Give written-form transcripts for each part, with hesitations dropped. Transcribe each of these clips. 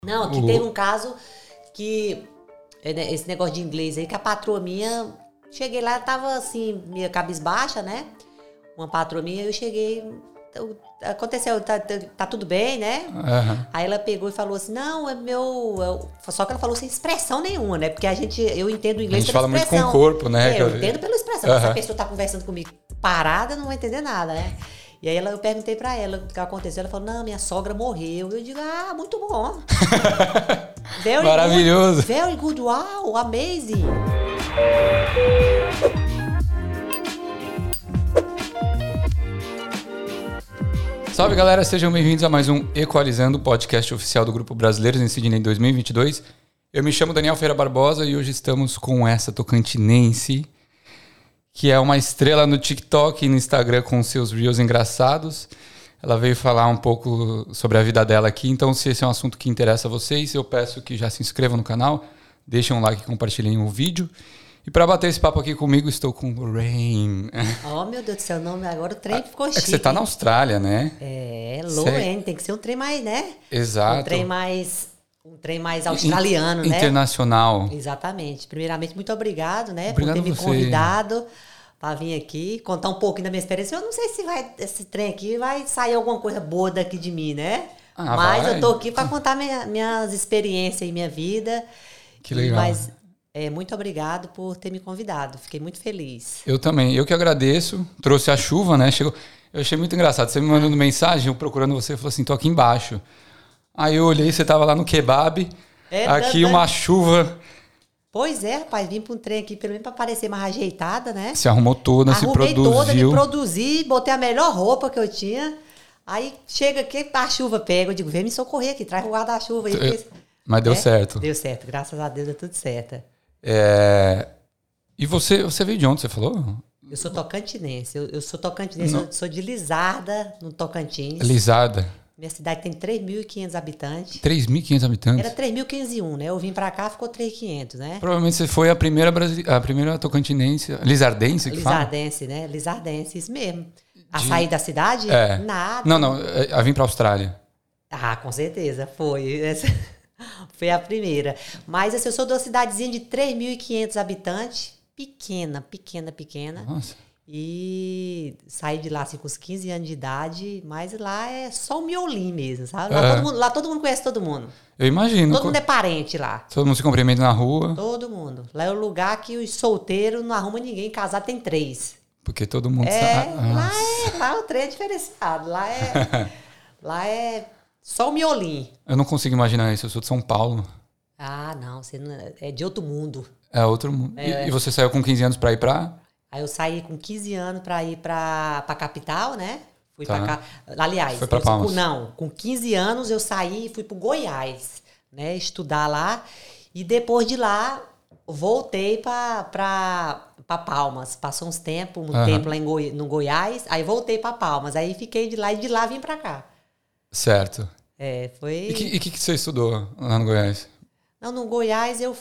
Não, aqui teve um caso que... Esse negócio de inglês aí, que a patroa minha... Cheguei lá, tava assim, meio cabisbaixa, né? Uma patroa minha, eu cheguei... Aconteceu, tá tudo bem, né? Uhum. Aí ela pegou e falou assim, não, é meu... Só que ela falou sem expressão nenhuma, né? Porque eu entendo inglês pela expressão. A gente fala muito com o corpo, né? Eu entendo pela expressão. Se a pessoa tá conversando comigo parada, eu não vou entender nada, né? E aí eu perguntei pra ela o que aconteceu. Ela falou, não, minha sogra morreu. Eu digo, muito bom. Maravilhoso. Very good, wow, amazing. Salve, galera, sejam bem-vindos a mais um Equalizando, podcast oficial do Grupo Brasileiros em Sydney 2022. Eu me chamo Daniel Feira Barbosa e hoje estamos com essa tocantinense, que é uma estrela no TikTok e no Instagram com seus reels engraçados. Ela veio falar um pouco sobre a vida dela aqui, então se esse é um assunto que interessa a vocês, eu peço que já se inscrevam no canal, deixem um like e compartilhem o vídeo. E para bater esse papo aqui comigo, estou com o Rain. Oh, meu Deus do céu, não, agora o trem ficou chique. É que você tá na Austrália, né? Lorraine, tem que ser um trem mais, né? Exato. Um trem mais australiano, né? Internacional. Exatamente. Primeiramente, muito obrigado, né? Obrigado por ter me você. Convidado para vir aqui, contar um pouquinho da minha experiência. Eu não sei se esse trem aqui vai sair alguma coisa boa daqui de mim, né? Mas vai. Eu tô aqui para contar minhas experiências e minha vida. Que legal. Mas muito obrigado por ter me convidado. Fiquei muito feliz. Eu também. Eu que agradeço. Trouxe a chuva, né? Chegou. Eu achei muito engraçado. Você me mandando mensagem, eu procurando você, falou assim, tô aqui embaixo. Aí eu olhei, você tava lá no kebab. Aqui uma chuva. Pois é, rapaz, vim para um trem aqui, pelo menos para parecer mais ajeitada, né? Se arrumou toda, se produziu. Toda, me produzi, botei a melhor roupa que eu tinha. Aí chega aqui, a chuva pega. Eu digo, vem me socorrer aqui, traz o guarda-chuva aí. Mas deu certo. Deu certo, graças a Deus deu tudo certo. E você veio de onde, você falou? Eu sou tocantinense, eu sou tocantinense, eu sou de Lizarda, no Tocantins. Lizarda. Minha cidade tem 3.500 habitantes. 3.500 habitantes? Era 3.501, né? Eu vim pra cá, ficou 3.500, né? Provavelmente você foi a primeira tocantinense, lizardense que fala? Lizardense, né? Lizardense, isso mesmo. A sair da cidade? Nada. Não, a vir pra Austrália. Com certeza, foi. Foi a primeira. Mas assim, eu sou de uma cidadezinha de 3.500 habitantes, pequena. Nossa. E saí de lá assim, com uns 15 anos de idade, mas lá é só o miolim mesmo, sabe? Lá todo mundo conhece todo mundo. Eu imagino. Todo mundo é parente lá. Todo mundo se cumprimenta na rua. Todo mundo. Lá é o lugar que os solteiros não arrumam ninguém, casado tem 3. Porque todo mundo sabe. Lá o trem é diferenciado. Lá é só o miolim. Eu não consigo imaginar isso, eu sou de São Paulo. Não, você não, é de outro mundo. É outro mundo. E você saiu com 15 anos pra ir pra... Aí eu saí com 15 anos para ir para capital, né? Fui para cá. Aliás, foi pra Palmas. Com 15 anos eu saí e fui para Goiás, né? Estudar lá. E depois de lá, voltei para Palmas. Passou uns tempos, tempo lá no Goiás. Aí voltei para Palmas. Aí fiquei de lá e de lá vim para cá. Certo. Foi... E o que você estudou lá no Goiás? Não, no Goiás eu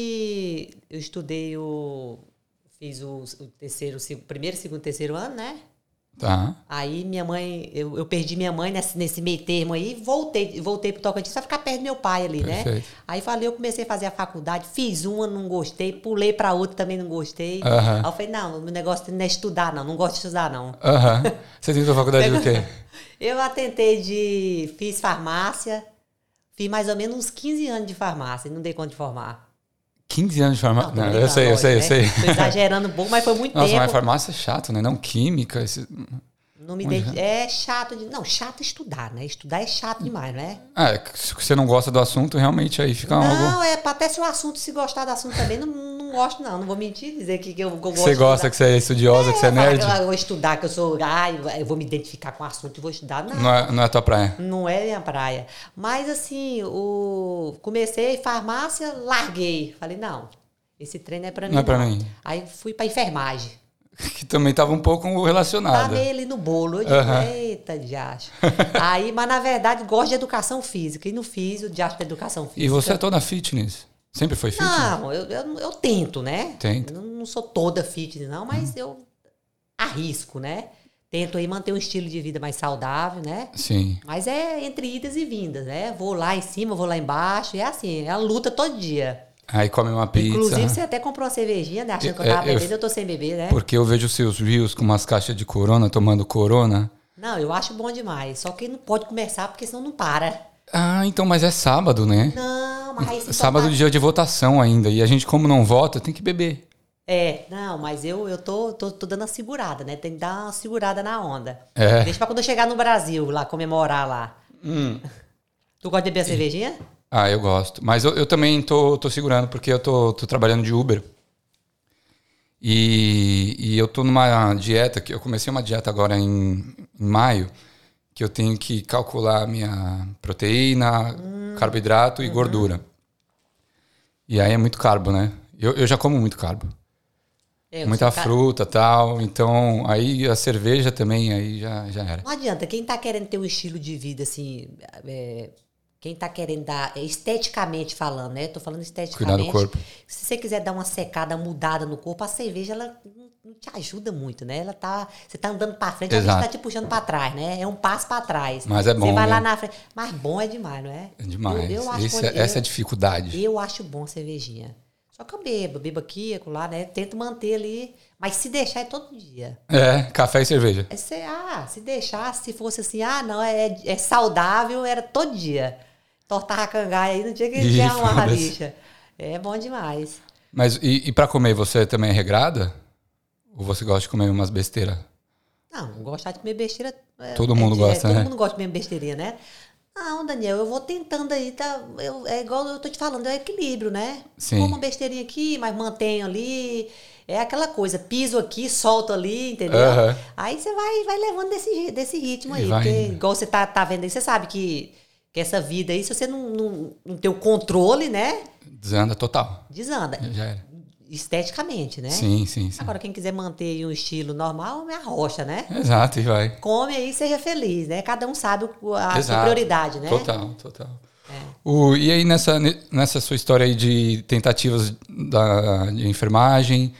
estudei Fiz o primeiro, segundo, terceiro ano, né? Tá. Aí minha mãe, eu perdi minha mãe nesse meio termo aí, voltei pro Tocantins pra ficar perto do meu pai ali, Perfeito. Né? Aí eu comecei a fazer a faculdade, fiz uma, não gostei, pulei pra outra, também não gostei. Aí eu falei, não, o meu negócio não é estudar, não gosto de estudar, não. Você tentou faculdade do quê? Eu fiz farmácia, fiz mais ou menos uns 15 anos de farmácia, não dei conta de formar. 15 anos de farmácia? Não, eu sei. Tô exagerando um pouco, mas foi muito tempo. Nossa, mas farmácia é chato, né? Não química. Não me dei... É chato. Chato estudar, né? Estudar é chato demais, né? Se você não gosta do assunto, realmente aí fica algo... Não, até se o assunto, se gostar do assunto também, não gosto, não. Não vou mentir, dizer que eu gosto. Você gosta, que você é estudiosa, que você é nerd? Eu vou estudar, que eu sou... eu vou me identificar com o assunto e vou estudar. Não é a tua praia? Não é minha praia. Mas, assim, comecei farmácia, larguei. Falei, não, esse treino é pra mim. Não é pra mim. Aí fui pra enfermagem. Que também estava um pouco relacionada. Tava ele no bolo. Eu digo, eita, diacho. Aí, mas na verdade, gosto de educação física. E não fiz o diacho da educação física. E você é toda fitness? Sempre foi fitness? Não, eu tento, né? Tento. Eu não sou toda fitness, não, mas eu arrisco, né? Tento aí manter um estilo de vida mais saudável, né? Sim. Mas é entre idas e vindas, né? Vou lá em cima, vou lá embaixo. É assim, é uma luta todo dia. Aí come uma pizza. Inclusive, você até comprou uma cervejinha, né? Achando que eu tava bebendo, eu tô sem beber, né? Porque eu vejo seus reels com umas caixas de Corona, tomando Corona. Não, eu acho bom demais. Só que não pode começar, porque senão não para. Ah, então, mas é sábado, né? Não, mas... Sábado, dia de votação ainda. E a gente, como não vota, tem que beber. Não, mas eu tô dando uma segurada, né? Tem que dar uma segurada na onda. É. Deixa pra quando eu chegar no Brasil, lá, comemorar lá. Tu gosta de beber a cervejinha? Ah, eu gosto. Mas eu também tô segurando, porque eu tô trabalhando de Uber. E eu tô numa dieta, que eu comecei uma dieta agora em maio, que eu tenho que calcular minha proteína, carboidrato e gordura. E aí é muito carbo, né? Eu já como muito carbo. Muita fruta e tal. Então, aí a cerveja também, aí já era. Não adianta. Quem tá querendo ter um estilo de vida, assim... quem tá querendo dar... esteticamente falando, né? Tô falando esteticamente. Cuidar do corpo. Se você quiser dar uma secada, mudada no corpo, a cerveja, ela não te ajuda muito, né? Você tá andando pra frente, a gente tá te puxando pra trás, né? É um passo pra trás. Mas é bom, você vai né? lá na frente. Mas bom é demais, não é? É demais. Eu acho Essa é a dificuldade. Eu acho bom cervejinha. Só que eu bebo aqui, acolá, né? Tento manter ali. Mas se deixar é todo dia. Café e cerveja. Se deixar, se fosse assim, não, é saudável, era todo dia. Tortar a cangaia aí no dia que a gente ia arrumar a lixa. É bom demais. Mas e pra comer, você também é regrada? Ou você gosta de comer umas besteiras? Não, gostar de comer besteira... Todo mundo gosta, né? Todo mundo gosta de comer besteirinha, né? Não, Daniel, eu vou tentando aí, tá? É igual eu tô te falando, é equilíbrio, né? Sim. Como uma besteirinha aqui, mas mantenho ali. É aquela coisa, piso aqui, solto ali, entendeu? Aí você vai levando desse ritmo aí. Porque, igual você tá vendo aí, você sabe que essa vida aí, se você não ter o controle, né? Desanda total. Desanda. Já era. Esteticamente, né? Sim. Agora, quem quiser manter um estilo normal, é a rocha, né? Exato, e vai. Come aí, seja feliz, né? Cada um sabe a sua prioridade, né? Total. E aí, nessa sua história aí de tentativas de enfermagem,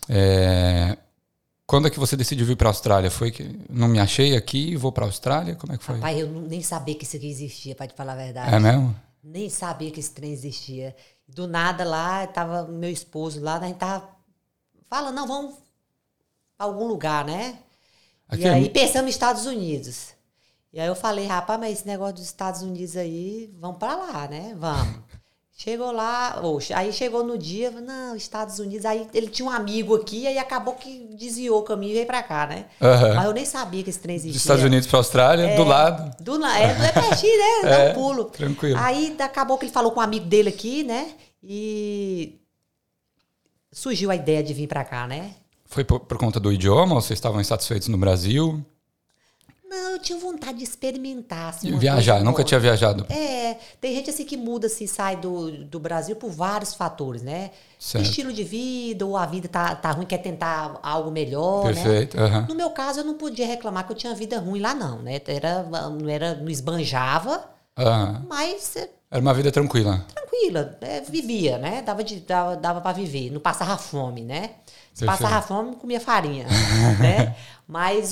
quando é que você decidiu vir para a Austrália? Foi que não me achei aqui e vou para a Austrália? Como é que foi? Rapaz, eu nem sabia que isso aqui existia, para te falar a verdade. É mesmo? Nem sabia que esse trem existia. Do nada lá, tava meu esposo lá, a gente tava falando, não, vamos para algum lugar, né? Aqui e aí pensamos nos Estados Unidos. E aí eu falei, rapaz, mas esse negócio dos Estados Unidos aí, vamos para lá, né? Vamos. Chegou lá, aí chegou no dia, não, Estados Unidos, aí ele tinha um amigo aqui, aí acabou que desviou o caminho e veio pra cá, né? Mas eu nem sabia que esse trem existia. Dos Estados Unidos pra Austrália, do lado. É pertinho, né? Dá um pulo. Tranquilo. Aí acabou que ele falou com um amigo dele aqui, né? E surgiu a ideia de vir pra cá, né? Foi por conta do idioma ou vocês estavam insatisfeitos no Brasil? Não, eu tinha vontade de experimentar. Assim, viajar, nunca tinha viajado. Tem gente assim que muda, assim, sai do Brasil por vários fatores, né? Certo. Estilo de vida, ou a vida tá ruim, quer tentar algo melhor, Perfeito. né? No meu caso, eu não podia reclamar que eu tinha vida ruim lá, não, né? Não esbanjava, mas... Era uma vida tranquila. Tranquila, vivia, né? Dava pra viver, não passava fome, né? Se passava fome, comia farinha, né? Mas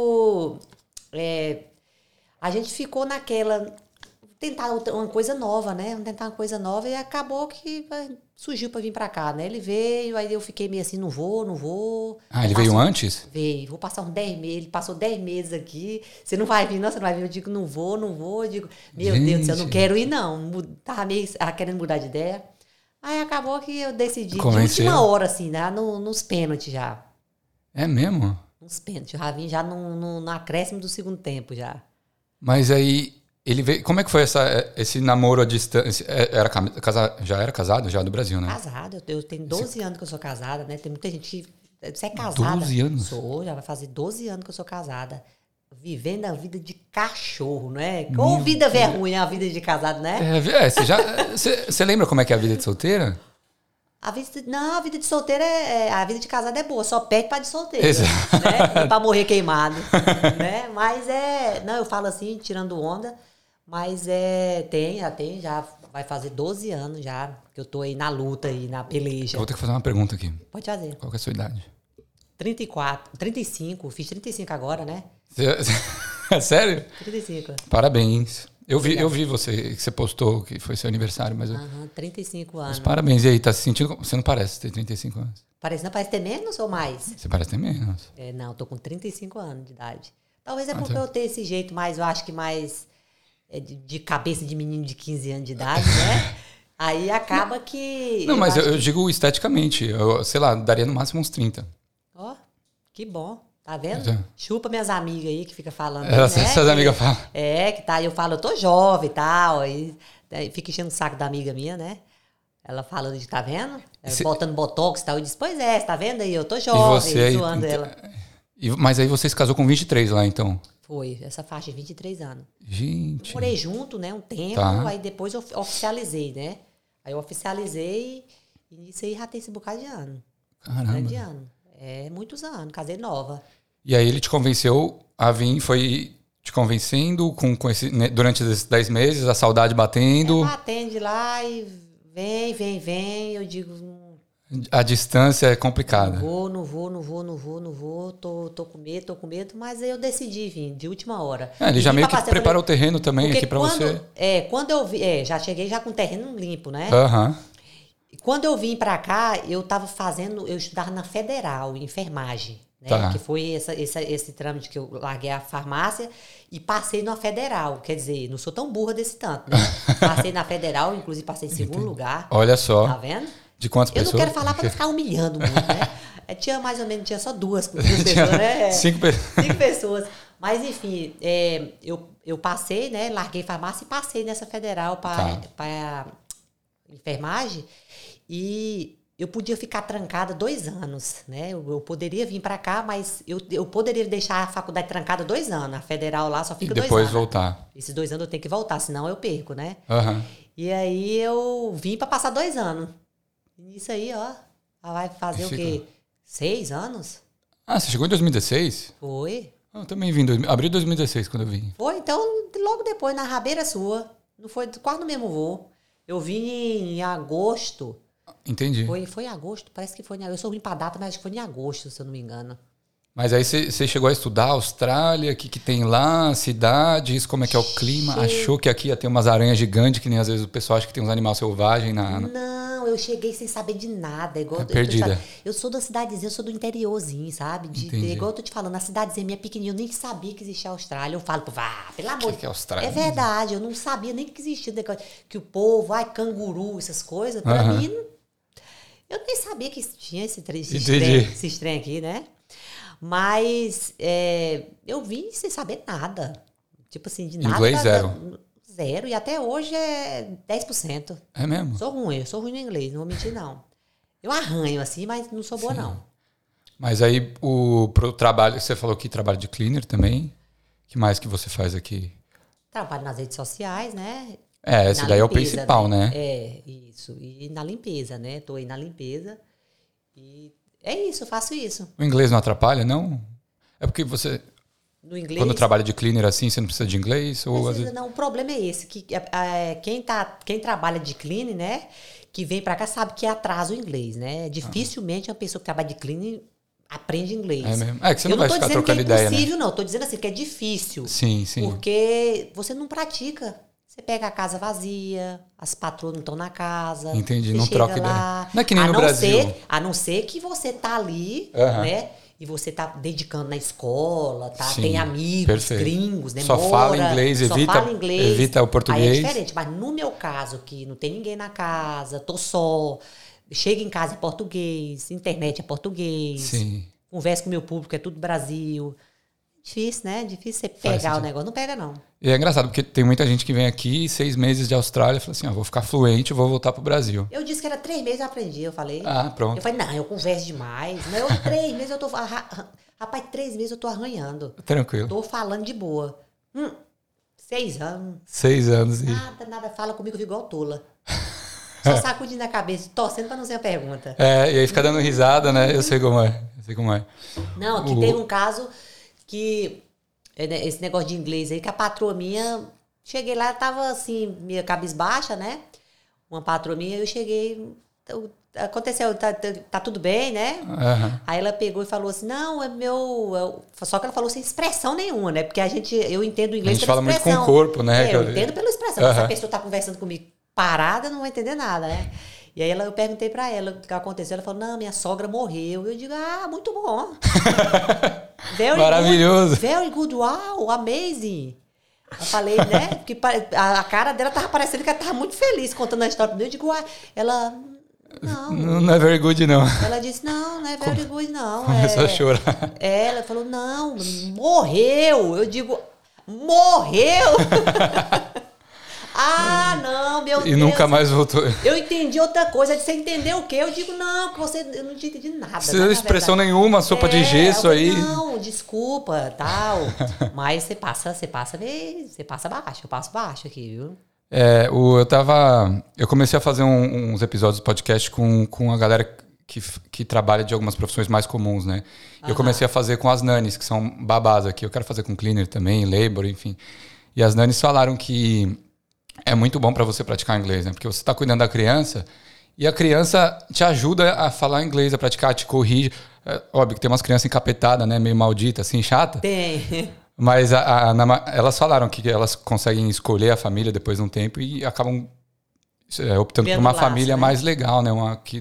a gente ficou naquela... Tentar uma coisa nova, né? Vamos tentar uma coisa nova e acabou que surgiu pra vir pra cá, né? Ele veio, aí eu fiquei meio assim, não vou. Ele veio antes? Veio, vou passar uns 10 meses. Ele passou 10 meses aqui. Você não vai vir, não? Você não vai vir? Eu digo, não vou. Eu digo, meu Deus do céu, eu não quero ir, não. Tava meio querendo mudar de ideia. Aí acabou que eu decidi, de última hora, assim, né? Nos pênaltis já. É mesmo? Nos pênaltis. Eu já vim já no acréscimo do segundo tempo já. Mas aí... Ele veio, como é que foi esse namoro à distância? Já era casado já do Brasil, né? Casado, eu tenho 12 anos que eu sou casada, né? Tem muita gente que... Você é casada? 12 anos? Sou, já vai fazer 12 anos que eu sou casada. Vivendo a vida de cachorro, né? Ou vida ruim, né? A vida de casado, né? Você lembra como é que é a vida de solteira? A vida de solteira a vida de casado é boa, só pede pra de solteira. Exato. Né? E pra morrer queimado. Né? Mas não, eu falo assim, tirando onda... Mas já vai fazer 12 anos já que eu tô aí na luta, aí na peleja. Eu vou ter que fazer uma pergunta aqui. Pode fazer. Qual que é a sua idade? 34, 35, fiz 35 agora, né? Sério? 35. Parabéns. Eu vi você, que você postou que foi seu aniversário, mas... 35 anos. Mas parabéns. E aí, tá se sentindo... Você não parece ter 35 anos. Parece ter menos ou mais? Você parece ter menos. Não, tô com 35 anos de idade. Talvez porque eu tenho esse jeito mais, eu acho que mais de cabeça de menino de 15 anos de idade, né? Aí acaba que... Não, mas eu digo esteticamente. Sei lá, daria no máximo uns 30. Ó, que bom. Tá vendo? Chupa minhas amigas aí que fica falando. Essas amigas falam. Que tá. Eu falo, eu tô jovem e tal. Aí fica enchendo o saco da amiga minha, né? Ela falando de, tá vendo? Botando botox e tal. Eu disse, pois é, você tá vendo aí? Eu tô jovem, zoando ela. Mas aí você se casou com 23 lá, então? Foi, essa faixa de 23 anos. Gente. Morei junto, né? Um tempo, aí depois eu oficializei, né? Aí eu oficializei e nisso aí já tem esse bocado de ano. Caramba. Grande ano. Muitos anos, casei nova. E aí ele te convenceu a vir, foi te convencendo com esse, né, durante esses 10 meses, a saudade batendo? Batendo de lá e vem. Eu digo... A distância é complicada. Não vou. Tô com medo, mas aí eu decidi vir, de última hora. Ele já meio que preparou o terreno também aqui pra você. Quando eu vi... já cheguei já com o terreno limpo, né? E quando eu vim pra cá, eu estudava na Federal, em enfermagem. Né? Que foi esse trâmite que eu larguei a farmácia e passei na Federal. Quer dizer, não sou tão burra desse tanto, né? Passei na Federal, inclusive passei em segundo lugar. Olha só. Tá vendo? De quantas pessoas? Eu não quero falar para não ficar humilhando muito, né? Tinha mais ou menos, tinha só duas pessoas, né? 5 pessoas. Mas, enfim, eu passei, né? Larguei farmácia e passei nessa Federal para enfermagem. E eu podia ficar trancada 2 anos, né? Eu poderia vir para cá, mas eu poderia deixar a faculdade trancada 2 anos. A Federal lá só fica 2 anos. E depois voltar. Esses 2 anos eu tenho que voltar, senão eu perco, né? Uhum. E aí eu vim para passar 2 anos. Isso aí, ó. Vai fazer o quê? 6 anos? Ah, você chegou em 2016? Foi. Eu também vim em abril de 2016 quando eu vim. Foi, então logo depois, na rabeira sua. Não foi quase no mesmo voo. Eu vim em agosto. Entendi. Foi em agosto, parece que foi em agosto. Eu sou ruim pra data, mas acho que foi em agosto, se eu não me engano. Mas aí você chegou a estudar a Austrália, o que tem lá, cidades, como é que é o clima? Achou que aqui ia ter umas aranhas gigantes, que nem às vezes o pessoal acha que tem uns animais selvagens na... Não, eu cheguei sem saber de nada. Igual, perdida. Eu sou da cidadezinha, eu sou do interiorzinho, sabe? Igual eu tô te falando, a cidadezinha minha pequenininha, eu nem sabia que existia a Austrália. Eu falo, pelo amor de Deus. Que é Austrália? É verdade, eu não sabia nem que existia que o povo, canguru, essas coisas. Pra mim, eu nem sabia que tinha esse trem aqui, né? Mas eu vim sem saber nada. Tipo assim, de nada. Inglês zero. Zero. E até hoje é 10%. É mesmo? Eu sou ruim no inglês, não vou mentir, não. Eu arranho assim, mas não sou boa, não. Mas aí, pro trabalho, você falou que trabalha de cleaner também. O que mais que você faz aqui? Trabalho nas redes sociais, né? Esse daí limpeza, é o principal, né? Isso. E na limpeza, né? Tô aí na limpeza. E é isso, eu faço isso. O inglês não atrapalha, não? É porque você... No inglês, quando trabalha de cleaner assim, você não precisa de inglês? Não, o problema é esse. Que quem trabalha de cleaner, né? Que vem pra cá sabe que atrasa o inglês, né? Dificilmente uma pessoa que trabalha de cleaner aprende inglês. É mesmo? É que você não vai ficar trocando ideia, né? Eu não tô dizendo que é impossível, não. Eu tô dizendo assim que é difícil. Sim. Porque você não pratica. Você pega a casa vazia, as patroas não estão na casa. Entendi, não troca ideia. Não é que nem no Brasil. A não ser que você tá ali, né? E você tá dedicando na escola, tá? Sim, tem amigos, perfeito. Gringos, né? Só fala inglês, evita o português. Aí é diferente, mas no meu caso, que não tem ninguém na casa, tô só, chego em casa é português, internet é português, Sim. Converso com o meu público, é tudo Brasil. Difícil, né? Difícil você pegar o negócio. Não pega, não. E é engraçado, porque tem muita gente que vem aqui, 6 meses de Austrália, e fala assim, vou ficar fluente, vou voltar pro Brasil. Eu disse que era 3 meses eu aprendi, eu falei. Pronto. Eu falei, não, eu converso demais. Não, 3 meses eu tô... Rapaz, 3 meses eu tô arranhando. Tranquilo. Tô falando de boa. 6 anos. 6 anos. Nada, fala comigo, eu fico igual tola. Só sacudindo a cabeça, torcendo pra não ser a pergunta. E aí fica dando risada, né? Eu sei como é. Não, que teve um caso que... Esse negócio de inglês aí, que a patroa minha... Cheguei lá, tava assim, meio cabisbaixa, né? Uma patroa minha, eu cheguei... aconteceu, tá tudo bem, né? Uhum. Aí ela pegou e falou assim, não, é meu... Só que ela falou sem expressão nenhuma, né? Porque eu entendo o inglês pela expressão. A gente fala muito com o corpo, né? Eu entendo pela expressão. Se a pessoa tá conversando comigo parada, eu não vou entender nada, né? E aí eu perguntei pra ela o que aconteceu. Ela falou, não, minha sogra morreu. Eu digo, muito bom. Maravilhoso. Very good, wow, amazing. Eu falei, né? Porque a cara dela tava parecendo que ela tava muito feliz contando a história. Eu digo, ela... Não é very good, não. Ela disse, não é very good, não. Começou a chorar. Ela falou, não, morreu. Eu digo, morreu? Não, meu Deus. E nunca mais voltou. Eu entendi outra coisa. Você entendeu o quê? Eu digo, não, que eu não tinha entendido nada. Você não expressão nenhuma, sopa de gesso aí. Não, desculpa, tal. Mas você passa baixo. Eu passo baixo aqui, viu? Eu comecei a fazer uns episódios de podcast com a galera que trabalha de algumas profissões mais comuns, né? Eu comecei a fazer com as nanis, que são babás aqui. Eu quero fazer com cleaner também, labor, enfim. E as nanis falaram que é muito bom para você praticar inglês, né? Porque você está cuidando da criança e a criança te ajuda a falar inglês, a praticar, te corrige. Óbvio que tem umas crianças encapetadas, né? Meio maldita, assim, chata. Tem. Mas elas falaram que elas conseguem escolher a família depois de um tempo e acabam optando por uma família, né? Mais legal, né?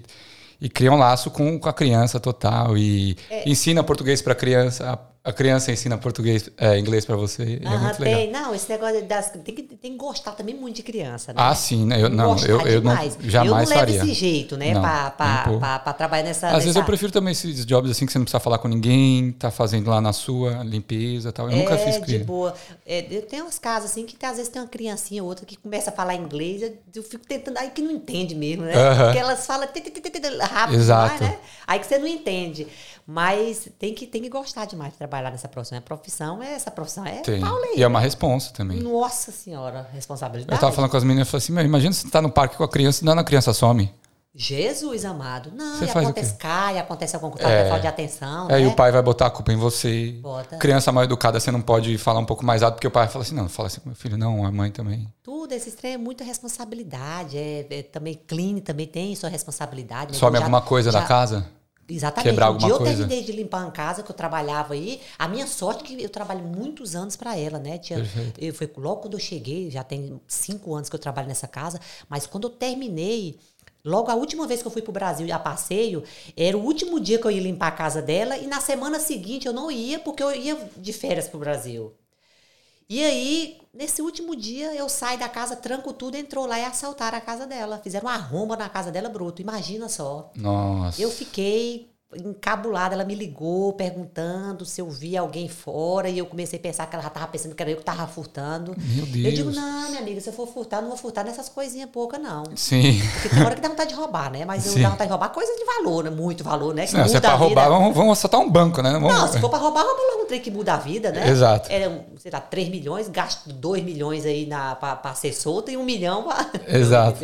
E criam um laço com a criança total. E ensina português para a criança. A criança ensina inglês para você. É muito legal. Não, esse negócio tem que gostar também muito de criança, né? Sim, né? Eu jamais faria. Desse jeito, né? Para trabalhar nessa... Às vezes eu prefiro também esses jobs assim que você não precisa falar com ninguém, tá fazendo lá na sua limpeza e tal. Eu nunca fiz de boa. Eu tenho uns casos assim que às vezes tem uma criancinha ou outra que começa a falar inglês, eu fico tentando, aí que não entende mesmo, né? Porque elas falam rápido demais, né? Aí que você não entende. Mas tem que gostar demais de trabalhar nessa profissão. Essa profissão é pauleira. E é uma responsa também. Nossa senhora, responsabilidade. Eu tava falando com as meninas e falei assim, imagina você tá no parque com a criança e a criança some. Jesus amado. Não, você acontece alguma coisa, falta de atenção, né? E o pai vai botar a culpa em você. Bota. Criança mal educada, você não pode falar um pouco mais alto, porque o pai fala assim, não fala assim com meu filho, não, a mãe também. Tudo, esse trem é muita responsabilidade. Também clean também tem sua responsabilidade. Né? Some alguma coisa da casa? Exatamente. Quebrar alguma coisa. Eu terminei de limpar a casa que eu trabalhava aí. A minha sorte é que eu trabalho muitos anos para ela, né? Foi logo quando eu cheguei, já tem 5 anos que eu trabalho nessa casa, mas quando eu terminei, logo a última vez que eu fui pro Brasil a passeio, era o último dia que eu ia limpar a casa dela e na semana seguinte eu não ia porque eu ia de férias pro Brasil. E aí, nesse último dia, eu saio da casa, tranco tudo, entrou lá e assaltaram a casa dela. Fizeram uma arromba na casa dela, bruto. Imagina só. Nossa. Eu fiquei encabulada. Ela me ligou perguntando se eu via alguém fora e eu comecei a pensar que ela já estava pensando que era eu que estava furtando. Meu Deus. Eu digo, não, minha amiga, se eu for furtar, não vou furtar nessas coisinhas poucas, não. Sim. Porque tem hora que dá vontade de roubar, né? Mas eu dá vontade de roubar coisa de valor, né? Muito valor, né? Que não, se é pra roubar, vamos assaltar um banco, né? Não, se for pra roubar, rouba logo um trem que muda a vida, né? Exato. Sei lá, 3 milhões, gasto 2 milhões aí pra ser solta e 1 milhão pra... Exato.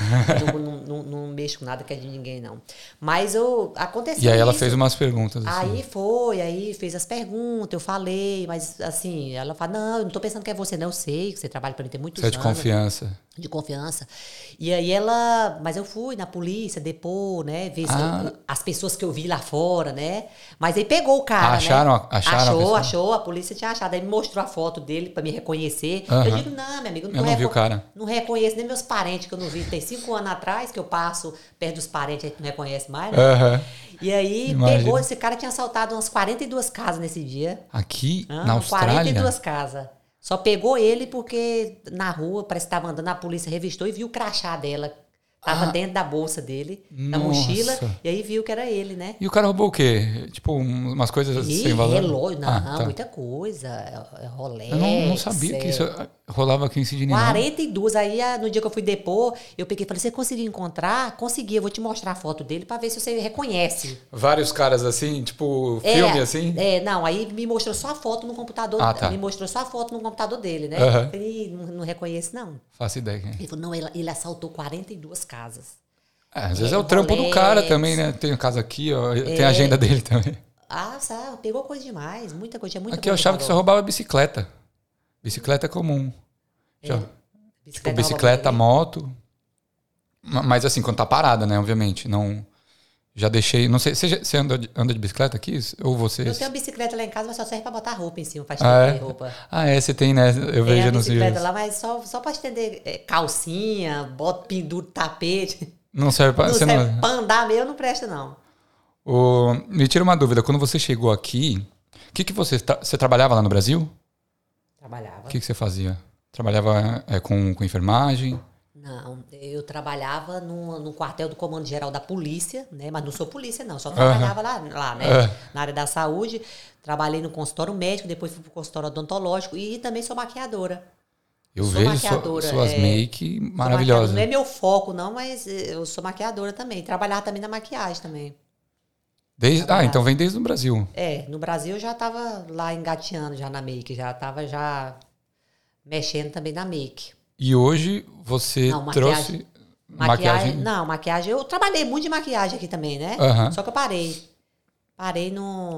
Não mexo com nada que é de ninguém, não. Mas aconteceu. E aí ela isso. fez umas perguntas. Assim. Aí fez as perguntas, eu falei, mas assim, ela fala, não, eu não tô pensando que é você, não, eu sei que você trabalha pra mim tem muitos anos. Você é de confiança. De confiança. E aí mas eu fui na polícia, depor, né, ver as pessoas que eu vi lá fora, né, mas aí pegou o cara, Acharam achou, a polícia tinha achado, aí me mostrou a foto dele pra me reconhecer. Eu digo, não, minha amiga, eu não vi o cara. Não reconheço nem meus parentes que eu não vi, tem 5 anos atrás que eu passo perto dos parentes, aí tu não reconhece mais, né? E aí pegou, esse cara tinha assaltado umas 42 casas nesse dia. Aqui na Austrália? 42 casas. Só pegou ele porque na rua, parece que estava andando, a polícia revistou e viu o crachá dela. Tava dentro da bolsa dele, da mochila, e aí viu que era ele, né? E o cara roubou o quê? Tipo, umas coisas sem valor? Relógio, não, muita coisa. Rolex. Eu não sabia que isso rolava aqui em Sydney. 42. Aí, no dia que eu fui depor, eu peguei e falei, você conseguiu encontrar? Consegui, eu vou te mostrar a foto dele pra ver se você reconhece. Vários caras assim, tipo, filme assim? Não, aí me mostrou só a foto no computador. Me mostrou só a foto no computador dele, né? Eu falei, não reconheço, não. Faço ideia. Ele falou, não, ele assaltou 42 casas. Às vezes é o trampo do cara também, né? Tem casa aqui, ó, tem a agenda dele também. Sabe, pegou coisa demais, muita coisa, muita aqui coisa. Aqui eu achava que você roubava bicicleta. Bicicleta é comum. Tipo, bicicleta, moto. Mas assim, quando tá parada, né? Obviamente. Não. Já deixei. Não sei. Você anda de bicicleta aqui? Ou você? Eu tenho bicicleta lá em casa, mas só serve pra botar roupa em cima, pra estender roupa. Você tem, né? Eu vejo a nos vídeos. bicicleta lá, mas só pra estender calcinha, bota penduro, tapete. Não serve pra... Não serve pra andar mesmo, não presta, não. Me tira uma dúvida. Quando você chegou aqui, o que você... Você trabalhava lá no Brasil? Trabalhava. O que você fazia? Trabalhava com enfermagem? Não, eu trabalhava no quartel do Comando Geral da Polícia, né? Mas não sou polícia, não. Só trabalhava lá, né? Na área da saúde. Trabalhei no consultório médico, depois fui pro consultório odontológico e também sou maquiadora. Eu vejo suas make maravilhosas. Não é meu foco, não, mas eu sou maquiadora também. Trabalhava também na maquiagem também. Então vem desde o Brasil. No Brasil eu já estava lá engateando já na make, já estava já mexendo também na make. E hoje você trouxe maquiagem? Não, maquiagem. Eu trabalhei muito de maquiagem aqui também, né? Só que eu parei. Parei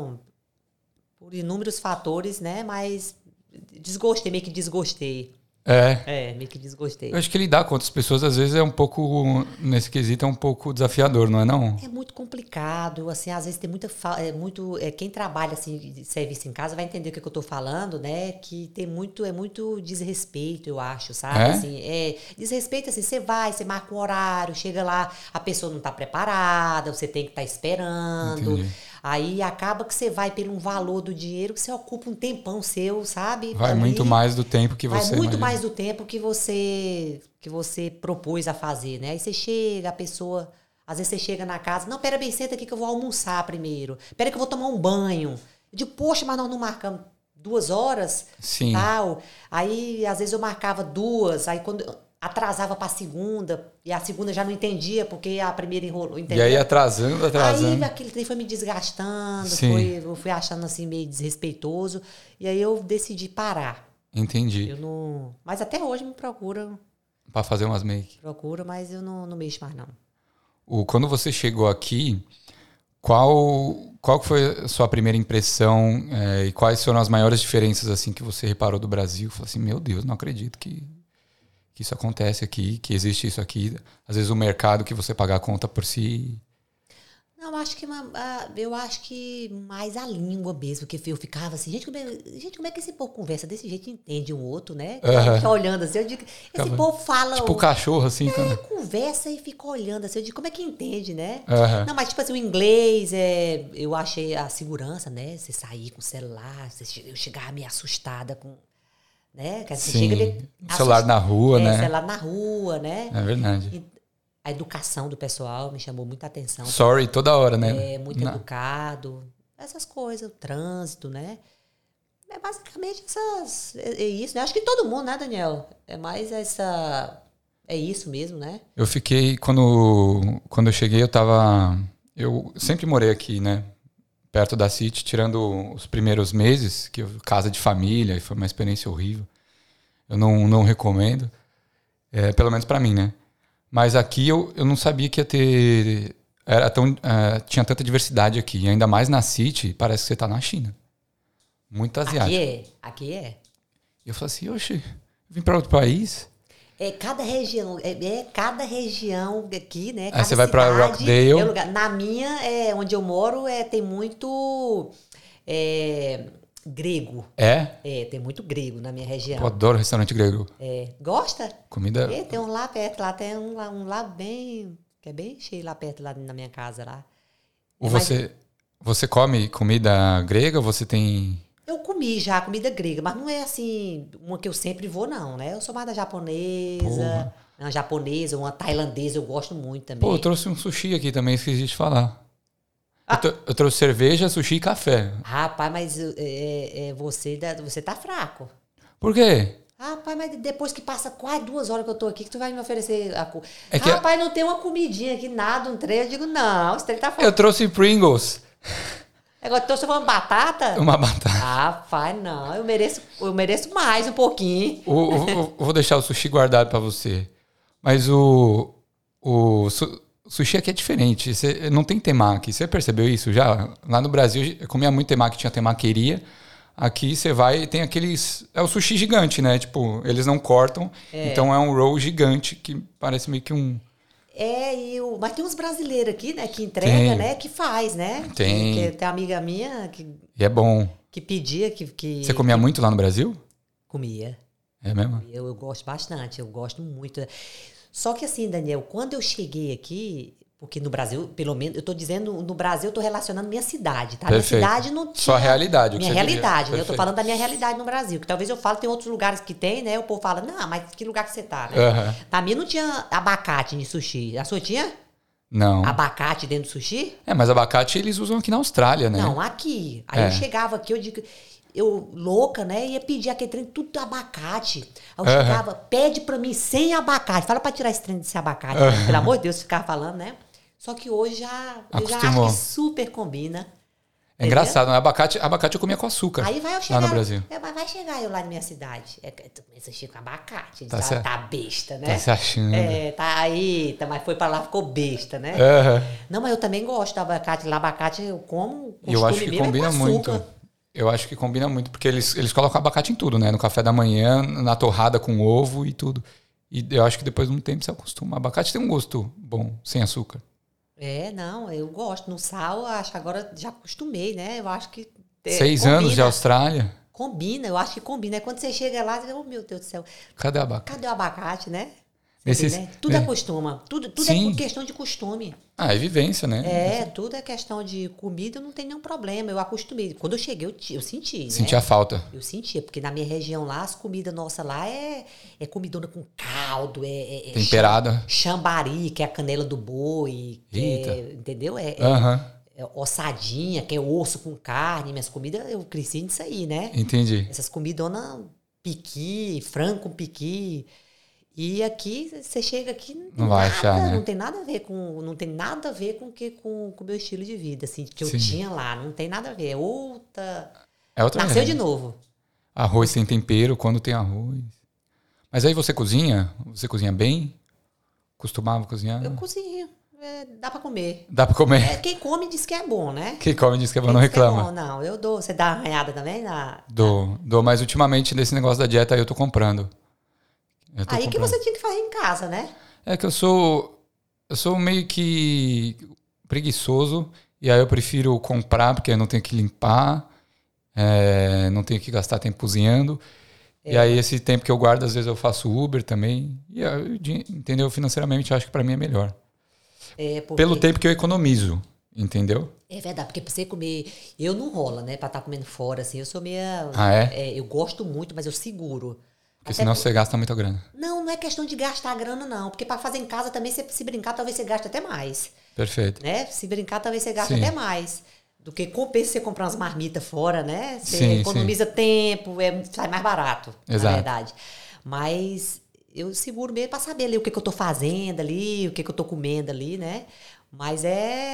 por inúmeros fatores, né? Mas meio que desgostei. Meio que desgostei. Eu acho que lidar com outras pessoas, às vezes, é um pouco, nesse quesito, é um pouco desafiador, não é não? É muito complicado, assim, às vezes tem quem trabalha, assim, de serviço em casa vai entender o que eu tô falando, né, que tem muito desrespeito, eu acho, sabe? Assim, desrespeito, assim, você marca um horário, chega lá, a pessoa não tá preparada, você tem que estar esperando. Entendi. Aí acaba que você vai por um valor do dinheiro que você ocupa um tempão seu, sabe? Vai muito mais do tempo que você... Vai muito mais do tempo que você propôs a fazer, né? Aí você chega, a pessoa... Às vezes você chega na casa... Não, pera bem, senta aqui que eu vou almoçar primeiro. Pera que eu vou tomar um banho. Eu digo, poxa, mas nós não marcamos 2 horas? Sim. Tal. Aí, às vezes eu marcava 2, aí quando... atrasava para a segunda, e a segunda já não entendia, porque a primeira enrolou, entendeu? E aí atrasando. Aí aquele trem foi me desgastando, eu fui achando assim meio desrespeitoso, e aí eu decidi parar. Entendi. Mas até hoje me procura. Para fazer umas make. Procura, mas eu não mexo mais não. Quando você chegou aqui, qual foi a sua primeira impressão e quais foram as maiores diferenças assim que você reparou do Brasil? Falei assim, meu Deus, não acredito que isso acontece aqui, que existe isso aqui. Às vezes o mercado que você pagar a conta por si... Não, eu acho que mais a língua mesmo, que eu ficava assim, gente, como é que esse povo conversa desse jeito, entende um outro, né? Fica olhando assim, eu digo, esse povo fala... Tipo cachorro, assim. Conversa e fica olhando assim, eu digo, como é que entende, né? Não, mas tipo assim, o inglês, eu achei a segurança, né? Você sair com o celular, eu chegava meio assustada com... Né? Que você chega celular na rua, né? Celular na rua, né? É verdade. E a educação do pessoal me chamou muita atenção. Sorry, toda hora, né? Muito educado. Essas coisas, o trânsito, né? É basicamente isso, né? Acho que todo mundo, né, Daniel? É mais é isso mesmo, né? Eu fiquei, quando eu cheguei, eu sempre morei aqui, né? Perto da City, tirando os primeiros meses, casa de família, e foi uma experiência horrível. Eu não recomendo, pelo menos para mim, né? Mas aqui eu não sabia que ia ter... tinha tanta diversidade aqui, e ainda mais na City, parece que você tá na China. Muito asiático. Aqui é. E eu falei assim, oxe, eu vim para outro país... Cada região aqui, né? Aí você vai para Rockdale. Na minha, onde eu moro, tem muito grego. Tem muito grego na minha região. Eu adoro restaurante grego. Gosta? Comida... tem um lá perto, lá tem um lá bem... Que é bem cheio lá perto, lá na minha casa, lá. Você come comida grega ou você tem... Eu comi já comida grega, mas não é assim uma que eu sempre vou, não, né? Eu sou mais da japonesa, uma tailandesa, eu gosto muito também. Eu trouxe um sushi aqui também, esqueci de falar. Eu trouxe cerveja, sushi e café. Rapaz, mas você tá fraco. Por quê? Rapaz, mas depois que passa quase 2 horas que eu tô aqui, que tu vai me oferecer Rapaz, não tem uma comidinha aqui, nada, um trem. Eu digo, não, esse trem tá fraco. Eu trouxe Pringles. Agora, então você falou uma batata? Uma batata. Rapaz, não. Eu mereço mais um pouquinho. Vou deixar o sushi guardado pra você. Mas o sushi aqui é diferente. Você não tem temaki. Você percebeu isso já? Lá no Brasil, eu comia muito temaki, tinha temaqueria. Aqui você vai e tem aqueles... É o sushi gigante, né? Tipo, eles não cortam. Então é um roll gigante que parece meio que um... Mas tem uns brasileiros aqui, né, que entrega, né, que faz, né? Tem. Tem uma amiga minha E é bom. que pedia, Você comia muito lá no Brasil? Comia. É mesmo? Eu gosto bastante, eu gosto muito. Só que assim, Daniel, quando eu cheguei aqui, porque no Brasil, pelo menos, eu tô dizendo, no Brasil eu tô relacionando minha cidade, tá? Perfeito. Minha cidade não tinha... Sua realidade. Minha realidade, né? Eu tô falando da minha realidade no Brasil, que talvez eu fale, tem outros lugares que tem, né? O povo fala, não, mas que lugar que você tá, né? Uhum. Pra mim não tinha abacate de sushi. A sua tinha? Não. Abacate dentro do sushi? Mas abacate eles usam aqui na Austrália, né? Não, aqui. Aí eu chegava aqui, eu louca, né? Ia pedir aquele trem, tudo abacate. Aí eu chegava, pede pra mim sem abacate. Fala pra tirar esse trem desse abacate. Né? Pelo amor de Deus, ficava falando, né? Só que hoje eu já acho que super combina. É engraçado, né? Abacate eu comia com açúcar. Aí vai eu chegar, lá no Brasil. Mas vai chegar eu lá na minha cidade. Tu começa a com abacate. Tá besta, né? Tá se achando. Tá aí, mas foi pra lá, ficou besta, né? Não, mas eu também gosto do abacate. Lá, abacate eu como. Eu acho que combina muito. Eu acho que combina muito, porque eles colocam abacate em tudo, né? No café da manhã, na torrada com ovo e tudo. E eu acho que depois de um tempo você acostuma. Abacate tem um gosto bom, sem açúcar. Não, eu gosto. No sal, eu acho que agora já acostumei, né? Eu acho que... 6 anos de Austrália? Combina, eu acho que combina. Quando você chega lá, você fala, oh, meu Deus do céu. Cadê o abacate? Cadê o abacate, né? Né? Tudo acostuma. Tudo é questão de costume. É vivência, né? Tudo é questão de comida, não tem nenhum problema. Eu acostumei. Quando eu cheguei, eu senti. Sentia falta. Eu sentia, porque na minha região lá, as comidas nossas lá é comidona com caldo, temperada. Chambari, que é a canela do boi. Entendeu? É ossadinha, que é osso com carne. Minhas comidas, eu cresci nisso aí, né? Entendi. Essas comidonas piqui, frango com piqui. E aqui, você chega aqui, não vai achar, né? Não tem nada a ver com o meu estilo de vida, assim, que eu tinha lá. Não tem nada a ver. É outra Nasceu de novo. Arroz sem tempero, quando tem arroz. Mas aí você cozinha? Você cozinha bem? Costumava cozinhar? Eu cozinho. Dá pra comer. Dá pra comer? Quem come diz que é bom, né? Quem come diz que é bom, não reclama. É bom. Não, eu dou. Você dá arranhada também? Dou, mas ultimamente nesse negócio da dieta aí eu tô comprando. Aí que você tinha que fazer em casa, né? É que eu sou meio que preguiçoso e aí eu prefiro comprar porque eu não tenho que limpar, não tenho que gastar tempo cozinhando. E aí esse tempo que eu guardo, às vezes eu faço Uber também. E aí, entendeu? Financeiramente eu acho que pra mim é melhor. Pelo tempo que eu economizo, entendeu? É verdade, porque pra você comer... Eu não rola, né? Pra estar comendo fora, assim. Eu sou meio... eu gosto muito, mas eu seguro. Porque senão você gasta muita grana. Não é questão de gastar grana, não. Porque para fazer em casa também, se brincar, talvez você gaste até mais. Perfeito. Né? Se brincar, talvez você gaste até mais. Do que compensa você comprar umas marmitas fora, né? Você economiza tempo, sai mais barato, exato, na verdade. Mas eu seguro mesmo para saber ali o que eu tô fazendo ali, o que eu tô comendo ali, né? Mas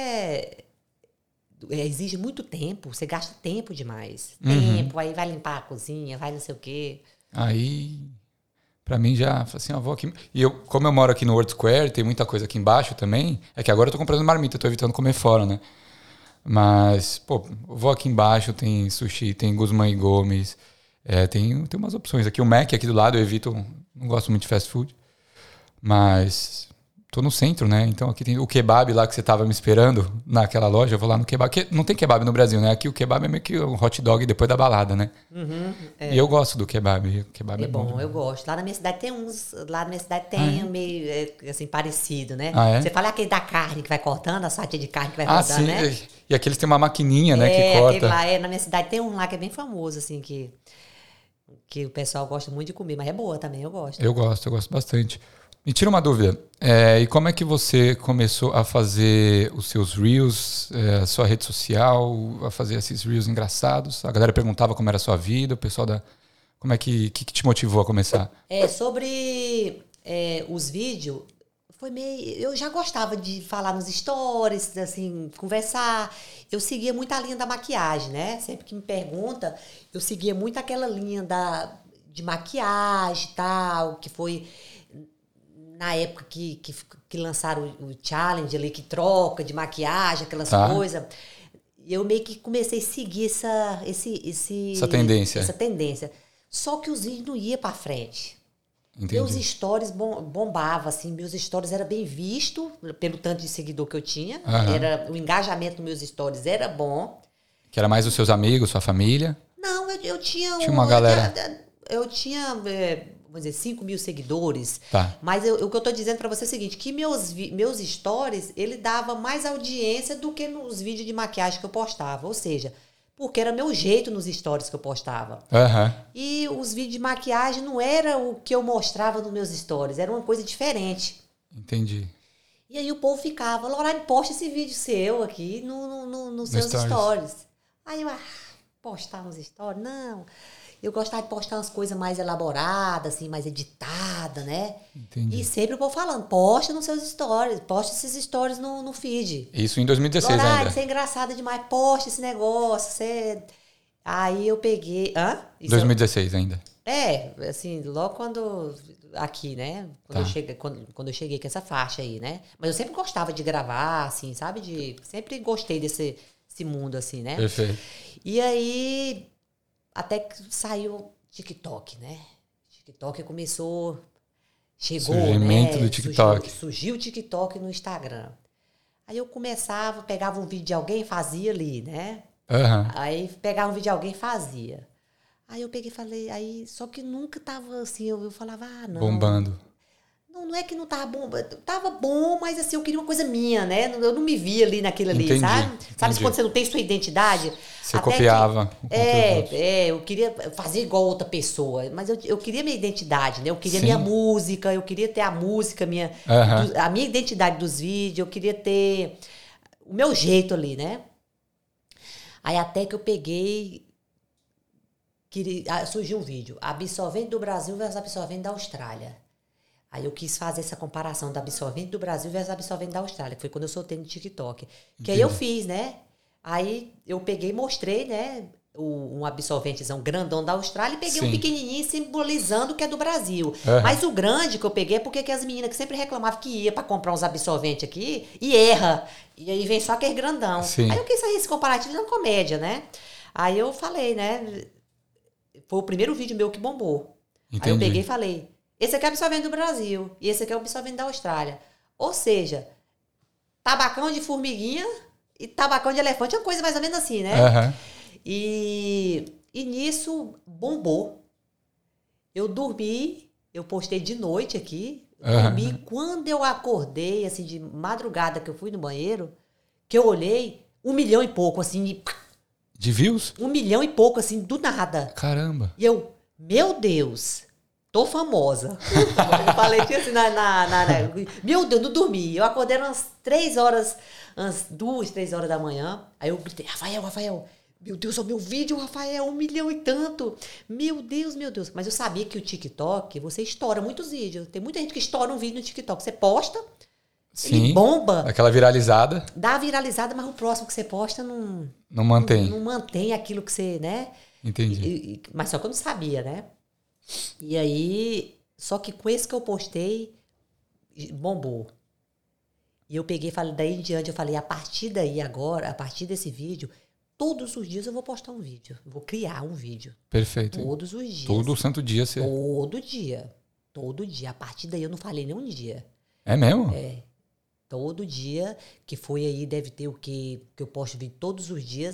exige muito tempo. Você gasta tempo demais. Tempo, aí vai limpar a cozinha, vai não sei o quê. Aí, pra mim já, assim, eu vou aqui... E como eu moro aqui no World Square, tem muita coisa aqui embaixo também, é que agora eu tô comprando marmita, eu tô evitando comer fora, né? Mas, pô, eu vou aqui embaixo, tem sushi, tem Guzmán e Gomes, tem umas opções aqui. O Mac aqui do lado eu evito, não gosto muito de fast food, mas... Tô no centro, né? Então aqui tem o kebab lá que você tava me esperando naquela loja. Eu vou lá no kebab. Não tem kebab no Brasil, né? Aqui o kebab é meio que um hot dog depois da balada, né? E eu gosto do kebab. O kebab é bom. Eu gosto. Lá na minha cidade tem uns. Lá na minha cidade tem meio assim, parecido, né? Você fala aquele da carne que vai cortando, a fatia de carne que vai cortando, sim, né? E aqueles tem uma maquininha, né? Que corta. Lá, na minha cidade tem um lá que é bem famoso, assim, que o pessoal gosta muito de comer, mas é boa também, eu gosto. Eu gosto bastante. Me tira uma dúvida, e como é que você começou a fazer os seus Reels, a sua rede social, a fazer esses Reels engraçados? A galera perguntava como era a sua vida, o pessoal como é que te motivou a começar? Sobre os vídeos, eu já gostava de falar nos stories, assim, conversar. Eu seguia muito a linha da maquiagem, né? Sempre que me pergunta, eu seguia muito aquela linha de maquiagem e tal, que foi... Na época que lançaram o challenge ali, que de maquiagem, aquelas coisas, eu meio que comecei a seguir essa tendência. Essa tendência. Só que os vídeos não iam pra frente. Entendi. Meus stories bombavam, assim, meus stories eram bem vistos pelo tanto de seguidor que eu tinha. O engajamento nos meus stories era bom. Que era mais os seus amigos, sua família? Não, eu tinha... Tinha uma galera... Eu tinha, vamos dizer, 5 mil seguidores. Tá. Mas o que eu tô dizendo pra você é o seguinte, que meus stories, ele dava mais audiência do que nos vídeos de maquiagem que eu postava. Ou seja, porque era meu jeito nos stories que eu postava. E os vídeos de maquiagem não era o que eu mostrava nos meus stories, era uma coisa diferente. Entendi. E aí o povo ficava, Lorraine, posta esse vídeo seu aqui nos seus stories. Aí eu, postar uns stories? Não. Eu gostava de postar umas coisas mais elaboradas, assim, mais editadas, né? Entendi. E sempre eu vou falando, posta nos seus stories, posta esses stories no feed. Isso em 2016 Lorraine, ainda. você é engraçada demais, posta esse negócio, você... Aí eu peguei... 2016 ainda. Assim, logo quando... Aqui, né? Quando eu cheguei com essa faixa aí, né? Mas eu sempre gostava de gravar, assim, sabe? Sempre gostei desse mundo, assim, né? Perfeito. E aí... Até que saiu TikTok, né? TikTok começou... Chegou, surgimento né? do TikTok. Surgiu o TikTok no Instagram. Aí eu pegava um vídeo de alguém e fazia ali, né? Aí pegava um vídeo de alguém e fazia. Aí eu peguei e falei... Só que nunca tava assim... Eu falava, não... Bombando. Não é que não tava bom, tava bom, mas assim, eu queria uma coisa minha, né? Eu não me via ali naquilo ali, sabe? Sabe quando você não tem sua identidade? Você copiava. Eu queria fazer igual outra pessoa, mas eu queria minha identidade, né? Eu queria minha música, eu queria ter a música, a minha identidade dos vídeos, eu queria ter o meu jeito ali, né? Aí até que eu peguei... surgiu um vídeo, absorvente do Brasil versus absorvente da Austrália. Aí eu quis fazer essa comparação da absorvente do Brasil versus absorvente da Austrália, que foi quando eu soltei no TikTok. Que aí eu fiz, né? Aí eu peguei e mostrei, né? Um absorventezão grandão da Austrália e peguei um pequenininho simbolizando que é do Brasil. Mas o grande que eu peguei é porque as meninas que sempre reclamavam que ia pra comprar uns absorventes aqui e erra. E aí vem só aquele grandão. Aí eu quis fazer esse comparativo na comédia, né? Aí eu falei, né? Foi o primeiro vídeo meu que bombou. Aí eu peguei e falei... Esse aqui é o absorvente do Brasil e esse aqui é o absorvente da Austrália. Ou seja, tabacão de formiguinha e tabacão de elefante é uma coisa mais ou menos assim, né? E nisso bombou. Eu dormi, eu postei de noite aqui, dormi. Quando eu acordei, assim, de madrugada que eu fui no banheiro, que eu olhei, 1 milhão e pouco, assim. De views? 1 milhão e pouco, assim, do nada. Caramba. E eu, meu Deus... Tô famosa. Eu falei que assim, meu Deus, não dormi. Eu acordei umas 3 horas, umas 2, 3 horas da manhã. Aí eu gritei, Rafael. Meu Deus, é o meu vídeo, Rafael, 1 milhão e tanto. Meu Deus. Mas eu sabia que o TikTok, você estoura muitos vídeos. Tem muita gente que estoura um vídeo no TikTok. Você posta, ele bomba. Aquela viralizada. Dá viralizada, mas o próximo que você posta não mantém. Não mantém aquilo que você, né? Entendi. Mas só que eu não sabia, né? E aí, só que com esse que eu postei, bombou. E eu peguei, falei, daí em diante, eu falei, a partir daí agora, a partir desse vídeo, todos os dias eu vou postar um vídeo. Eu vou criar um vídeo. Perfeito. Todos os dias. Todo santo dia você... Todo dia. A partir daí eu não falei nem um dia. É mesmo? Todo dia, que foi aí, deve ter o que eu posto vídeo todos os dias,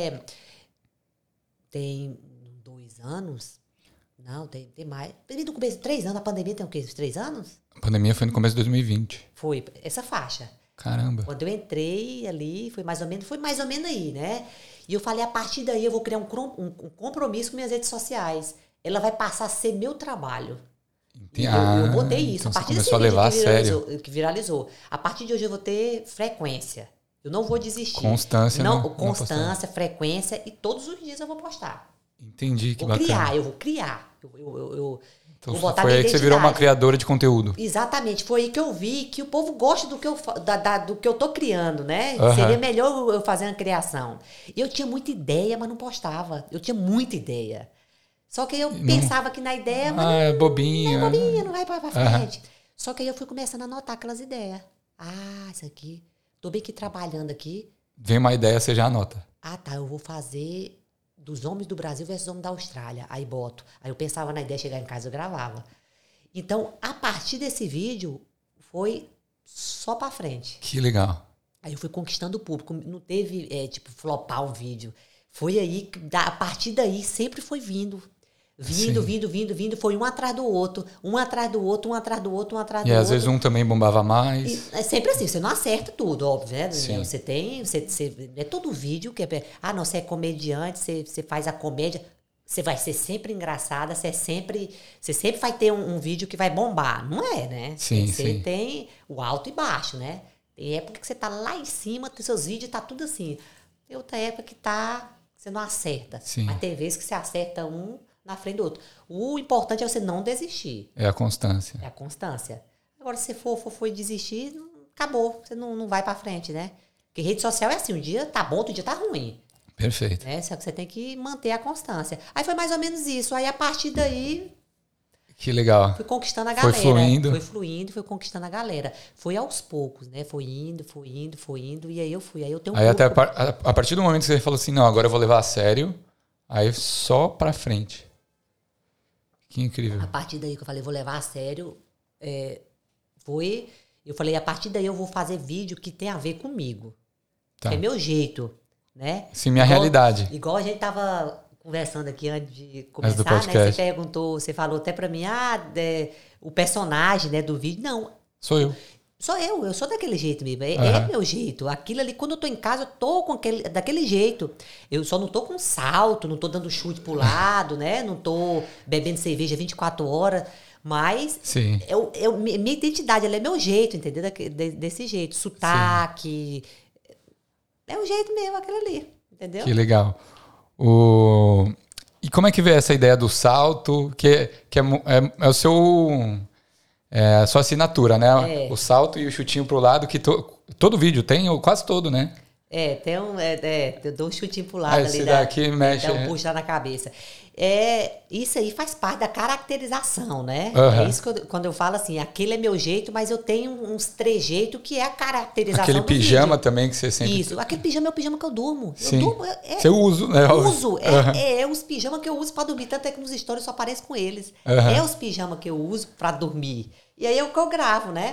tem 2 anos... Não, tem mais. No começo, 3 anos. A pandemia tem o quê? 3 anos? A pandemia foi no começo de 2020. Foi, essa faixa. Caramba. Quando eu entrei ali, foi mais ou menos aí, né? E eu falei, a partir daí eu vou criar um compromisso com minhas redes sociais. Ela vai passar a ser meu trabalho. Eu botei isso. Então a partir desse vídeo que viralizou. A partir de hoje eu vou ter frequência. Eu não vou desistir. Constância, Constância, frequência. E todos os dias eu vou postar. Entendi, que bacana. Eu vou criar. Então vou botar foi aí que você virou uma criadora de conteúdo. Exatamente. Foi aí que eu vi que o povo gosta do que eu tô criando, né? Seria melhor eu fazer uma criação. E eu tinha muita ideia, mas não postava. Eu tinha muita ideia. Só que eu pensava que na ideia... é bobinha. Não vai pra frente. Só que aí eu fui começando a anotar aquelas ideias. Isso aqui... Tô bem aqui trabalhando aqui. Vem uma ideia, você já anota. Eu vou fazer... dos homens do Brasil versus homens da Austrália. Aí boto. Aí eu pensava na ideia, chegar em casa eu gravava. Então, a partir desse vídeo, foi só pra frente. Que legal. Aí eu fui conquistando o público. Não teve, flopar um vídeo. Foi aí, a partir daí, sempre foi vindo. Vindo. Foi um atrás do outro. Um atrás do outro. E às vezes um também bombava mais. É sempre assim, você não acerta tudo, óbvio, né? Sim. Você é todo vídeo que é... Ah, não, você é comediante, você faz a comédia... Você vai ser sempre engraçada, você sempre vai ter um vídeo que vai bombar. Não é, né? Sim, você tem o alto e baixo, né? Tem época que você tá lá em cima, seus vídeos tá tudo assim. Tem outra época que você não acerta. Sim. Mas tem vezes que você acerta um na frente do outro. O importante é você não desistir. É a constância. É a constância. Agora, se for desistir, acabou. Você não vai pra frente, né? Porque rede social é assim, um dia tá bom, outro dia tá ruim. Perfeito. Só que você tem que manter a constância. Aí foi mais ou menos isso. Aí a partir daí... Que legal. Fui conquistando a galera. Foi fluindo, fui conquistando a galera. Foi aos poucos, né? Foi indo. E aí eu fui. Aí eu tenho Aí até a partir do momento que você falou assim, não, agora eu vou levar a sério, aí só pra frente. Que incrível. A partir daí que eu falei, vou levar a sério, eu falei, a partir daí eu vou fazer vídeo que tem a ver comigo. Tá. Que é meu jeito, né? Sim, minha realidade. Igual a gente tava conversando aqui antes de do começar, podcast. né? Você falou até pra mim, o personagem, né, do vídeo. Não. Sou eu. Sou eu sou daquele jeito mesmo. É meu jeito. Aquilo ali, quando eu tô em casa, eu tô daquele jeito. Eu só não tô com salto, não tô dando chute pro lado, né? Não tô bebendo cerveja 24 horas. Mas Sim. Minha identidade, ela é meu jeito, entendeu? Desse jeito. Sotaque. Sim. É o jeito mesmo, aquilo ali. Entendeu? Que legal. E como é que veio essa ideia do salto? Que é o seu... É a sua assinatura, né? O salto e o chutinho pro lado, que todo vídeo tem, ou quase todo, né? Eu dou um chutinho pro lado ali. Esse daqui mexe. Dá um puxo lá na cabeça. Isso aí faz parte da caracterização, né? Uhum. É isso que quando eu falo assim, aquele é meu jeito, mas eu tenho uns trejeitos que é a caracterização aquele do pijama vídeo. Também que você sempre... Isso, aquele pijama é o pijama que eu durmo. Sim. Eu durmo, você usa, né? Uso, os pijamas que eu uso pra dormir, tanto é que nos stories só apareço com eles. Uhum. É os pijamas que eu uso pra dormir. E aí é o que eu gravo, né?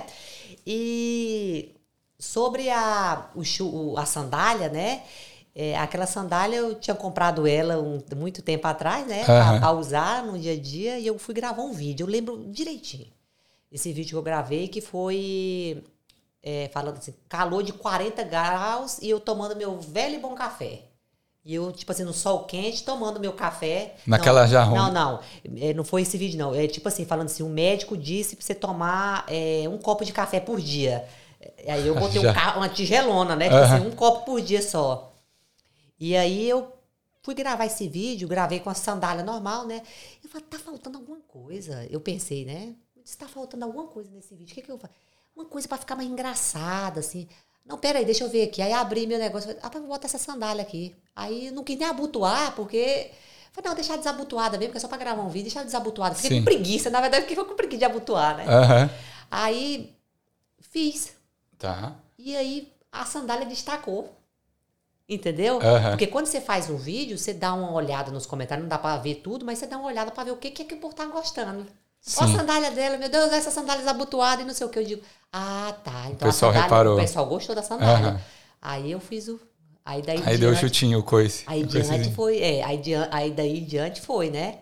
E sobre a sandália, né? Aquela sandália, eu tinha comprado ela muito tempo atrás, né? Pra usar no dia a dia. E eu fui gravar um vídeo. Eu lembro direitinho. Esse vídeo que eu gravei, que foi falando assim, calor de 40 graus e eu tomando meu velho e bom café. E eu, tipo assim, no sol quente, tomando meu café. Naquela jarrona. Não foi esse vídeo, não. É tipo assim, falando assim, o médico disse pra você tomar um copo de café por dia. Aí eu botei uma tigelona, né? Tipo assim, um copo por dia só. E aí eu fui gravar esse vídeo, gravei com a sandália normal, né? Eu falei, tá faltando alguma coisa. Eu pensei, né? Tá faltando alguma coisa nesse vídeo. O que eu faço? Uma coisa pra ficar mais engraçada, assim. Não, peraí, deixa eu ver aqui. Aí abri meu negócio, falei, vou botar essa sandália aqui. Aí não quis nem abotoar, porque... Falei, não, deixar desabotoada mesmo, porque é só pra gravar um vídeo, deixar desabotoada. Fiquei com preguiça, na verdade, fiquei com preguiça de abotoar, né? Uhum. Aí, fiz. Tá. E aí, a sandália destacou. Entendeu? Uhum. Porque quando você faz um vídeo, você dá uma olhada nos comentários, não dá pra ver tudo, mas você dá uma olhada pra ver o que é que o povo tá gostando. Sim. Olha a sandália dela, meu Deus, essa sandália desabotoada e não sei o que. Eu digo, tá. Então o pessoal reparou. O pessoal gostou da sandália. Uhum. Aí eu fiz o... Aí deu o chutinho, o coice. Aí diante foi... Aí daí em diante foi, né?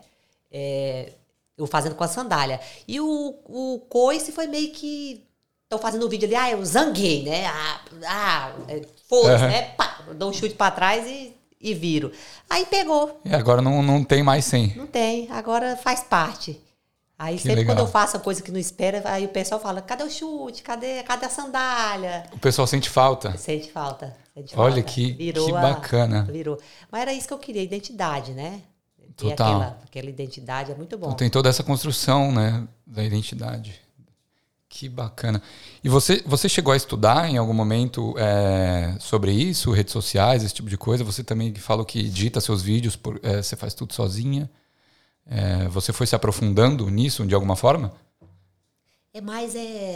Eu fazendo com a sandália. E o coice foi meio que... Estão fazendo o vídeo ali, eu zanguei, né? Foda-se, né? Pá, dou um chute pra trás e viro. Aí pegou. E agora não tem mais sem. Não tem, agora faz parte. Aí sempre quando eu faço a coisa que não espera, aí o pessoal fala, cadê o chute? Cadê a sandália? O pessoal sente falta? Sente falta. Olha que bacana. Virou. Mas era isso que eu queria, identidade, né? Total. Aquela identidade é muito bom. Então tem toda essa construção, né, da identidade. Que bacana. E você chegou a estudar em algum momento sobre isso, redes sociais, esse tipo de coisa? Você também falou que edita seus vídeos, você faz tudo sozinha. Você foi se aprofundando nisso de alguma forma? É mais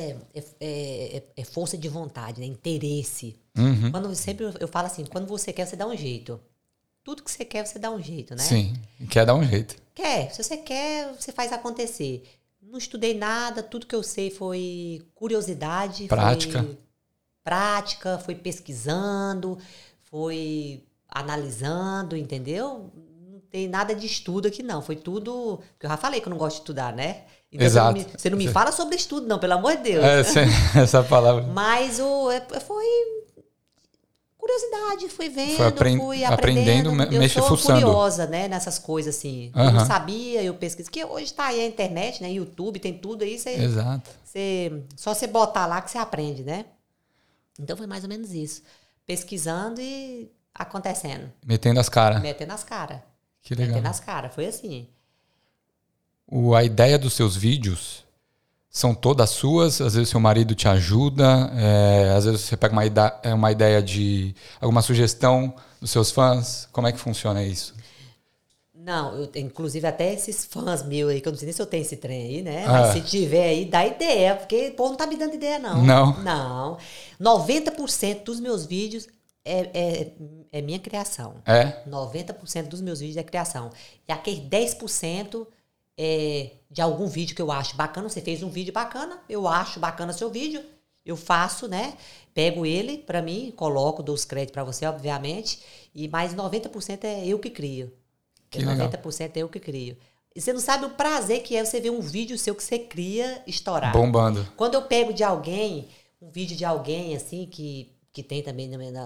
força de vontade, né? Interesse. Uhum. Sempre eu falo assim, quando você quer, você dá um jeito. Tudo que você quer, você dá um jeito, né? Sim, quer dar um jeito. Se você quer, você faz acontecer. Não estudei nada, tudo que eu sei foi curiosidade. Prática. Foi pesquisando, foi analisando, entendeu? Não tem nada de estudo aqui, não. Foi tudo... Porque eu já falei que eu não gosto de estudar, né? Então, Exato. Você não me fala sobre estudo, não, pelo amor de Deus. Essa palavra. Mas foi curiosidade, fui vendo, fui aprendendo, eu sou fuçando. curiosa, né, nessas coisas assim. Eu não sabia, eu pesquiso. Porque hoje tá aí a internet, né, YouTube, tem tudo aí. Exato. Só você botar lá que você aprende, né? Então foi mais ou menos isso. Pesquisando e acontecendo. Metendo as caras. Que legal. Metendo as caras, foi assim. A ideia dos seus vídeos são todas suas? Às vezes seu marido te ajuda? Às vezes você pega uma ideia de alguma sugestão dos seus fãs? Como é que funciona isso? Não, inclusive até esses fãs meus aí, que eu não sei nem se eu tenho esse trem aí, né? Mas se tiver aí, dá ideia, porque o povo não tá me dando ideia, não. Não. 90% dos meus vídeos é minha criação. 90% dos meus vídeos é criação. E aqueles 10% de algum vídeo que eu acho bacana. Você fez um vídeo bacana, eu acho bacana seu vídeo, eu faço, né? Pego ele pra mim, coloco, dou os créditos pra você, obviamente, e mais 90% é eu que crio. 90% é eu que crio. E você não sabe o prazer que é você ver um vídeo seu que você cria estourar. Bombando. Quando eu pego de alguém, um vídeo de alguém, assim, que tem também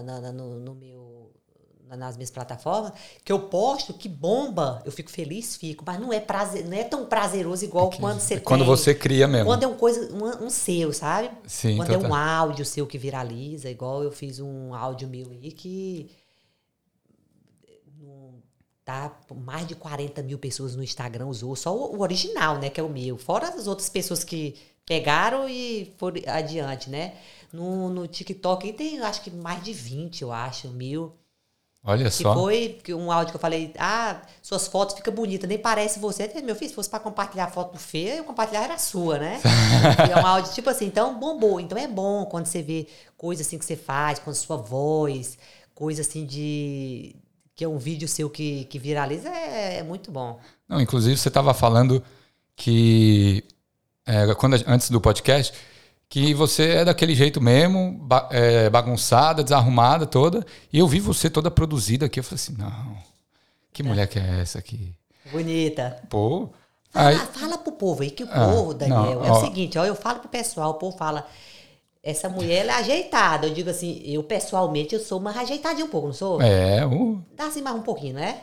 nas minhas plataformas, que eu posto, que bomba, eu fico feliz, mas não é tão prazeroso igual quando você tem. Quando você cria mesmo. Quando é uma coisa, um seu, sabe? Sim, quando é um áudio seu que viraliza, igual eu fiz um áudio meu aí que tá mais de 40 mil pessoas no Instagram usou, só o original, né, que é o meu, fora as outras pessoas que pegaram e foram adiante, né? No TikTok aí tem, acho que mais de 20, eu acho, mil. Olha só. Foi um áudio que eu falei, suas fotos ficam bonitas, nem parece você. Meu filho, se fosse pra compartilhar foto feia, eu compartilhar era a sua, né? É um áudio tipo assim, então bombou. Então é bom quando você vê coisa assim que você faz, com a sua voz, coisa assim que é um vídeo seu que viraliza, é muito bom. Não, inclusive você estava falando que, antes do podcast, que você é daquele jeito mesmo, bagunçada, desarrumada toda. E eu vi você toda produzida aqui. Eu falei assim, não, que mulher que é essa aqui? Bonita. Pô. Fala pro povo aí, que o povo, Daniel, o seguinte, ó, eu falo pro pessoal, o povo fala, essa mulher ela é ajeitada. Eu digo assim, eu pessoalmente, eu sou mais ajeitadinha um pouco, não sou? Dá assim mais um pouquinho, né?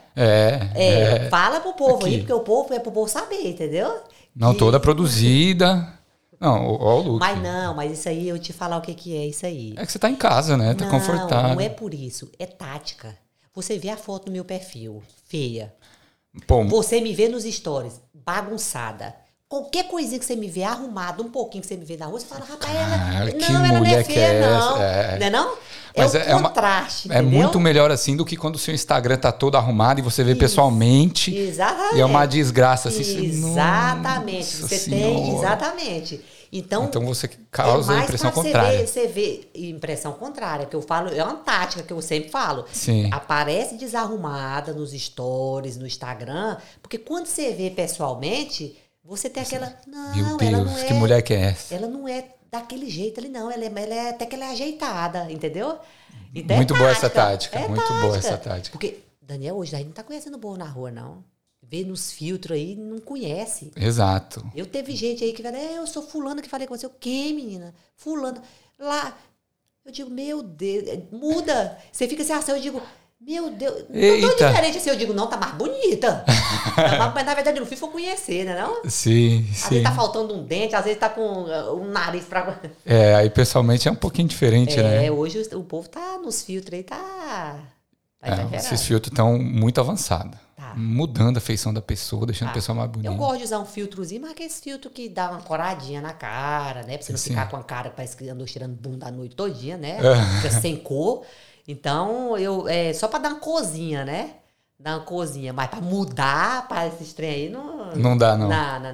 Fala pro povo aqui. Aí, porque o povo é pro povo saber, entendeu? Não, toda produzida... Não, ó o look. Mas isso aí, eu te falar o que é isso aí. É que você tá em casa, né? Tá confortável. Não é por isso. É tática. Você vê a foto no meu perfil, feia. Pô, você me vê nos stories, bagunçada. Qualquer coisinha que você me vê arrumada, um pouquinho que você me vê na rua, você fala, rapaz, ela não é feia, não. Não é não? Mas é o contraste, entendeu? É muito melhor assim do que quando o seu Instagram tá todo arrumado e você vê pessoalmente. Exatamente. E é uma desgraça assim. Exatamente. Exatamente. Então você causa a impressão contrária. Você vê impressão contrária, que eu falo, é uma tática que eu sempre falo. Sim. Aparece desarrumada nos stories, no Instagram, porque quando você vê pessoalmente, você tem aquela... Não, meu Deus, ela não é, que mulher que é essa? Ela não é daquele jeito ali, não. Até que ela é ajeitada, entendeu? Então muito boa essa tática. Muito boa essa tática. Porque, Daniel, hoje a gente não tá conhecendo o povo na rua, não. Vê nos filtros aí, não conhece. Exato. Eu teve gente aí que fala, eu sou fulana que falei com você. O quê, menina? Fulana. Lá. Eu digo, meu Deus, muda. Você fica sem ação, eu digo... Meu Deus, não tão diferente assim, eu digo, não, tá mais bonita. Mas na verdade, no fim, foi conhecer, né, não? Sim, Às vezes tá faltando um dente, às vezes tá com um nariz pra... aí pessoalmente é um pouquinho diferente, né? Hoje o povo tá nos filtros aí, tá esses filtros estão muito avançados. Tá. Mudando a feição da pessoa, deixando a pessoa mais bonita. Eu gosto de usar um filtrozinho, mas aquele filtro que dá uma coradinha na cara, né? Pra você não ficar com a cara que parece que andou tirando bunda a noite todinha, né? Fica sem cor. Então, só pra dar uma corzinha, né? Dar uma corzinha. Mas pra mudar para esses trem aí, não dá, não.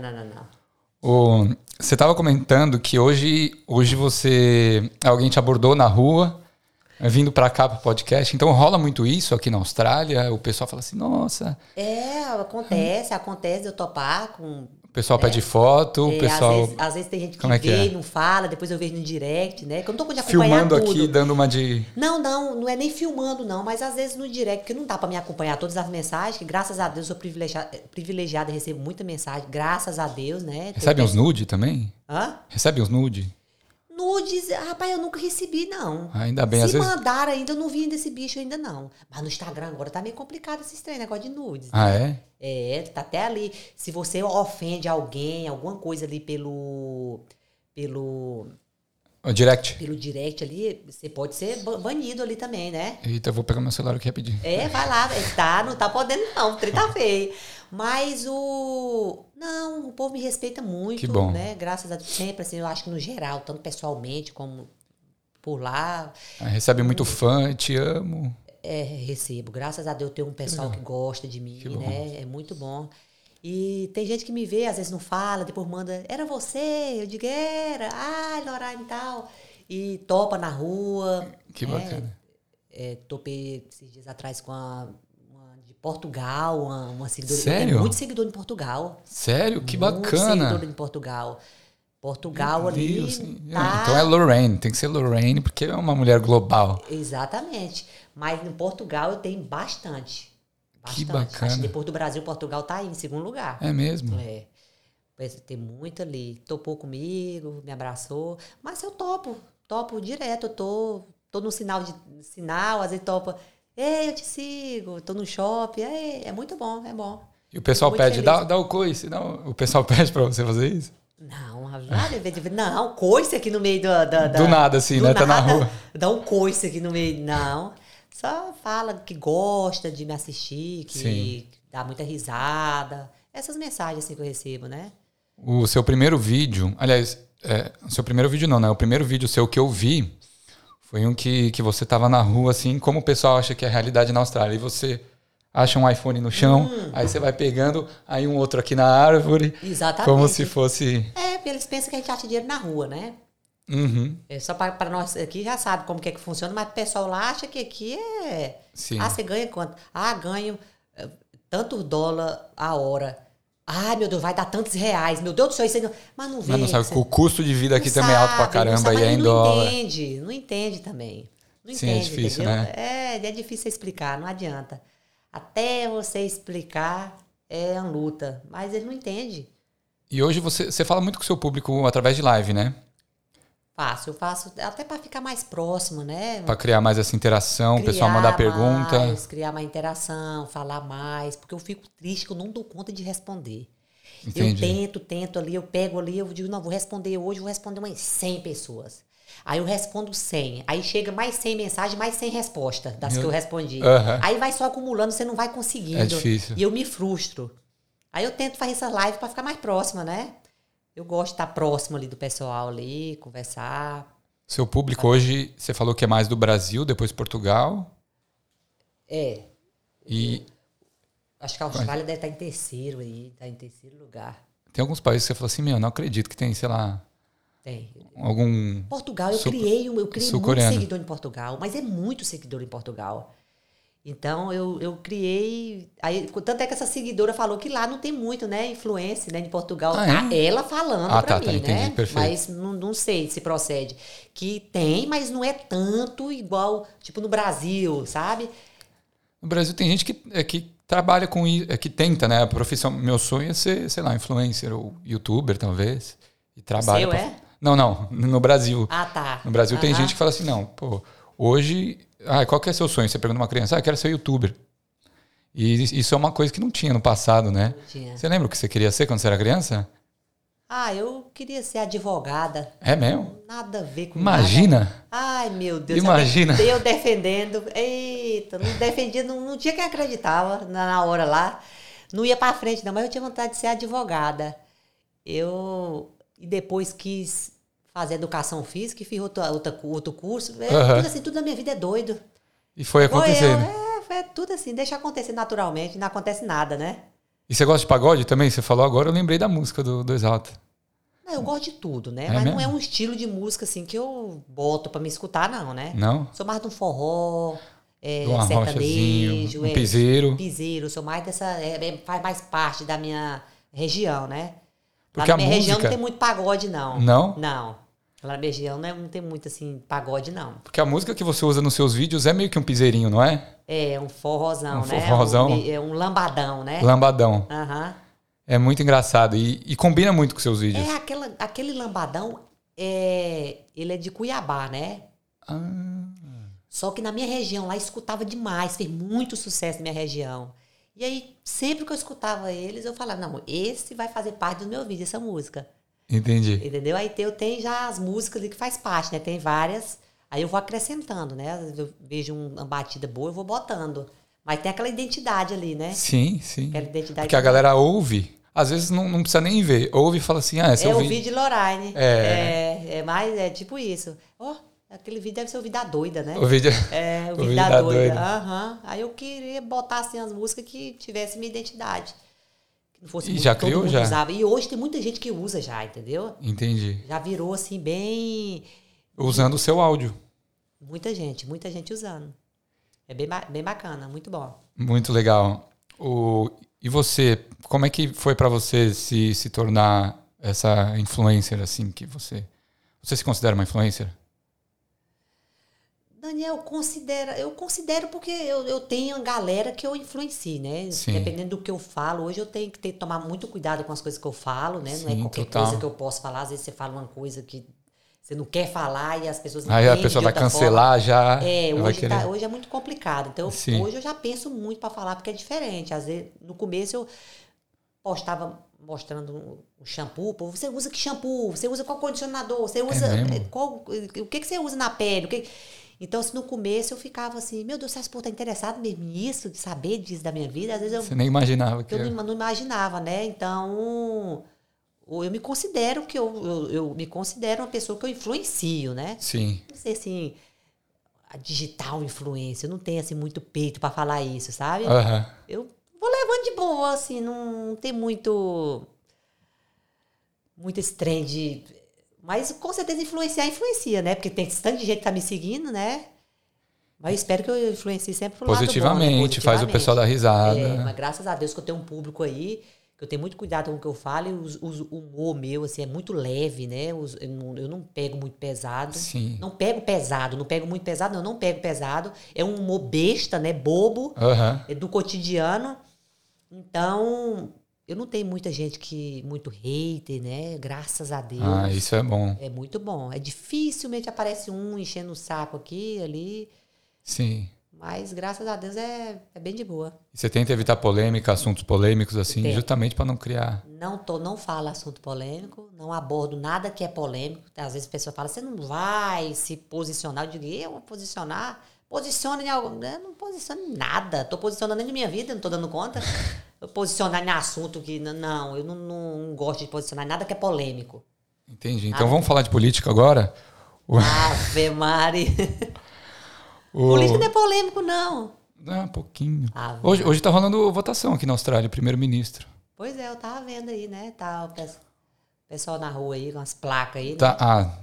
Não. Você tava comentando que hoje alguém te abordou na rua, vindo pra cá pro podcast. Então, rola muito isso aqui na Austrália? O pessoal fala assim, nossa... acontece de eu topar com pessoal pede foto, o pessoal... Às vezes tem gente que Como é que vê é? e não fala, depois eu vejo no direct, né? Que eu não tô com de acompanhar Filmando tudo. aqui, dando uma de... Não é nem filmando, não, mas às vezes no direct, porque não dá pra me acompanhar todas as mensagens, que graças a Deus eu sou privilegiada e recebo muita mensagem, graças a Deus, né? Recebe uns nude também? Hã? Recebe uns nude? Nudes, rapaz, eu nunca recebi, não. Ainda bem, às Se vezes... mandaram ainda, eu não vi ainda esse bicho ainda, não. Mas no Instagram agora tá meio complicado esse trem, negócio de nudes. Ah, é? É, tá até ali. Se você ofende alguém, alguma coisa ali pelo O direct? direct ali, você pode ser banido ali também, né? Eita, eu vou pegar meu celular aqui rapidinho. É, vai lá. Não tá podendo não, o trem tá feio. Mas Não, o povo me respeita muito, Que bom. né? Graças a Deus, sempre, assim, eu acho que no geral, tanto pessoalmente como por lá, Recebe muito fã, te amo. recebo. Graças a Deus, eu tenho um pessoal que gosta de mim, Que bom. né? É muito bom. E tem gente que me vê, às vezes não fala, depois manda, era você? Eu digo, era. Ai, Lorraine e tal. E topa na rua. Que bacana. Topei esses dias atrás com uma de Portugal, uma seguidora. Sério? Tem muito seguidor em Portugal. Sério? Que Muito bacana. seguidor em Portugal. Portugal Meu ali. Deus. Tá... Então é Lorraine, tem que ser Lorraine, porque é uma mulher global. Exatamente. Mas em Portugal eu tenho bastante. Que Bastante. bacana. Acho que depois do Brasil, Portugal tá aí em segundo lugar. É mesmo? Tem muito ali. Topou comigo, me abraçou. Mas eu topo direto. Eu tô no sinal, às vezes topa. Ei, eu te sigo. Tô no shopping. É muito bom, é bom. E o pessoal Muito pede, feliz. dá o coice. O pessoal pede pra você fazer isso? Não, coice aqui no meio Do nada, assim, né? Tá na rua. Dá um coice aqui no meio. Não. Só fala que gosta de me assistir, que Sim. dá muita risada. Essas mensagens assim que eu recebo, né? O seu primeiro vídeo, aliás, o seu primeiro vídeo não, né? O primeiro vídeo seu que eu vi foi um que você tava na rua, assim, como o pessoal acha que é a realidade na Austrália. E você acha um iPhone no chão, aí você vai pegando, aí um outro aqui na árvore. Exatamente. Como se fosse... Porque eles pensam que a gente acha dinheiro na rua, né? Uhum. Só para nós aqui já sabe como que funciona, mas o pessoal lá acha que aqui é... Sim. Você ganha quanto? Ganho tanto dólar a hora. Meu Deus, vai dar tantos reais. Meu Deus do céu, isso aí não... Mas não vem. Mas não sabe que o custo de vida aqui não também é alto pra sabe, caramba, não sabe, e é em dólar. Não entende também. Não Sim, entende, é difícil, entendeu? né? É difícil explicar, não adianta. Até você explicar é uma luta, mas ele não entende. E hoje você fala muito com o seu público através de live, né? Eu faço até para ficar mais próximo, né? Pra criar mais essa interação, o pessoal mandar pergunta. Criar mais interação, falar mais, porque eu fico triste que eu não dou conta de responder. Entendi. Eu tento ali, eu pego ali, eu digo, não, vou responder hoje, vou responder umas 100 pessoas. Aí eu respondo 100. Aí chega mais 100 mensagens, mais 100 respostas das que eu respondi. Uhum. Aí vai só acumulando, você não vai conseguindo. É difícil. E eu me frustro. Aí eu tento fazer essa live para ficar mais próxima, né? Eu gosto de estar próximo ali do pessoal ali, conversar. Seu público hoje, você falou que é mais do Brasil, depois Portugal. E Acho que a Austrália deve estar em terceiro aí, tá em terceiro lugar. tem alguns países que você falou assim, não acredito que tem, sei lá, Tem. algum... Portugal, eu criei muito seguidor em Portugal, mas é muito seguidor em Portugal. Então, eu criei... Aí, tanto é que essa seguidora falou que lá não tem muito, né, influência, né, em Portugal. Ela falando pra mim, entendi, né? perfeito. Mas não sei se procede. Que tem, mas não é tanto igual, tipo, no Brasil, sabe? No Brasil tem gente que trabalha com isso, que tenta, né? A profissão, meu sonho é ser, sei lá, influencer ou youtuber, talvez. E trabalha. O seu é? Não, no Brasil. Tá. No Brasil tem gente que fala assim, não, pô, hoje... qual que é seu sonho? Você pergunta uma criança, eu quero ser youtuber. E isso é uma coisa que não tinha no passado, né? Não tinha. Você lembra o que você queria ser quando você era criança? Eu queria ser advogada. É mesmo? Nada a ver com Imagina. nada. Ai, meu Deus. Imagina. Eu defendendo. Eita, não defendia, não tinha quem acreditava na hora lá. Não ia pra frente, não, mas eu tinha vontade de ser advogada. E depois quis fazer educação física e fiz outro curso. Tudo assim, tudo na minha vida é doido. E foi acontecendo. Foi tudo assim, deixa acontecer naturalmente, não acontece nada, né? E você gosta de pagode também? Você falou agora, eu lembrei da música do Exalta. Eu gosto de tudo, né? Mas mesmo? não é um estilo de música assim que eu boto pra me escutar, não, né? Não? Sou mais de um forró, De um sertanejo, piseiro. Piseiro, sou mais dessa. Faz mais parte da minha região, né? Porque lá na a minha música... região não tem muito pagode, não. Não? Não. Lá na minha região não tem muito, assim, pagode, não. Porque a música que você usa nos seus vídeos é meio que um piseirinho, não é? É, um forrozão, Um né? forrozão. É um lambadão, né? Lambadão. Aham. É muito engraçado e combina muito com seus vídeos. Aquele lambadão, ele é de Cuiabá, né? Só que na minha região lá escutava demais, fez muito sucesso na minha região. E aí, sempre que eu escutava eles, eu falava, não, esse vai fazer parte do meu vídeo, essa música. Entendi. Entendeu? Aí eu tenho já as músicas ali que faz parte, né? Tem várias, aí eu vou acrescentando, né? Às vezes eu vejo uma batida boa, eu vou botando. Mas tem aquela identidade ali, né? Sim, sim. Aquela identidade. Porque a galera ouve, às vezes não precisa nem ver. Ouve e fala assim, esse é o vídeo. É o vídeo de Lorraine. É tipo isso. Aquele vídeo deve ser o Vida Doida, né? O vídeo... É, o Vida Doida. Aham. Aí eu queria botar assim as músicas que tivessem minha identidade. Que não fosse E muito, já todo criou, mundo já? usava. E hoje tem muita gente que usa já, entendeu? Entendi. Já virou assim bem... Usando o seu áudio. Muita gente usando. É bem bacana, muito bom. Muito legal. E você, como é que foi pra você se tornar essa influencer, assim, que você... Você se considera uma influencer? Daniel, eu considero porque eu tenho a galera que eu influencio, né? Sim. Dependendo do que eu falo, hoje eu tenho que tomar muito cuidado com as coisas que eu falo, né? Não é Sim, qualquer total. coisa que eu posso falar. Às vezes você fala uma coisa que você não quer falar e as pessoas não Aí a entendem pessoa de vai outra cancelar forma. já. Vai querer. Hoje é muito complicado. Então, Sim. hoje eu já penso muito para falar, porque é diferente. Às vezes, no começo eu postava mostrando um shampoo. Pô, você usa que shampoo? Você usa qual condicionador? Você usa mesmo? o que você usa na pele? Então, assim, no começo eu ficava assim, meu Deus, esse povo tá interessado mesmo nisso, de saber disso da minha vida. Às vezes Você nem imaginava que eu não imaginava, né? Então, eu me considero eu me considero uma pessoa que eu influencio, né? Sim. Não sei assim, a digital influência, eu não tenho assim muito peito para falar isso, sabe? Aham. Eu vou levando de boa, assim, não tem muito esse trem de... Mas com certeza influencia, né? Porque tem tanto de gente que tá me seguindo, né? Mas eu espero que eu influencie sempre pro lado bom, né? Positivamente, faz o pessoal dar risada. Mas graças a Deus que eu tenho um público aí, que eu tenho muito cuidado com o que eu falo, e o humor meu, assim, é muito leve, né? Eu não pego muito pesado. Sim. Não pego pesado, não pego muito pesado, não pego pesado. É um humor besta, né? Bobo, é do cotidiano. Então... Eu não tenho muita gente muito hater, né? Graças a Deus. Isso é bom. É muito bom. É dificilmente aparece um enchendo o saco aqui, ali. Sim. Mas graças a Deus é bem de boa. E você tenta evitar polêmica, assuntos polêmicos, assim, justamente para não criar... Não falo assunto polêmico, não abordo nada que é polêmico. Às vezes a pessoa fala, você não vai se posicionar. Eu digo, eu vou posicionar? Posiciona em algo. Eu não posiciono em nada. Estou posicionando na minha vida, não estou dando conta. Eu posicionar em assunto que... Não, eu não gosto de posicionar em nada que é polêmico. Entendi. Então vamos falar de política agora? Ave Maria. Política não é polêmico, não. Um pouquinho. Hoje tá rolando votação aqui na Austrália, primeiro-ministro. Pois é, eu tava vendo aí, né? Tá o pessoal na rua aí, com as placas aí. Né? Tá,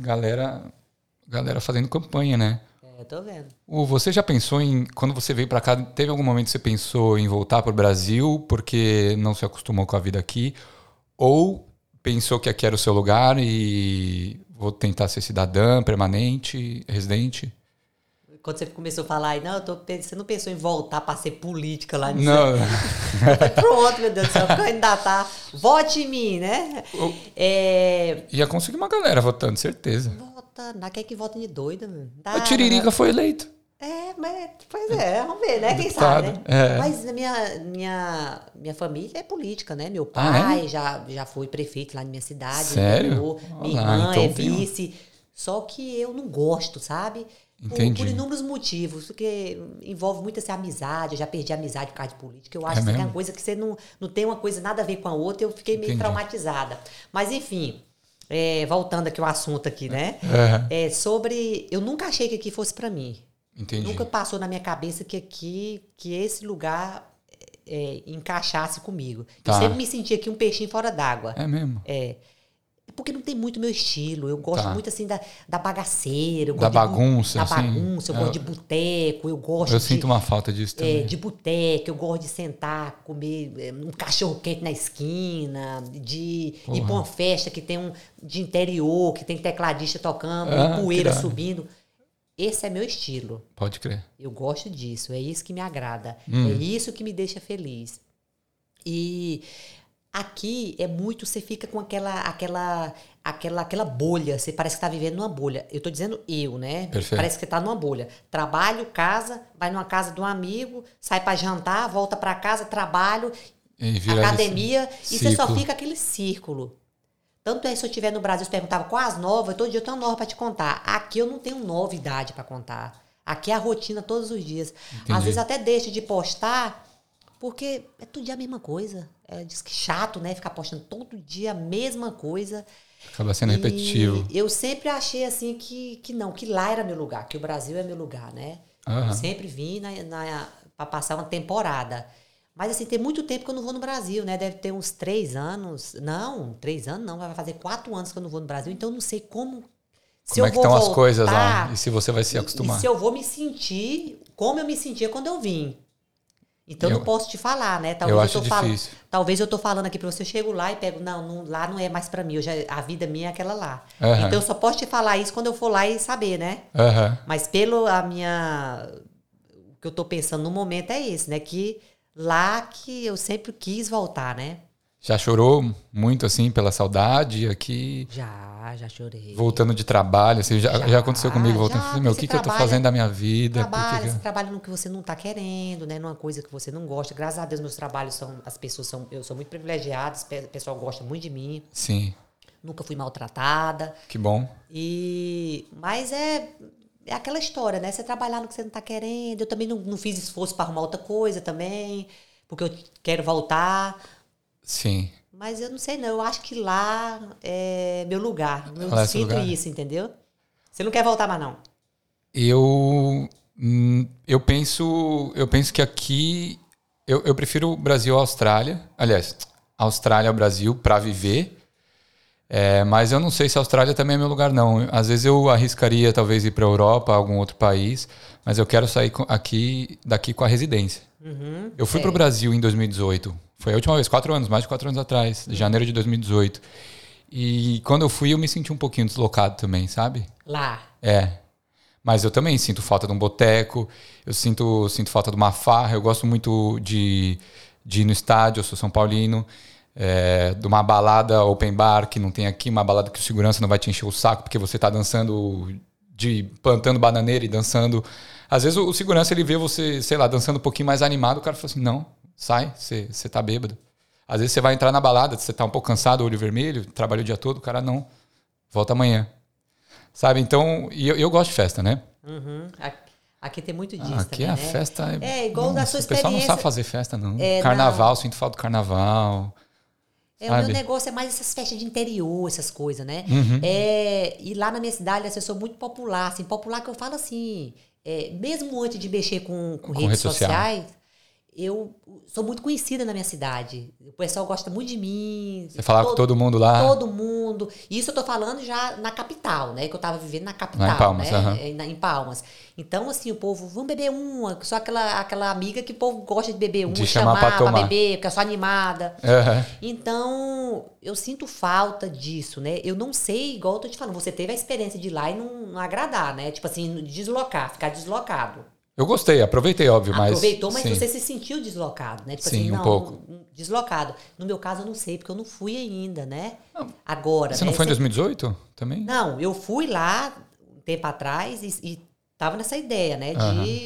galera fazendo campanha, né? Eu tô vendo. Você já pensou em, quando você veio pra cá, teve algum momento que você pensou em voltar pro Brasil porque não se acostumou com a vida aqui? Ou pensou que aqui era o seu lugar e vou tentar ser cidadã, permanente, residente? Quando você começou a falar aí, você não pensou em voltar pra ser política lá nisso? Não. Pronto, meu Deus do céu, candidatar. Vote em mim, né? Ia conseguir uma galera votando, certeza. Não quer que votem de doida, mano. A Tiririca foi eleito. Pois é, vamos ver, né? Quem sabe, né? Mas a minha família é política, né? Meu pai já foi prefeito lá na minha cidade. Sério? Minha irmã é vice. Só que eu não gosto, sabe? Entendi. Por inúmeros motivos, porque envolve muito essa amizade. Eu já perdi amizade por causa de política. Eu acho que é uma coisa que você não tem uma coisa nada a ver com a outra. Eu fiquei meio traumatizada. Mas, enfim... voltando aqui ao assunto aqui, né? Sobre... Eu nunca achei que aqui fosse pra mim. Entendi. Nunca passou na minha cabeça que esse lugar encaixasse comigo. Eu sempre me senti aqui um peixinho fora d'água. É mesmo? Porque não tem muito meu estilo. Eu gosto Tá. muito, assim, da bagaceira. Eu Da gosto bagunça, Da assim. bagunça, eu gosto de boteco, eu gosto Eu sinto uma falta disso também. de boteco, eu gosto de sentar, comer um cachorro quente na esquina, de ir pra uma festa que tem de interior, que tem tecladista tocando, poeira subindo. Esse é meu estilo. Pode crer. Eu gosto disso, é isso que me agrada. É isso que me deixa feliz. E aqui é muito, você fica com aquela bolha, você parece que está vivendo numa bolha. Eu estou dizendo né? Perfeito. Parece que você está numa bolha. Trabalho, casa, vai numa casa de um amigo, sai para jantar, volta para casa, trabalho, academia, e você só fica aquele círculo. Tanto é que se eu estiver no Brasil, você perguntava quais as novas, todo dia eu tenho uma nova para te contar. Aqui eu não tenho novidade para contar. Aqui é a rotina todos os dias. Entendi. Às vezes até deixo de postar, porque é todo dia a mesma coisa. Diz que chato, né? Ficar postando todo dia a mesma coisa. Acaba sendo repetitivo. Eu sempre achei assim que não, que lá era meu lugar, que o Brasil é meu lugar, né? Eu sempre vim para passar uma temporada. Mas assim, tem muito tempo que eu não vou no Brasil, né? Deve ter uns 3 anos. Não, 3 anos não. Vai fazer 4 anos que eu não vou no Brasil. Então eu não sei como é que estão as coisas lá? E se você vai se acostumar? E se eu vou me sentir como eu me sentia quando eu vim. Então eu não posso te falar, né? Eu acho difícil. Talvez eu tô falando aqui pra você, eu chego lá e pego, não, lá não é mais pra mim. A vida minha é aquela lá. Então eu só posso te falar isso quando eu for lá e saber, né? Mas o que eu tô pensando no momento é esse, né? Que lá que eu sempre quis voltar, né? Já chorou muito, assim, pela saudade aqui? Já chorei. Voltando de trabalho, assim, já aconteceu comigo, voltando e falei, o que eu tô fazendo da minha vida? Você trabalha no que você não tá querendo, né? Numa coisa que você não gosta. Graças a Deus, meus trabalhos eu sou muito privilegiada, o pessoal gosta muito de mim. Sim. Nunca fui maltratada. Que bom. Mas é aquela história, né? Você trabalhar no que você não tá querendo. Eu também não fiz esforço para arrumar outra coisa também, porque eu quero voltar. Sim. Mas eu não sei não, eu acho que lá é meu lugar. Eu sinto isso, entendeu? Você não quer voltar mais não? Eu penso que aqui eu prefiro o Brasil à Austrália. Aliás, Austrália ao Brasil para viver. Mas eu não sei se a Austrália também é meu lugar, não. Às vezes eu arriscaria talvez ir para a Europa, algum outro país, mas eu quero sair daqui com a residência. Eu fui para o Brasil em 2018. Foi a última vez, mais de 4 anos atrás, janeiro de 2018. E quando eu fui, eu me senti um pouquinho deslocado também, sabe? Lá. Mas eu também sinto falta de um boteco, eu sinto falta de uma farra, eu gosto muito de ir no estádio, eu sou São Paulino, de uma balada open bar que não tem aqui, uma balada que o segurança não vai te encher o saco porque você tá dançando, plantando bananeira e dançando. Às vezes o segurança ele vê você, sei lá, dançando um pouquinho mais animado, o cara fala assim, não, sai, você tá bêbado. Às vezes você vai entrar na balada, você tá um pouco cansado, olho vermelho, trabalhou o dia todo, o cara não, volta amanhã. Sabe, então, e eu gosto de festa, né? Aqui tem muito disso aqui também, a né? festa igual da sua experiência. O pessoal não sabe fazer festa, não. Carnaval, sinto falta do carnaval. O meu negócio é mais essas festas de interior, essas coisas, né? E lá na minha cidade, eu sou muito popular, assim, popular que eu falo assim, mesmo antes de mexer com redes sociais, eu sou muito conhecida na minha cidade. O pessoal gosta muito de mim. Você falava com todo mundo lá? Todo mundo. Isso eu tô falando já na capital, né? Que eu tava vivendo na capital, em Palmas, né? Em Palmas. Então, assim, o povo, vamos beber uma. Só aquela amiga que o povo gosta de beber uma. De chamar pra beber, porque eu sou animada. Então, eu sinto falta disso, né? Eu não sei, igual eu tô te falando, você teve a experiência de ir lá e não agradar, né? Tipo assim, ficar deslocado. Eu gostei, aproveitei, óbvio, mas... Aproveitou, mas você se sentiu deslocado, né? Tipo sim, assim, um pouco. Deslocado. No meu caso, eu não sei, porque eu não fui ainda, né? Agora, você não foi em 2018 também? Não, eu fui lá um tempo atrás e tava nessa ideia, né?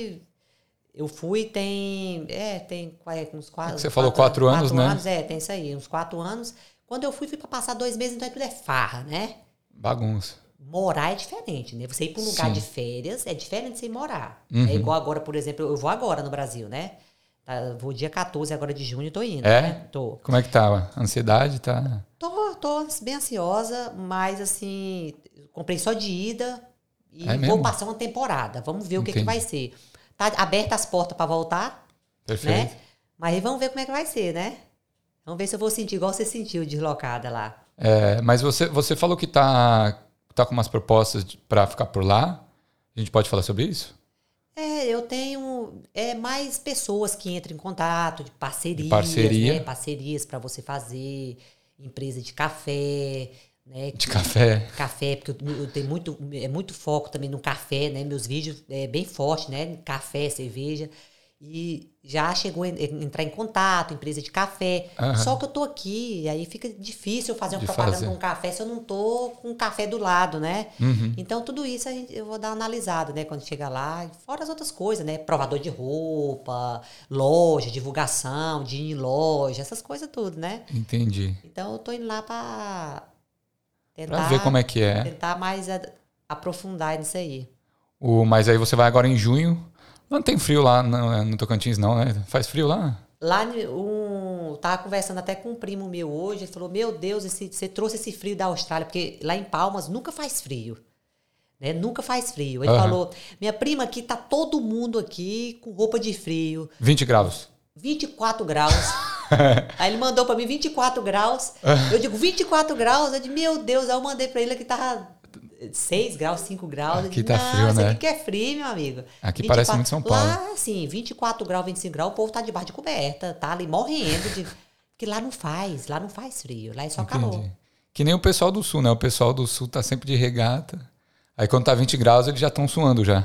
Eu fui tem uns 4... Você falou 4 anos, né? 4 anos, tem isso aí, uns 4 anos. Quando eu fui para passar 2 meses, então tudo é farra, né? Bagunça. Morar é diferente, né? Você ir para um lugar de férias é diferente de você ir morar. É igual agora, por exemplo, eu vou agora no Brasil, né? Vou dia 14 agora de junho e tô indo, né? Tô. Como é que tá? A ansiedade tá... Tô bem ansiosa, mas assim, comprei só de ida e vou mesmo? passar uma temporada. Vamos ver o que vai ser. Tá aberta as portas para voltar, perfeito, né? Mas vamos ver como é que vai ser, né? Vamos ver se eu vou sentir igual você sentiu deslocada lá. Mas você falou que tá com umas propostas para ficar por lá. A gente pode falar sobre isso? Eu tenho mais pessoas que entram em contato, de parcerias, parceria. né? Parcerias para você fazer, empresa de café, né? De café. Café, porque eu tenho muito foco também no café, né? Meus vídeos é bem forte, né? Café, cerveja. E já chegou a entrar em contato, empresa de café. Só que eu tô aqui, aí fica difícil eu fazer uma propaganda de um café se eu não tô com um café do lado, né? Então, tudo isso eu vou dar uma analisada, né? Quando chegar lá. Fora as outras coisas, né? Provador de roupa, loja, divulgação, de ir em loja, essas coisas tudo, né? Entendi. Então, eu tô indo lá pra tentar... Pra ver como é que é. Tentar mais aprofundar nisso aí. Mas aí você vai agora em junho... Não tem frio lá no Tocantins, não, né? Faz frio lá? Lá, tava conversando até com um primo meu hoje, ele falou, meu Deus, você trouxe esse frio da Austrália, porque lá em Palmas nunca faz frio, né? Nunca faz frio. Ele falou, minha prima aqui, tá todo mundo aqui com roupa de frio. 20 graus. 24 graus. Aí ele mandou pra mim 24 graus. Eu digo, 24 graus? Eu digo, meu Deus, aí eu mandei pra ele que tava... 6 graus, 5 graus. Aqui tá frio, né? Aqui que é frio, meu amigo. Aqui parece muito São Paulo. Lá, assim, 24 graus, 25 graus, o povo tá debaixo de coberta, tá ali morrendo. Porque lá não faz frio, lá é só calor. Que nem o pessoal do Sul, né? O pessoal do Sul tá sempre de regata. Aí quando tá 20 graus, eles já estão suando já.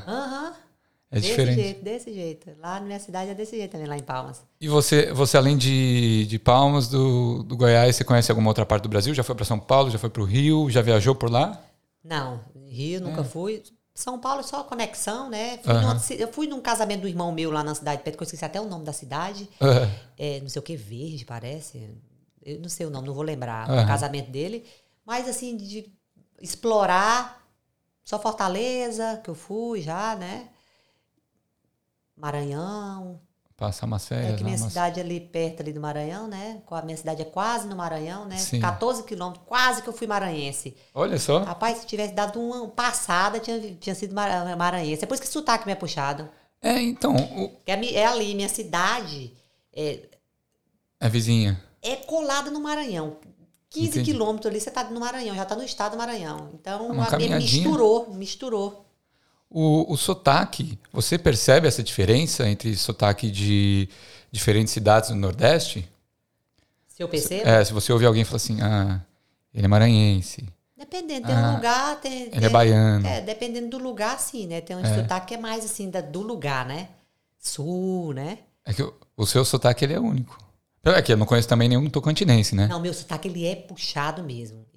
É diferente. Desse jeito. Lá na minha cidade é desse jeito também, lá em Palmas. E você além de Palmas, do Goiás, você conhece alguma outra parte do Brasil? Já foi para São Paulo, já foi pro Rio, já viajou por lá? Não, Rio nunca fui. São Paulo só conexão, né? Eu fui num casamento do irmão meu lá na cidade perto, que eu esqueci até o nome da cidade. Não sei o que, Verde, parece. Eu não sei o nome, não vou lembrar. O casamento dele. Mas assim, de explorar só Fortaleza, que eu fui já, né? Maranhão. Passar umas férias. Que minha cidade ali perto ali do Maranhão, né? A minha cidade é quase no Maranhão, né? Sim. 14 quilômetros, quase que eu fui maranhense. Olha só. Rapaz, se tivesse dado uma passada, tinha sido maranhense. É por isso que esse sotaque me é puxado. Então... É ali, minha cidade... É vizinha. É colada no Maranhão. 15 quilômetros ali, você tá no Maranhão, já tá no estado do Maranhão. Então, misturou. O sotaque, você percebe essa diferença entre sotaque de diferentes cidades do Nordeste? Se eu percebo? Se você ouvir alguém falar assim, ele é maranhense. Dependendo, tem um lugar... Ele é baiano. Dependendo do lugar, sim, né? Tem um sotaque que é mais assim, do lugar, né? Sul, né? É que o seu sotaque, ele é único. É que eu não conheço também nenhum tocantinense, né? Não, meu sotaque, ele é puxado mesmo.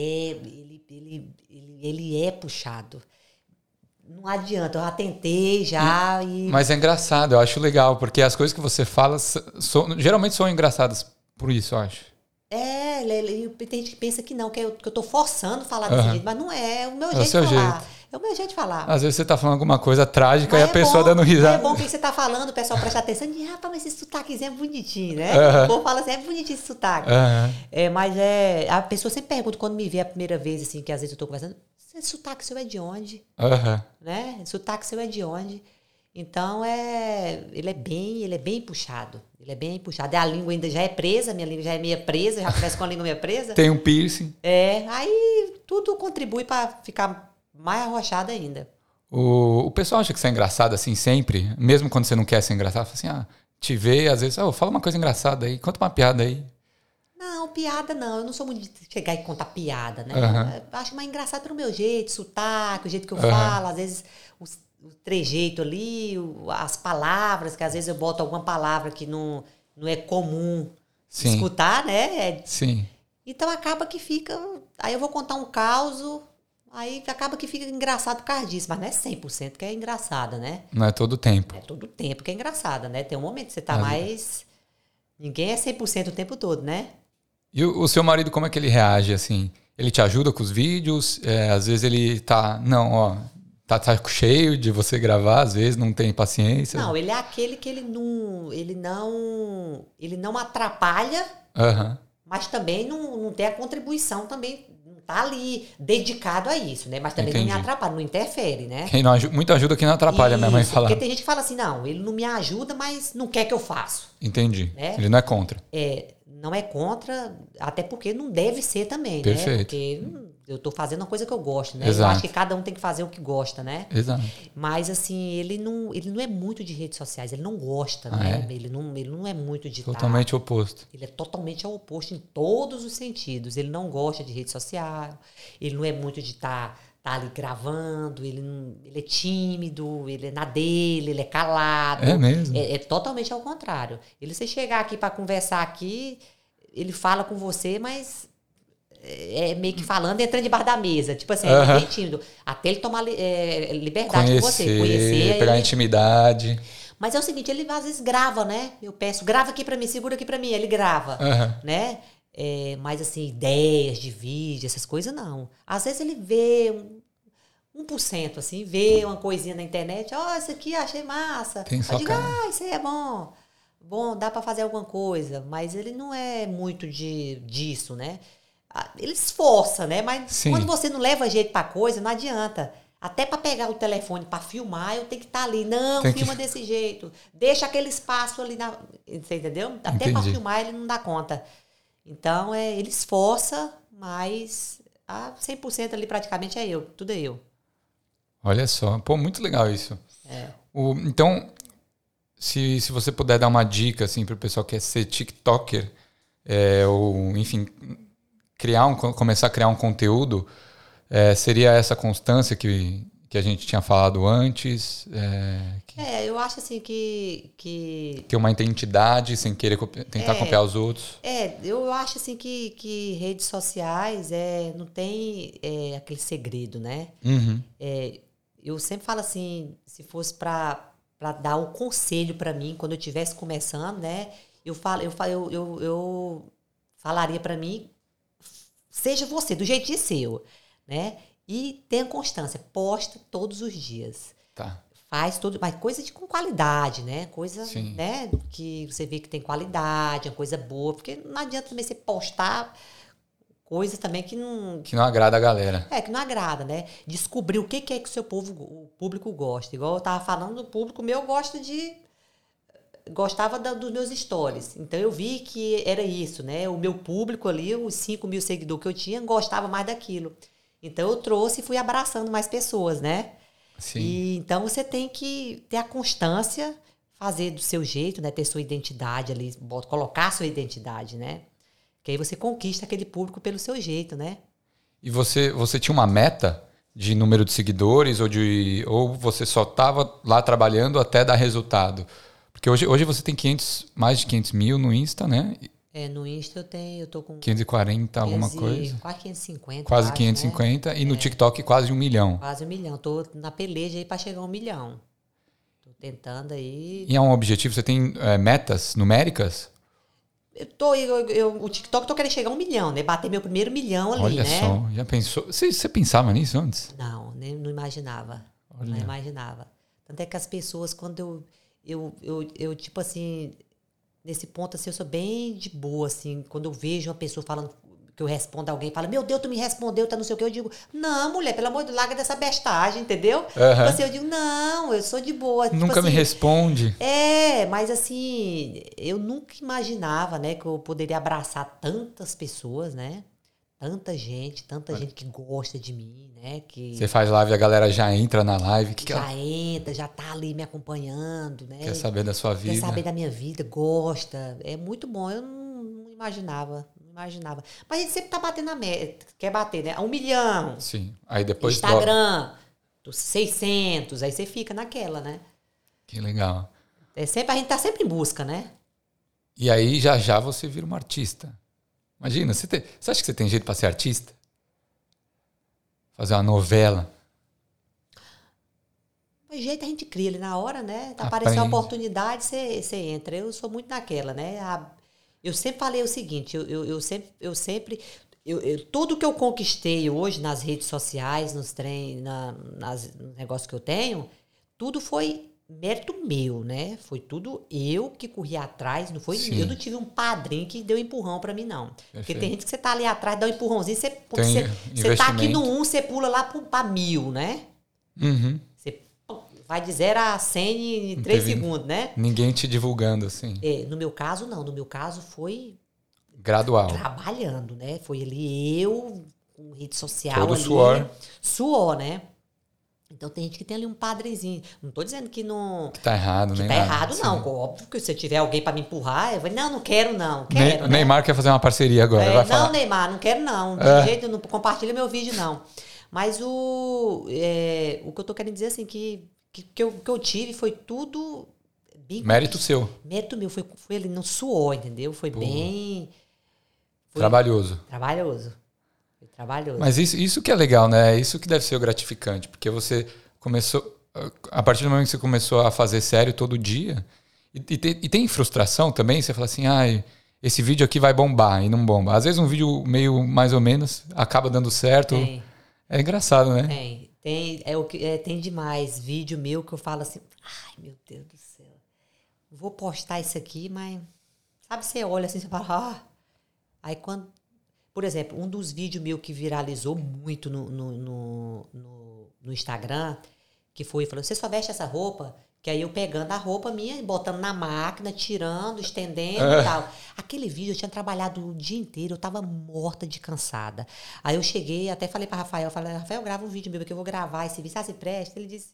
Ele é puxado. Não adianta, eu já tentei já e... Mas é engraçado, eu acho legal, porque as coisas que você fala geralmente são engraçadas por isso, eu acho. Tem gente que pensa que não, que eu tô forçando falar desse jeito, mas não é o meu jeito de falar. É o meu jeito de falar. Às vezes você tá falando alguma coisa trágica mas e a pessoa dando risada. É bom que você tá falando, o pessoal presta atenção e rapaz, mas esse sotaquezinho é bonitinho, né? O povo fala assim, é bonitinho esse sotaque. Mas a pessoa sempre pergunta, quando me vê a primeira vez, assim, que às vezes eu tô conversando, esse sotaque seu é de onde? Né? Esse sotaque seu é de onde? Então, ele é bem puxado. Ele é bem puxado. A língua ainda já é presa, minha língua já é meio presa, já começa com a língua meio presa. Tem um piercing. Aí tudo contribui para ficar mais arrochado ainda. O pessoal acha que você é engraçado assim sempre, mesmo quando você não quer ser engraçado, fala assim, te vê, às vezes, fala uma coisa engraçada aí, conta uma piada aí. Não, piada não. Eu não sou muito de chegar e contar piada, né? Eu acho mais engraçado pelo meu jeito, sotaque, o jeito que eu falo, às vezes o trejeito ali, as palavras, que às vezes eu boto alguma palavra que não é comum escutar, né? Sim. Então acaba que fica... Aí eu vou contar um caos, aí acaba que fica engraçado por causa disso, mas não é 100% que é engraçada, né? Não é todo tempo. É todo tempo que é engraçada, né? Tem um momento que você tá mais... Ninguém é 100% o tempo todo, né? E o seu marido, como é que ele reage, assim? Ele te ajuda com os vídeos? Às vezes ele tá... Tá cheio de você gravar, às vezes não tem paciência. Não, ele é aquele que ele não atrapalha, mas também não tem a contribuição também, não tá ali dedicado a isso, né? Mas também não me atrapalha, não interfere, né? Muito ajuda quem não atrapalha, isso, minha mãe fala. Porque tem gente que fala assim, não, ele não me ajuda, mas não quer que eu faça. Entendi. Né? Ele não é contra. não é contra, até porque não deve ser também, Perfeito. né? Porque eu tô fazendo uma coisa que eu gosto, né? Exato. Eu acho que cada um tem que fazer o que gosta, né? Exato. Mas, assim, ele não é muito de redes sociais, ele não gosta, né? É? Ele não é muito de Totalmente oposto. Ele é totalmente ao oposto em todos os sentidos. Ele não gosta de rede social, ele não é muito de estar ali gravando, ele é tímido, ele é na dele, ele é calado. É mesmo? É totalmente ao contrário. Você chegar aqui para conversar aqui, ele fala com você, mas é meio que falando, entrando debaixo da mesa. Tipo assim, ele é bem tímido. Até ele tomar liberdade com você. Conhecer, pegar intimidade. Mas é o seguinte, ele às vezes grava, né? Eu peço, grava aqui pra mim, segura aqui pra mim. Ele grava, né? Mas assim, ideias de vídeo, essas coisas, não. Às vezes ele vê 1%, assim, vê uma coisinha na internet. Isso aqui achei massa. Tem só eu digo, isso aí é bom. Bom, dá pra fazer alguma coisa. Mas ele não é muito disso, né? Ele esforça, né? Mas Sim. Quando você não leva jeito pra coisa, não adianta. Até para pegar o telefone para filmar, eu tenho que estar ali. Não, filma desse jeito. Deixa aquele espaço ali. Você entendeu? Até para filmar ele não dá conta. Então, ele esforça, mas 100% ali praticamente é eu. Tudo é eu. Olha só. Pô, muito legal isso. Então, se você puder dar uma dica assim, para o pessoal que quer ser TikToker, ou, enfim, começar a criar um conteúdo... seria essa constância que a gente tinha falado antes? Eu acho assim que... Ter uma identidade sem querer tentar copiar os outros. Eu acho assim que redes sociais não tem aquele segredo, né? Uhum. Eu sempre falo assim, se fosse para dar um conselho para mim, quando eu estivesse começando, né? Eu falaria para mim, seja você, do jeitinho seu. Né? E tenha constância, posta todos os dias. Tá. Faz tudo, mas coisa com qualidade, né? Coisa, Sim. Né? Que você vê que tem qualidade, uma coisa boa, porque não adianta também você postar coisa também que não agrada a galera. Que não agrada, né? Descobrir o que é que o seu público gosta. Igual eu tava falando, o público meu gostava dos meus stories. Então eu vi que era isso, né? O meu público ali, os 5 mil seguidores que eu tinha, gostava mais daquilo. Então eu trouxe e fui abraçando mais pessoas, né? Sim. E então você tem que ter a constância, fazer do seu jeito, né? Ter sua identidade ali, colocar a sua identidade, né? Que aí você conquista aquele público pelo seu jeito, né? E você tinha uma meta de número de seguidores ou você só estava lá trabalhando até dar resultado? Porque hoje você tem mais de 500 mil no Insta, né? No Insta eu tô com 540 alguma coisa. Quase 550. Quase 550. Né? E no TikTok quase 1 milhão. Quase 1 milhão. Tô na peleja aí para chegar a 1 milhão. Tô tentando aí. E é um objetivo? Você tem metas numéricas? O TikTok tô querendo chegar a 1 milhão, né? Bater meu primeiro milhão ali, Olha né? Olha só, já pensou? Você pensava nisso antes? Não, não imaginava. Olha. Não imaginava. Tanto é que as pessoas, quando eu tipo assim... Nesse ponto, assim, eu sou bem de boa, assim. Quando eu vejo uma pessoa falando que eu respondo a alguém, fala, meu Deus, tu me respondeu, tá não sei o que. Eu digo, não, mulher, pelo amor de Deus, larga dessa bestagem, entendeu? Tipo assim, eu digo, não, eu sou de boa. Nunca tipo assim, me responde. Mas assim, eu nunca imaginava, né, que eu poderia abraçar tantas pessoas, né? Tanta gente que gosta de mim, né? Você faz live e a galera já entra na live. Entra, já tá ali me acompanhando, né? Quer saber da sua vida. Quer saber da minha vida, gosta. É muito bom, eu não imaginava. Mas a gente sempre tá batendo na meta, quer bater, né? 1 milhão. Sim, aí depois... Instagram, 600, aí você fica naquela, né? Que legal. A gente tá sempre em busca, né? E aí já você vira uma artista. Imagina, você acha que você tem jeito para ser artista? Fazer uma novela? O jeito a gente cria ali na hora, né? Apareceu a oportunidade, você entra. Eu sou muito naquela, né? Eu sempre falei o seguinte, tudo que eu conquistei hoje nas redes sociais, nos negócios que eu tenho, tudo foi mérito meu, né? Foi tudo eu que corri atrás, não foi? Sim. Eu não tive um padrinho que deu empurrão pra mim, não. Perfeito. Porque tem gente que você tá ali atrás, dá um empurrãozinho, você tá aqui no 1, você pula lá pra 1000, né? Uhum. Você vai de 0 a 100 em 3 segundos, né? Ninguém te divulgando, assim. No meu caso, não. No meu caso, foi Gradual. Trabalhando, né? Foi ali eu, com rede social. Todo ali, suor. Suor, né? Então tem gente que tem ali um padrezinho. Não tô dizendo que não... Que tá errado, que nem tá nada. errado, Sim. não. Óbvio que se tiver alguém pra me empurrar, eu vou, não quero, não. Quero, O né? Neymar quer fazer uma parceria agora. Vai Não, falar. Neymar, não quero, não. De jeito, não compartilha meu vídeo, não. Mas o que eu tô querendo dizer, assim, que eu tive foi tudo... Bem Mérito seu. Mérito meu. Foi ali no suor, entendeu? Foi bem... Trabalhoso. Trabalhoso. Foi trabalhoso. Mas isso que é legal, né? Isso que deve ser o gratificante. Porque você começou... A partir do momento que você começou a fazer sério todo dia... E tem frustração também? Você fala assim... esse vídeo aqui vai bombar e não bomba. Às vezes um vídeo meio mais ou menos acaba dando certo. Tem. É engraçado, né? Tem demais vídeo meu que eu falo assim... Ai, meu Deus do céu. Vou postar isso aqui, mas... Sabe, você olha assim, você fala... Aí quando... Por exemplo, um dos vídeos meus que viralizou muito no Instagram, que foi, falou, você só veste essa roupa? Que aí eu pegando a roupa minha, botando na máquina, tirando, estendendo e tal. Aquele vídeo eu tinha trabalhado o dia inteiro, eu tava morta de cansada. Aí eu cheguei, até falei para Rafael, Rafael, grava um vídeo meu que eu vou gravar esse vídeo, se presta? Ele disse,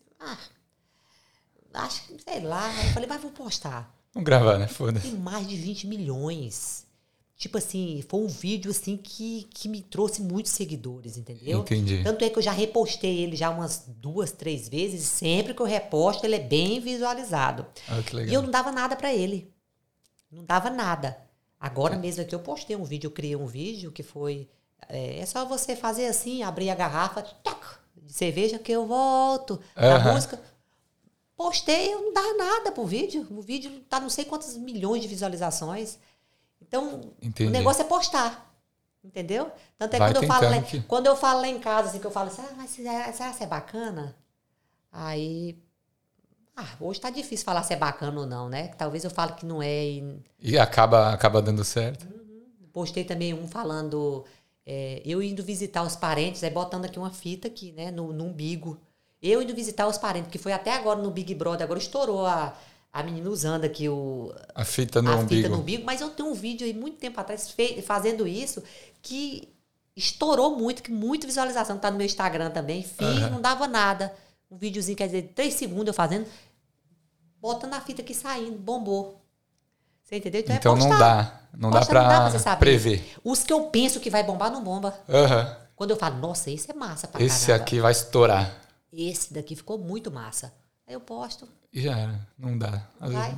acho que, sei lá. Aí eu falei, mas vou postar. Vamos gravar, né? Foda-se. Tem mais de 20 milhões. Tipo assim, foi um vídeo assim que me trouxe muitos seguidores, entendeu? Entendi. Tanto é que eu já repostei ele já umas 2, 3 vezes. E sempre que eu reposto, ele é bem visualizado. Que legal. E eu não dava nada pra ele. Não dava nada. Agora mesmo aqui eu postei um vídeo, eu criei um vídeo que foi... É só você fazer assim, abrir a garrafa de cerveja que eu volto. A música... Postei, eu não dava nada pro vídeo. O vídeo tá não sei quantos milhões de visualizações. Então, Entendi. O negócio é postar. Entendeu? Tanto é que quando eu falo lá em casa, assim, que eu falo assim, mas será que é bacana? Aí, hoje tá difícil falar se é bacana ou não, né? Talvez eu fale que não é. E acaba dando certo. Postei também um falando, eu indo visitar os parentes, aí botando aqui uma fita aqui, né, no umbigo. Eu indo visitar os parentes, que foi até agora no Big Brother, agora estourou a menina usando aqui a fita no umbigo. Mas eu tenho um vídeo aí muito tempo atrás fazendo isso que estourou muito, que muita visualização, que tá no meu Instagram também. Fiz, não dava nada. Um videozinho, quer dizer, 3 segundos eu fazendo, botando a fita aqui saindo, bombou. Você entendeu? Então não dá pra você saber. prever. Os que eu penso que vai bombar, não bomba. Quando eu falo, nossa, esse é massa pra esse caramba. aqui vai estourar. Esse daqui ficou muito massa. Aí eu posto. E já era, não dá. Às vezes...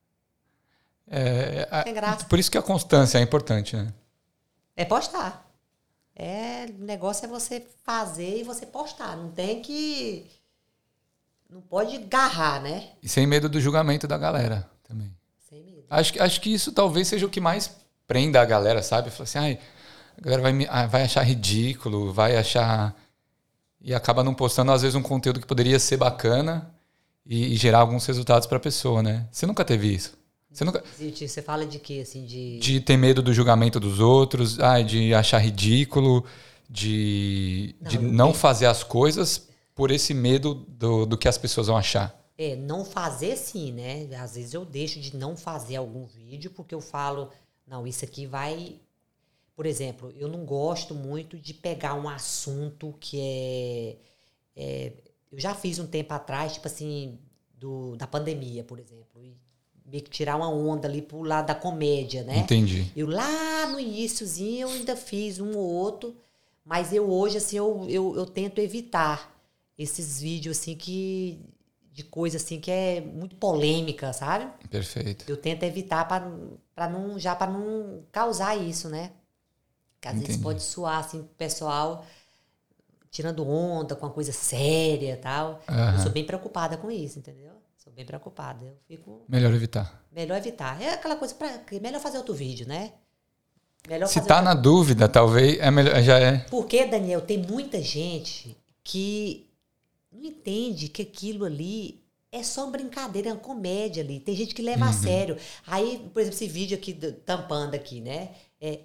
Tem graça. Por isso que a constância é importante, né? É postar. O negócio é você fazer e você postar. Não tem que... Não pode agarrar, né? E sem medo do julgamento da galera também. Sem medo. Acho que isso talvez seja o que mais prenda a galera, sabe? Fala assim, a galera vai achar ridículo, vai achar... E acaba não postando, às vezes, um conteúdo que poderia ser bacana e gerar alguns resultados para a pessoa, né? Você nunca teve isso? Você fala de quê? Assim, de ter medo do julgamento dos outros, de achar ridículo, de não fazer as coisas por esse medo do que as pessoas vão achar. Não fazer sim, né? Às vezes eu deixo de não fazer algum vídeo porque eu falo, não, isso aqui vai... Por exemplo, eu não gosto muito de pegar um assunto que eu já fiz um tempo atrás, tipo assim, da pandemia, por exemplo, e meio que tirar uma onda ali pro lado da comédia, né? Entendi. Eu lá no iniciozinho eu ainda fiz um ou outro, mas eu hoje, assim, eu tento evitar esses vídeos, assim, de coisa, assim, que é muito polêmica, sabe? Perfeito. Eu tento evitar para não causar isso, né? Porque às vezes pode soar, assim, o pessoal tirando onda com uma coisa séria e tal. Eu sou bem preocupada com isso, entendeu? Sou bem preocupada. Eu fico... Melhor evitar. Melhor evitar. É aquela coisa, melhor fazer outro vídeo, né? Se tá na dúvida, talvez, já é. Porque, Daniel, tem muita gente que não entende que aquilo ali é só uma brincadeira, é uma comédia ali. Tem gente que leva a sério. Aí, por exemplo, esse vídeo aqui, tampando aqui, né?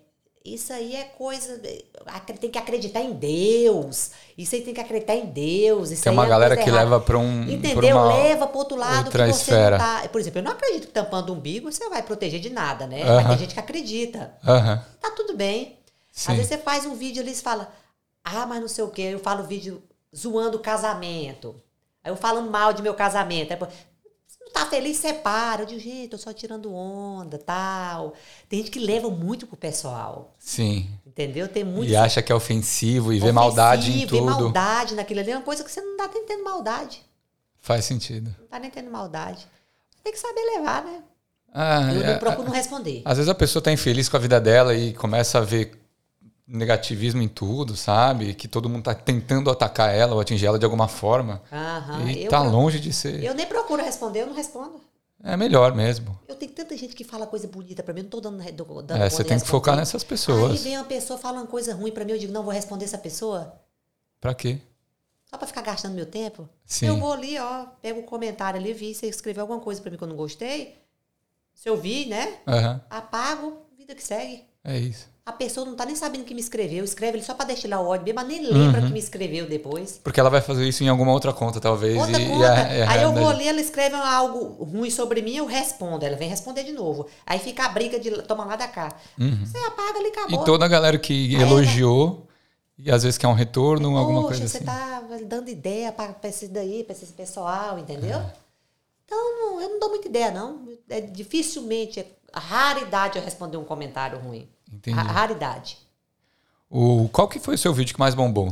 Isso aí é coisa... Tem que acreditar em Deus. Isso aí tem que acreditar em Deus. Isso tem aí uma é galera coisa que errada. leva para um... Entendeu? Leva para outro lado outra que você esfera. não tá... Por exemplo, eu não acredito que tampando o umbigo você vai proteger de nada, né? Aham. Mas tem gente que acredita. Aham. Tá tudo bem. Sim. Às vezes você faz um vídeo ali e fala, mas não sei o quê. Eu falo vídeo zoando o casamento. Aí eu falando mal de meu casamento. Aí, você não tá feliz, separa. Eu digo, gente, eu só tirando onda, tal. Tem gente que leva muito pro pessoal. Sim. Entendeu? Tem muito... E acha que é ofensivo e vê maldade em tudo. Vê maldade naquilo ali. É uma coisa que você não tá nem tendo maldade. Faz sentido. Não tá nem tendo maldade. Tem que saber levar, né? Eu procuro não responder. Às vezes a pessoa tá infeliz com a vida dela e começa a ver negativismo em tudo, sabe? Que todo mundo tá tentando atacar ela ou atingir ela de alguma forma. E tá longe de ser... Eu nem procuro responder, eu não respondo. É melhor mesmo. Eu tenho tanta gente que fala coisa bonita pra mim, eu não tô dando você tem que focar nessas pessoas. Aí vem uma pessoa falando coisa ruim pra mim, eu digo, não, vou responder essa pessoa. Pra quê? Só pra ficar gastando meu tempo? Sim. Eu vou ali, pego um comentário ali, vi, você escreveu alguma coisa pra mim que eu não gostei. Se eu vi, né? Apago, vida que segue. É isso. A pessoa não tá nem sabendo que me escreveu, escreve ele só pra destilar o ódio, mas nem lembra que me escreveu depois. Porque ela vai fazer isso em alguma outra conta, talvez. Outra conta. Aí eu vou ali, ela escreve algo ruim sobre mim, eu respondo. Ela vem responder de novo. Aí fica a briga de toma lá da cá. Você apaga ali, acabou. E toda a galera que elogiou, e às vezes quer um retorno, alguma coisa assim. Você tá dando ideia pra esse daí, pra esse pessoal, entendeu? Então, eu não dou muita ideia, não. Dificilmente, a raridade eu responder um comentário ruim. Entendi. Raridade. Qual que foi o seu vídeo que mais bombou?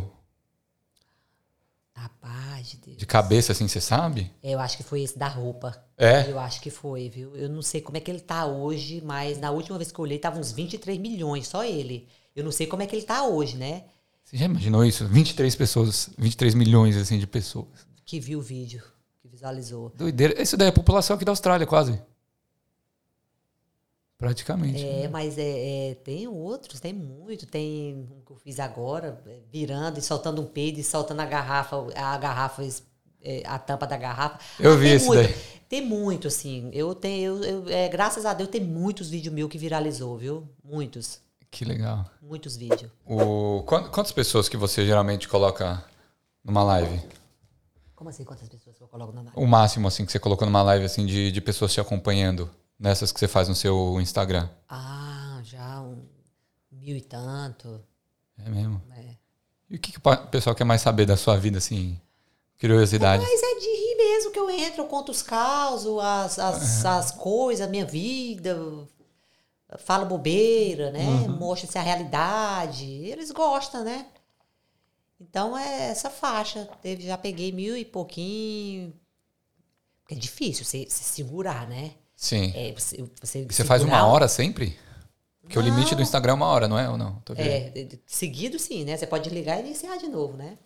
Rapaz de Deus. De cabeça, assim, você sabe? Eu acho que foi esse da roupa. Eu acho que foi, viu? Eu não sei como é que ele tá hoje, mas na última vez que eu olhei, tava uns 23 milhões, só ele. Eu não sei como é que ele tá hoje, né? Você já imaginou isso? 23 pessoas, 23 milhões, assim, de pessoas. Que viu o vídeo, que visualizou. Doideira. Isso daí é a população aqui da Austrália, quase. Praticamente. Mas tem outros, tem muito. Tem um que eu fiz agora, virando e soltando um peido e soltando a garrafa, a tampa da garrafa. Eu vi esse daí. Tem muito, assim. Graças a Deus, tem muitos vídeos meus que viralizou, viu? Muitos. Que legal. Muitos vídeos. Quantas pessoas que você geralmente coloca numa live? Como assim, quantas pessoas que eu coloco na live? O máximo, assim, que você colocou numa live, assim, de pessoas te acompanhando? Nessas que você faz no seu Instagram. Já 1.000 e tanto. É mesmo? E o que o pessoal quer mais saber da sua vida, assim? Curiosidade. Mas é de rir mesmo que eu entro, eu conto os causos, as coisas, a minha vida, falo bobeira, né? Mostra-se a realidade. Eles gostam, né? Então é essa faixa. Já peguei 1.000 e pouquinho. É difícil você segurar, né? Sim. Você faz 1 hora sempre? Porque o limite do Instagram é 1 hora, não é? Ou não? Seguido sim, né? Você pode ligar e iniciar de novo, né?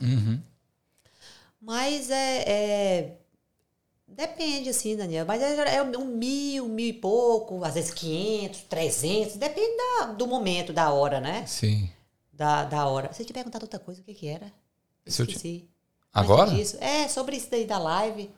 Mas depende, assim, Daniel. Mas é 1.000, 1.000 e pouco, às vezes 500, 300. Depende do momento, da hora, né? Sim. Da hora. Se eu te perguntado outra coisa, o que era? Esqueci. Agora? Sobre isso daí da live.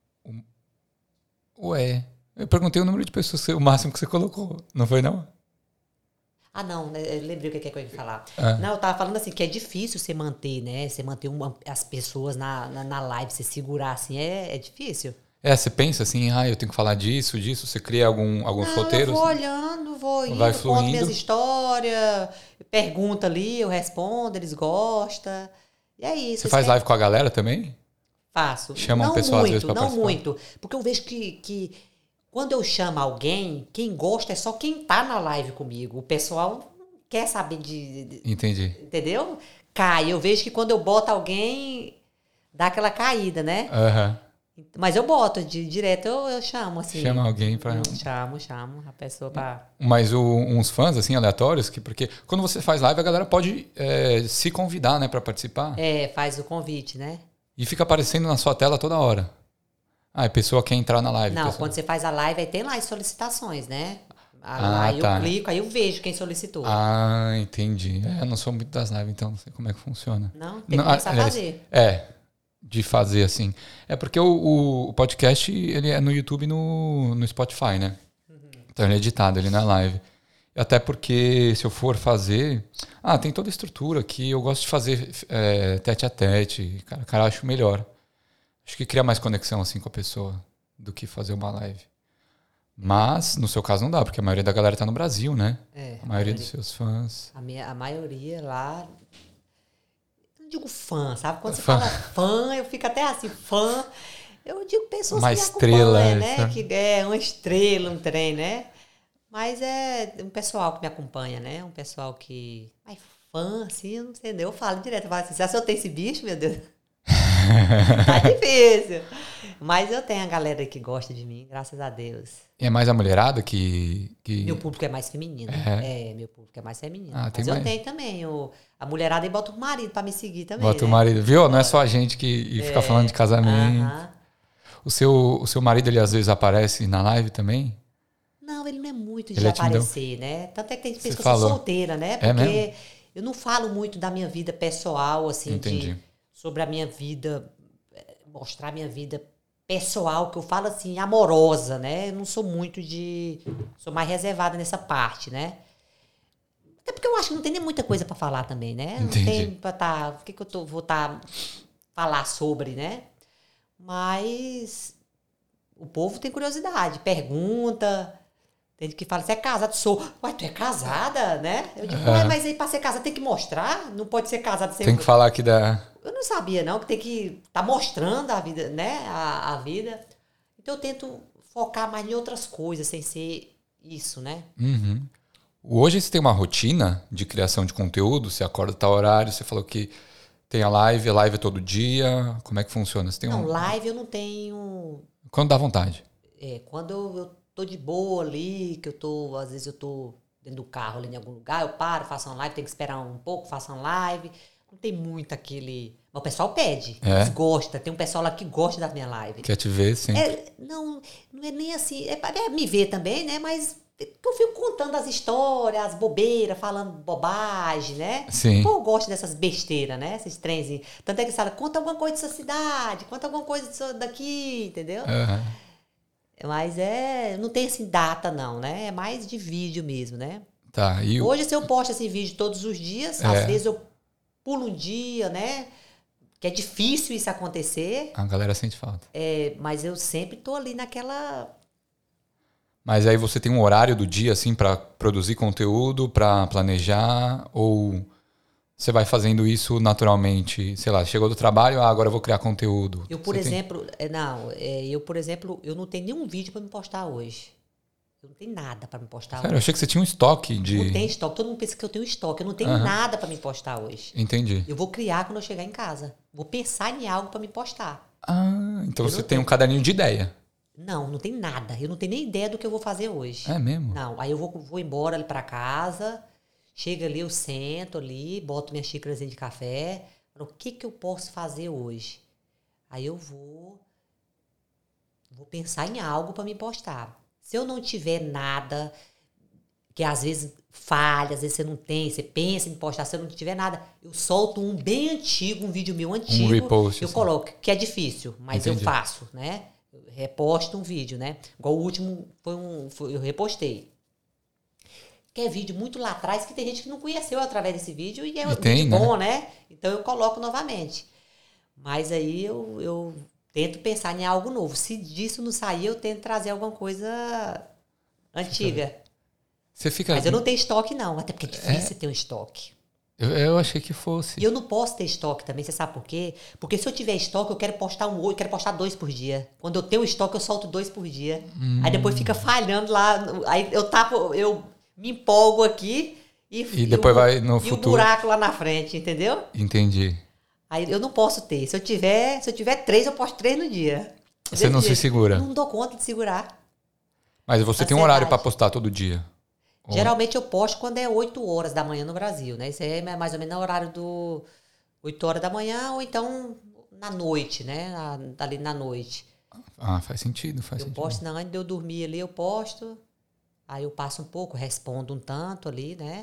Ué... Eu perguntei o número de pessoas, o máximo que você colocou. Não foi, não? Não. Eu lembrei o que eu ia falar. Não, eu tava falando assim, que é difícil você manter, né? Você manter as pessoas na live, você segurar assim, é difícil. Você pensa assim, eu tenho que falar disso. Você cria alguns roteiros? Eu vou olhando, vou indo, vai conto minhas histórias, pergunta ali, eu respondo, eles gostam. E é isso. Você faz live com a galera também? Faço. Chama um pessoal às vezes pra participar? Não muito, porque eu vejo que quando eu chamo alguém, quem gosta é só quem tá na live comigo. O pessoal não quer saber de... Entendi. Entendeu? Cai. Eu vejo que quando eu boto alguém, dá aquela caída, né? Mas eu boto, direto eu chamo, assim. Chama alguém pra... Chamo a pessoa pra... Mas uns fãs, assim, aleatórios, porque quando você faz live, a galera pode se convidar, né, pra participar. Faz o convite, né? E fica aparecendo na sua tela toda hora. A pessoa quer entrar na live. Não, quando você faz a live, aí tem lá as solicitações, né? Aí eu clico, aí eu vejo quem solicitou. Entendi. Eu não sou muito das lives, então não sei como é que funciona. Não, tem que começar a fazer. De fazer assim. É porque o podcast, ele é no YouTube e no Spotify, né? Então ele é editado, ele não é live. Até porque se eu for fazer... tem toda a estrutura aqui. Eu gosto de fazer tete a tete. Cara, acho melhor. Acho que cria mais conexão assim com a pessoa do que fazer uma live. Mas, no seu caso, não dá, porque a maioria da galera tá no Brasil, né? A maioria dos seus fãs. A maioria lá... Eu não digo fã, sabe? Quando você fala fã, eu fico até assim, fã... Eu digo pessoas uma que me estrela, acompanham, né? Que é uma estrela, um trem, né? Mas é um pessoal que me acompanha, né? Um pessoal que... Mas fã, assim, eu não sei, eu falo direto. Eu falo assim, se eu tenho esse bicho, meu Deus... Tá difícil. Mas eu tenho a galera que gosta de mim, graças a Deus. E é mais a mulherada que... Meu público é mais feminino. Meu público é mais feminino. Mas eu tenho também. A mulherada e bota o marido pra me seguir também. Bota o marido. Viu? Não é só a gente que fica falando de casamento. O seu marido, ele às vezes aparece na live também? Não, ele não é muito de aparecer, né? Tanto é que tem gente que pensa que eu sou solteira, né? Porque eu não falo muito da minha vida pessoal, assim, sobre a minha vida, mostrar a minha vida pessoal, que eu falo assim, amorosa, né? Eu não sou muito sou mais reservada nessa parte, né? Até porque eu acho que não tem nem muita coisa pra falar também, né? Não tem pra o que eu vou falar sobre, né? Mas o povo tem curiosidade, pergunta. Tem gente que fala, você é casada? Sou. Ué, tu é casada, né? Eu digo, mas aí pra ser casada tem que mostrar? Não pode ser casada sem... Tem que falar aqui da... Eu não sabia, não, que tem que estar mostrando a vida, né? A vida. Então eu tento focar mais em outras coisas, sem ser isso, né? Uhum. Hoje você tem uma rotina de criação de conteúdo? Você acorda tal horário, você falou que tem a live é todo dia. Como é que funciona? Você tem live eu não tenho... Quando dá vontade. Quando eu tô de boa ali, que às vezes eu tô dentro do carro ali em algum lugar, eu paro, faço uma live, tenho que esperar um pouco, faço uma live. Não tem muito aquele... Mas o pessoal pede, eles gostam. Tem um pessoal lá que gosta da minha live. Quer te ver, sim. Não é nem assim... É me ver também, né? Mas eu fico contando as histórias, as bobeiras, falando bobagem, né? Sim. Pô, eu gosto dessas besteiras, né? Esses trenzinhos. Tanto é que fala, conta alguma coisa dessa cidade, conta alguma coisa daqui, entendeu? Mas não tem assim data, não, né? É mais de vídeo mesmo, né? Tá. Hoje, se eu posto esse vídeo todos os dias, às vezes eu pulo um dia, né? Que é difícil isso acontecer. A galera sente falta. Mas eu sempre tô ali naquela... Mas aí você tem um horário do dia, assim, para produzir conteúdo, para planejar? Ou você vai fazendo isso naturalmente? Sei lá, chegou do trabalho, agora eu vou criar conteúdo. Eu, por exemplo, eu não tenho nenhum vídeo para me postar hoje. Eu não tenho nada para me postar hoje. Eu achei que você tinha um estoque de... Não tem estoque. Todo mundo pensa que eu tenho estoque. Eu não tenho nada para me postar hoje. Entendi. Eu vou criar quando eu chegar em casa. Vou pensar em algo para me postar. Então você tem um caderninho de ideia. Não tem nada. Eu não tenho nem ideia do que eu vou fazer hoje. É mesmo? Não. Aí eu vou embora ali para casa. Chega ali, eu sento ali, boto minha xícarazinha de café. Falo, o que eu posso fazer hoje? Aí eu vou pensar em algo para me postar. Se eu não tiver nada, que às vezes falha, às vezes você não tem, você pensa em postar, se eu não tiver nada, eu solto um bem antigo, um vídeo meu antigo. Um repost. Eu coloco, que é difícil, mas eu faço, né? Eu reposto um vídeo, né? Igual o último eu repostei. Que é vídeo muito lá atrás, que tem gente que não conheceu através desse vídeo, e é um vídeo bom, né? Então eu coloco novamente. Mas aí eu tento pensar em algo novo. Se disso não sair, eu tento trazer alguma coisa antiga. Mas eu não tenho estoque, não. Até porque é difícil ter um estoque. Eu achei que fosse. E eu não posso ter estoque também, você sabe por quê? Porque se eu tiver estoque, eu quero postar 2 por dia. Quando eu tenho estoque, eu solto 2 por dia. Aí depois fica falhando lá. Aí eu me empolgo aqui e depois vai no futuro. E o buraco lá na frente, entendeu? Entendi. Aí eu não posso ter. Se eu tiver 3, eu posto 3 no dia. Você não se segura? Não dou conta de segurar. Mas você tem um horário para postar todo dia? Geralmente eu posto quando é 8 horas da manhã no Brasil, né? Isso aí é mais ou menos no horário do 8 horas da manhã ou então na noite, né? Ali na noite. Faz sentido, Eu posto, antes de eu dormir ali, eu posto. Aí eu passo um pouco, respondo um tanto ali, né?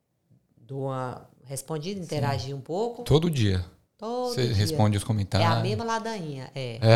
Dou uma respondida, interagir um pouco. Todo dia? Você responde os comentários? É a mesma ladainha,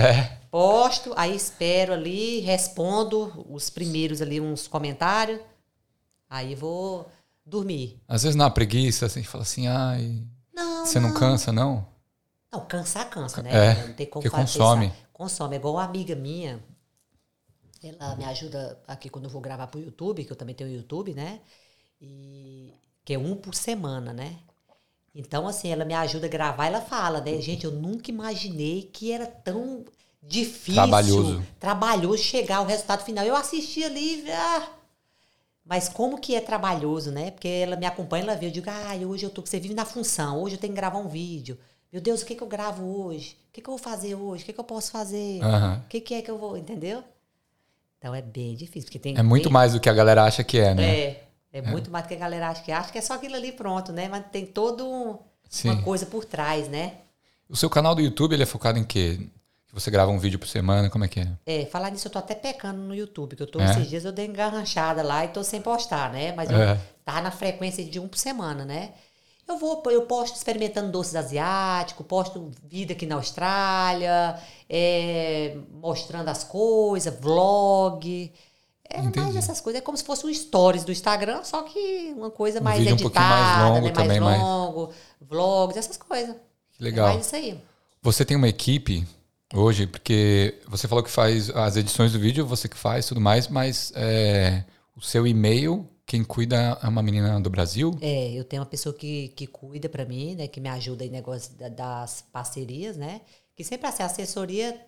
Posto, aí espero ali, respondo os primeiros ali, uns comentários. Aí vou dormir. Às vezes na preguiça, assim, fala assim, ai... Não, Você não cansa, não? Não, cansar cansa, né? É, Não tem como porque fazer, consome. Consome. É igual uma amiga minha, ela me ajuda aqui quando eu vou gravar pro YouTube, que eu também tenho YouTube, né? Que é 1 por semana, né? Então, assim, ela me ajuda a gravar, ela fala, né? Gente, eu nunca imaginei que era tão difícil, trabalhoso chegar ao resultado final. Eu assisti ali, mas como que é trabalhoso, né? Porque ela me acompanha, ela vê, eu digo, hoje você vive na função, hoje eu tenho que gravar um vídeo. Meu Deus, o que eu gravo hoje? O que eu vou fazer hoje? O que eu posso fazer? O que é que eu vou, entendeu? Então é bem difícil. Porque é muito mais do que a galera acha que é, né? É muito mais do que a galera acha que é. Acha que é só aquilo ali pronto, né? Mas tem toda uma coisa por trás, né? O seu canal do YouTube, ele é focado em quê? Você grava um vídeo por semana, como é que é? Falar nisso, eu tô até pecando no YouTube, que esses dias eu dei engarranchada lá e tô sem postar, né? Mas eu tá na frequência de 1 por semana, né? Eu posto experimentando doces asiáticos, posto vida aqui na Austrália, mostrando as coisas, vlog. Mais essas coisas. É como se fosse um stories do Instagram, só que uma coisa mais editada, um pouquinho mais longo, né? também mais longo, vlogs, essas coisas. Que legal. É mais isso aí. Você tem uma equipe hoje, porque você falou que faz as edições do vídeo, você que faz tudo mais, mas o seu e-mail, quem cuida é uma menina do Brasil? Eu tenho uma pessoa que cuida pra mim, né? Que me ajuda em negócio das parcerias, né? Que sempre assim, a assessoria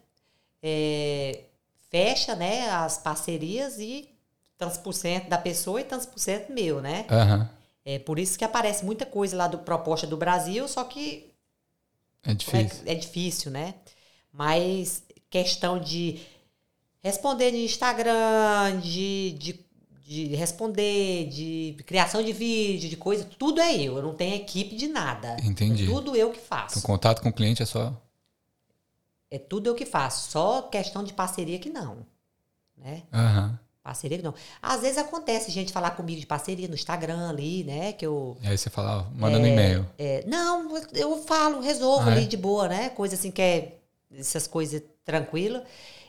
fecha, né? As parcerias e tantos por cento da pessoa e tantos por cento meu, né? É por isso que aparece muita coisa lá do proposta do Brasil, só que é difícil. É difícil, né? Mas questão de responder de Instagram, de responder, de criação de vídeo, de coisa, tudo é eu. Eu não tenho equipe de nada. Entendi. É tudo eu que faço. Então, contato com o cliente é só... É tudo eu que faço. Só questão de parceria que não. Né? Parceria que não. Às vezes acontece gente falar comigo de parceria no Instagram ali, né? Que eu... E aí você fala, manda no e-mail. Não, eu falo, resolvo ali de boa, né? Coisa assim que essas coisas tranquilas.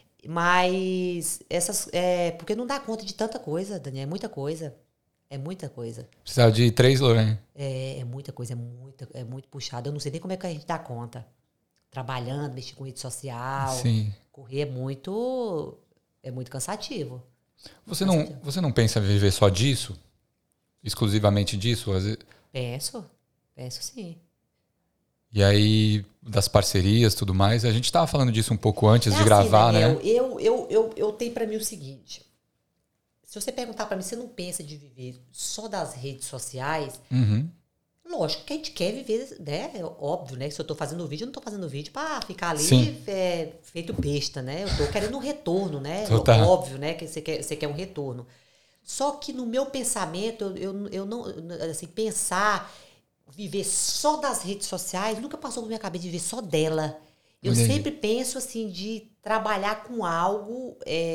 Mas porque não dá conta de tanta coisa, Daniel. É muita coisa. É muita coisa. Precisava de 3, Lorena. É muita coisa, é muito puxado. Eu não sei nem como é que a gente dá conta. Trabalhando, mexer com rede social. Sim. Correr é muito cansativo. Você não pensa em viver só disso? Exclusivamente disso? Penso sim. E aí, das parcerias e tudo mais, a gente estava falando disso um pouco antes de gravar, Daniel, né? Eu tenho para mim o seguinte. Se você perguntar para mim, você não pensa de viver só das redes sociais? Lógico que a gente quer viver, né? É óbvio, né? Que se eu tô fazendo vídeo, eu não tô fazendo vídeo para ficar ali feito besta, né? Eu tô querendo um retorno, né? Total. Óbvio, né? Que você quer um retorno. Só que no meu pensamento, eu não, assim, pensar... Viver só das redes sociais, nunca passou por minha cabeça de viver só dela. Eu sempre penso assim de trabalhar com algo,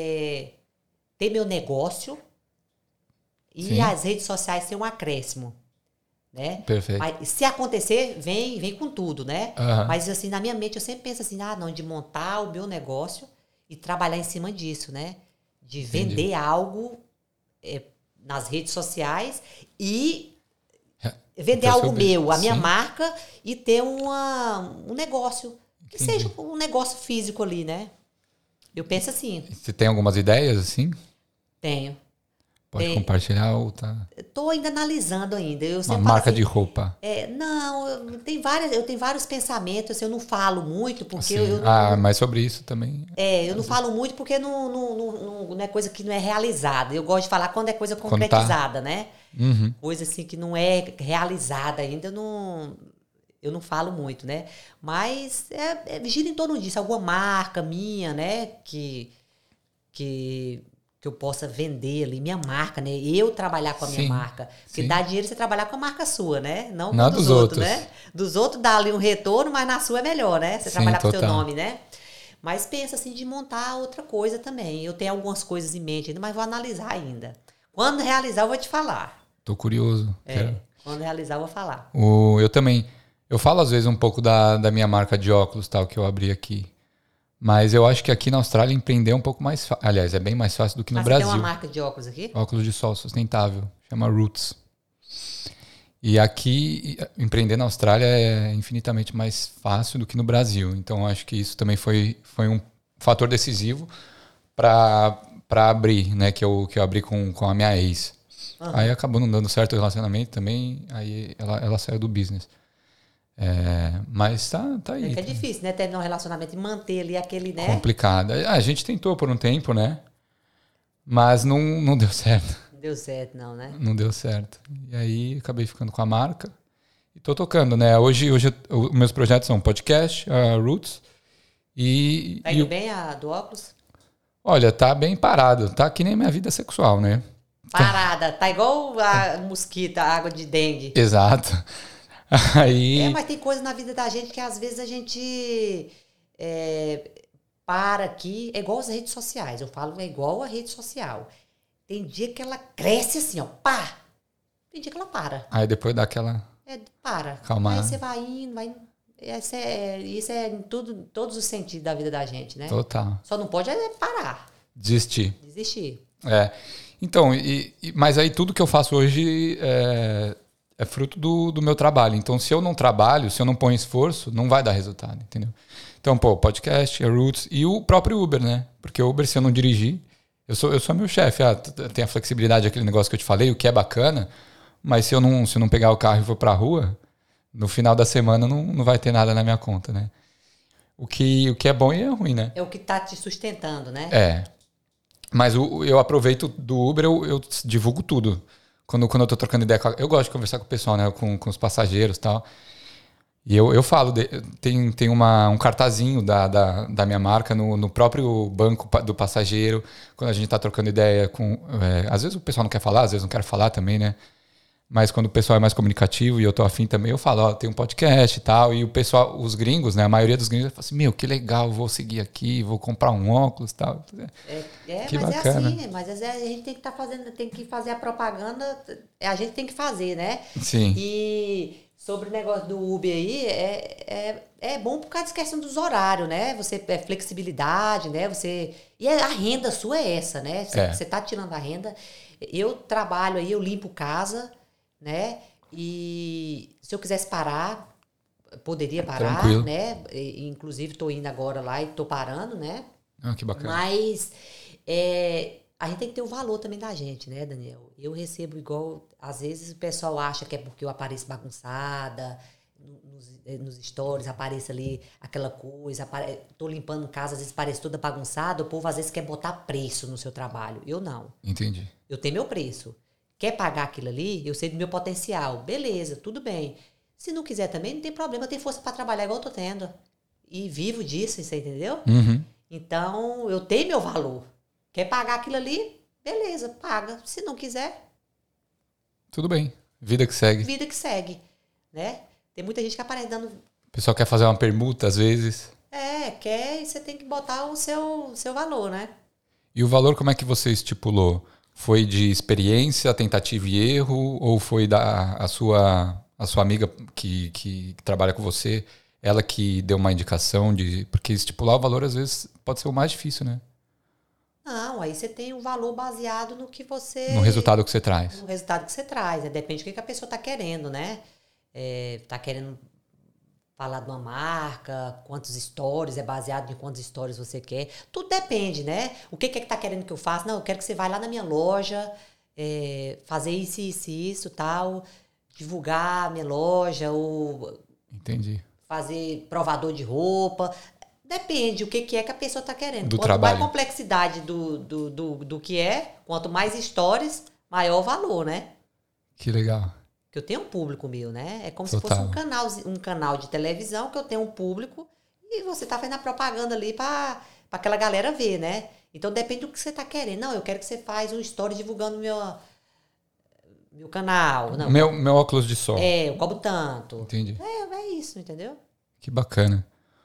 ter meu negócio e as redes sociais ser um acréscimo, né? Perfeito. Mas, se acontecer, vem com tudo, né? Mas assim, na minha mente eu sempre penso assim, de montar o meu negócio e trabalhar em cima disso, né? De vender algo nas redes sociais e vender algo meu, a minha marca, e ter um negócio. Que seja um negócio físico ali, né? Eu penso assim. Você tem algumas ideias, assim? Tenho. Pode compartilhar ou tá... Estou ainda analisando ainda. Uma marca de roupa. Eu tenho vários pensamentos, eu não falo muito, porque mas sobre isso também. Eu não falo muito porque não é coisa que não é realizada. Eu gosto de falar quando é coisa concretizada, né? Coisa assim que não é realizada ainda, eu não falo muito, né? Mas gira em torno disso, alguma marca minha, né? Que eu possa vender ali, minha marca, né? Eu trabalhar com a minha marca. Porque dá dinheiro você trabalhar com a marca sua, né? Não com dos outros, né? Dos outros dá ali um retorno, mas na sua é melhor, né? Você trabalhar com o seu nome, né? Mas pensa assim de montar outra coisa também. Eu tenho algumas coisas em mente ainda, mas vou analisar ainda. Quando realizar, eu vou te falar. Tô curioso. Quando realizar, eu vou falar. Eu também. Eu falo às vezes um pouco da minha marca de óculos, tal, que eu abri aqui. Mas eu acho que aqui na Austrália empreender é um pouco mais fácil. Aliás, é bem mais fácil do que no Brasil. Você tem uma marca de óculos aqui? Óculos de sol sustentável. chama Roots. E aqui, empreender na Austrália é infinitamente mais fácil do que no Brasil. Então, acho que isso também foi um fator decisivo para abrir, né? Que eu abri com a minha ex. Aí acabou não dando certo o relacionamento também, aí ela saiu do business. Mas tá aí. É difícil, né? Terminar um relacionamento e manter ali aquele, né? Complicado. A gente tentou por um tempo, né? Mas não deu certo. Não deu certo, não, né? Não deu certo. E aí acabei ficando com a marca. E tô tocando, né? Hoje os meus projetos são podcast, a Roots. Tá indo bem a do óculos? Olha, tá bem parado. Tá que nem minha vida sexual, né? Parada. Tá igual a mosquita, a água de dengue. Exato. Aí... mas tem coisa na vida da gente que às vezes a gente para aqui. É igual as redes sociais. Eu falo, é igual a rede social. Tem dia que ela cresce assim, ó, pá. Tem dia que ela para. Aí depois dá aquela... para. Calma. Aí você vai indo, vai indo. Isso é em todos os sentidos da vida da gente, né? Total. Só não pode parar. Desistir. Então, mas aí tudo que eu faço hoje é fruto do meu trabalho. Então, se eu não trabalho, se eu não ponho esforço, não vai dar resultado, entendeu? Então, podcast, a Roots e o próprio Uber, né? Porque o Uber, se eu não dirigir, eu sou meu chefe. Tem a flexibilidade, aquele negócio que eu te falei, o que é bacana, mas se eu não pegar o carro e for pra rua, no final da semana não vai ter nada na minha conta, né? O que é bom e é ruim, né? É o que tá te sustentando, né? Mas eu aproveito do Uber, eu divulgo tudo. Quando eu tô trocando ideia, eu gosto de conversar com o pessoal, né? Com os passageiros e tal. E eu falo, tem um cartazinho da minha marca no próprio banco do passageiro, quando a gente tá trocando ideia com... às vezes o pessoal não quer falar, às vezes não quer falar também, né? Mas quando o pessoal é mais comunicativo e eu tô afim também, eu falo, tem um podcast e tal. E o pessoal, os gringos, né? A maioria dos gringos fala assim, que legal, vou seguir aqui, vou comprar um óculos e tal. Que mas bacana. É assim, mas a gente tem que estar fazendo, tem que fazer a propaganda, a gente tem que fazer, né? Sim. E sobre o negócio do Uber aí, é bom por causa da questão dos horários, né? Você flexibilidade, né? E a renda sua é essa, né? Você tá tirando a renda. Eu trabalho aí, eu limpo casa, né? E se eu quisesse parar, poderia parar, tranquilo, né? Inclusive estou indo agora lá e estou parando, né? Que bacana. Mas a gente tem que ter o valor também da gente, né, Daniel? Eu recebo igual, às vezes o pessoal acha que é porque eu apareço bagunçada, nos stories aparece ali aquela coisa, tô limpando casa, às vezes parece toda bagunçada, o povo às vezes quer botar preço no seu trabalho. Eu não. Entendi. Eu tenho meu preço. Quer pagar aquilo ali? Eu sei do meu potencial. Beleza, tudo bem. Se não quiser também, não tem problema. Eu tenho força para trabalhar igual eu tô tendo. E vivo disso, você entendeu? Uhum. Então, eu tenho meu valor. Quer pagar aquilo ali? Beleza, paga. Se não quiser... Tudo bem. Vida que segue. Vida que segue, né? Tem muita gente que aparece dando... O pessoal quer fazer uma permuta, às vezes. Quer e você tem que botar o seu valor, né? E o valor, como é que você estipulou? Foi de experiência, tentativa e erro? Ou foi a sua amiga que trabalha com você, ela que deu uma indicação de... Porque estipular o valor, às vezes, pode ser o mais difícil, né? Não, aí você tem um valor baseado no que você... No resultado que você traz. No resultado que você traz, né? Depende do que a pessoa está querendo, né? Tá querendo falar de uma marca, quantos stories, é baseado em quantos stories você quer. Tudo depende, né? O que tá querendo que eu faça? Não, eu quero que você vá lá na minha loja, fazer isso, tal, divulgar a minha loja, ou... Entendi. Fazer provador de roupa. Depende o que é que a pessoa está querendo. Do quanto trabalho. mais complexidade do que quanto mais stories, maior o valor, né? Que legal. Que eu tenho um público meu, né? É como Total. se fosse um canal de televisão que eu tenho um público e você tá fazendo a propaganda ali para aquela galera ver, né? Então depende do que você tá querendo. Não, eu quero que você faça um story divulgando meu canal. Não. Meu óculos de sol. Eu cobro tanto. Entendi. É isso, entendeu? Que bacana.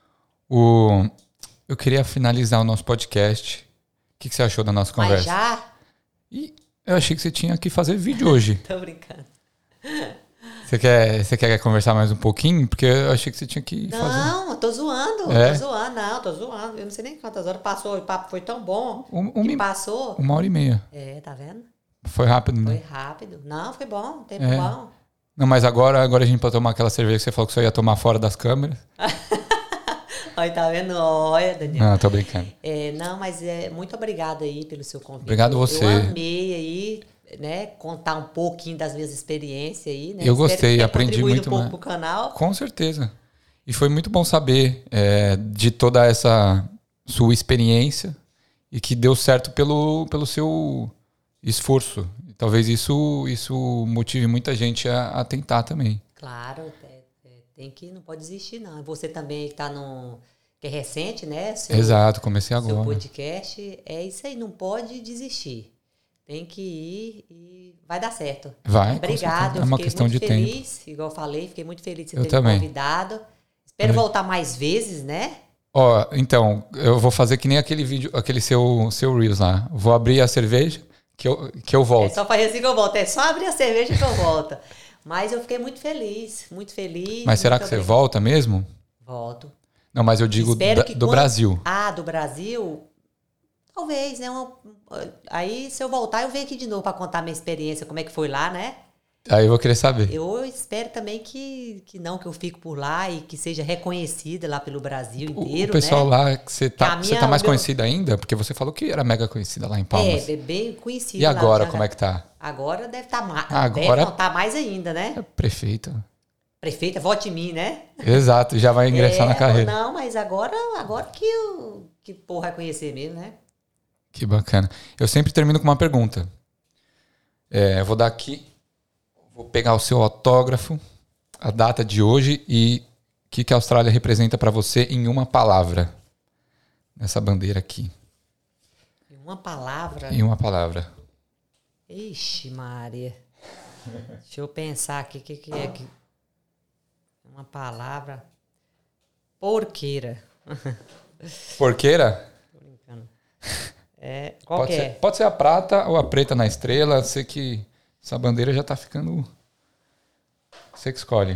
Eu queria finalizar o nosso podcast. O que você achou da nossa conversa? Mas já? E eu achei que você tinha que fazer vídeo hoje. Tô brincando. Você quer conversar mais um pouquinho? Porque eu achei que você tinha que fazer. Não, eu tô zoando. Tô zoando. Eu não sei nem quantas horas passou. O papo foi tão bom que passou. 1h30. Tá vendo? Foi rápido, né? Foi rápido. Não, foi bom, tempo É. bom. Não, mas agora a gente pode tomar aquela cerveja que você falou que você ia tomar fora das câmeras. Olha, tá vendo? Olha, Daniel. Não, tô brincando. Não, mas muito obrigada aí pelo seu convite. Obrigado você. Eu amei aí, né, contar um pouquinho das minhas experiências aí, né? Eu Espero gostei, ter aprendi contribuído muito um pouco mais. pro canal. Com certeza. E foi muito bom saber de toda essa sua experiência e que deu certo pelo seu esforço. E talvez isso motive muita gente a tentar também. Claro, não pode desistir, não. Você também que tá que é recente, né? Exato, comecei agora. Seu podcast, é isso aí, não pode desistir. Tem que ir e vai dar certo. Vai, Obrigado, é uma eu questão fiquei de muito tempo. feliz, igual eu falei, fiquei muito feliz de Eu você ter me também. convidado. Espero voltar mais vezes, né? Ó, então, eu vou fazer que nem aquele vídeo, aquele seu Reels lá. Vou abrir a cerveja que eu É volto. só fazer assim que eu volto, é só abrir a cerveja que eu volto. Mas eu fiquei muito feliz, muito feliz. Mas será muito que você obrigada. volta mesmo? Volto. Não, mas eu digo Espero que do quando- Brasil. Ah, do Brasil? Talvez, né? Aí, se eu voltar, eu venho aqui de novo para contar minha experiência, como é que foi lá, né? Aí eu vou querer saber. Eu espero também que eu fique por lá e que seja reconhecida lá pelo Brasil inteiro, O pessoal né? lá, que você tá mais o meu- conhecida ainda? Porque você falou que era mega conhecida lá em Palmas. É bem conhecido E lá, agora, já- como é que tá? Agora deve estar mais. Agora- Deve estar mais ainda, né? Prefeita. Prefeita, vote em mim, né? Exato, já vai ingressar na carreira. Não, mas agora que o povo vai conhecer mesmo, né? Que bacana. Eu sempre termino com uma pergunta. Eu vou dar aqui, vou pegar o seu autógrafo, a data de hoje e o que a Austrália representa para você em uma palavra. Nessa bandeira aqui. Em uma palavra. Em uma palavra. Ixi, Maria. Deixa eu pensar aqui o que é que. Uma palavra. Porqueira. Porqueira? Tô brincando. Qual que é? Pode ser a prata ou a preta na estrela. Sei que essa bandeira já tá ficando... Você que escolhe.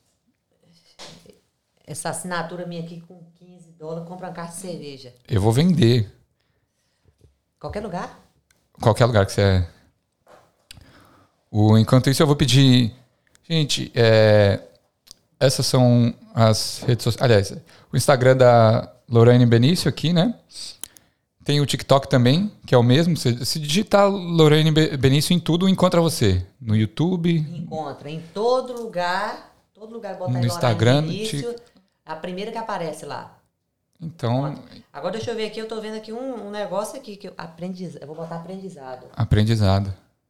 Essa assinatura minha aqui com $15, compra uma caixa de cerveja. Eu vou vender. Qualquer lugar? Qualquer lugar que você... Enquanto isso, eu vou pedir... Gente, essas são as redes sociais... Aliás, o Instagram da Lorraine Benício aqui, né? Tem o TikTok também, que é o mesmo. Se digitar Lorraine Benício em tudo, encontra você. No YouTube... Encontra em todo lugar botar No aí Instagram, no início, a primeira que aparece lá. Então, Agora deixa eu ver aqui, eu tô vendo aqui um negócio aqui que eu vou botar aprendizado. aprendizado.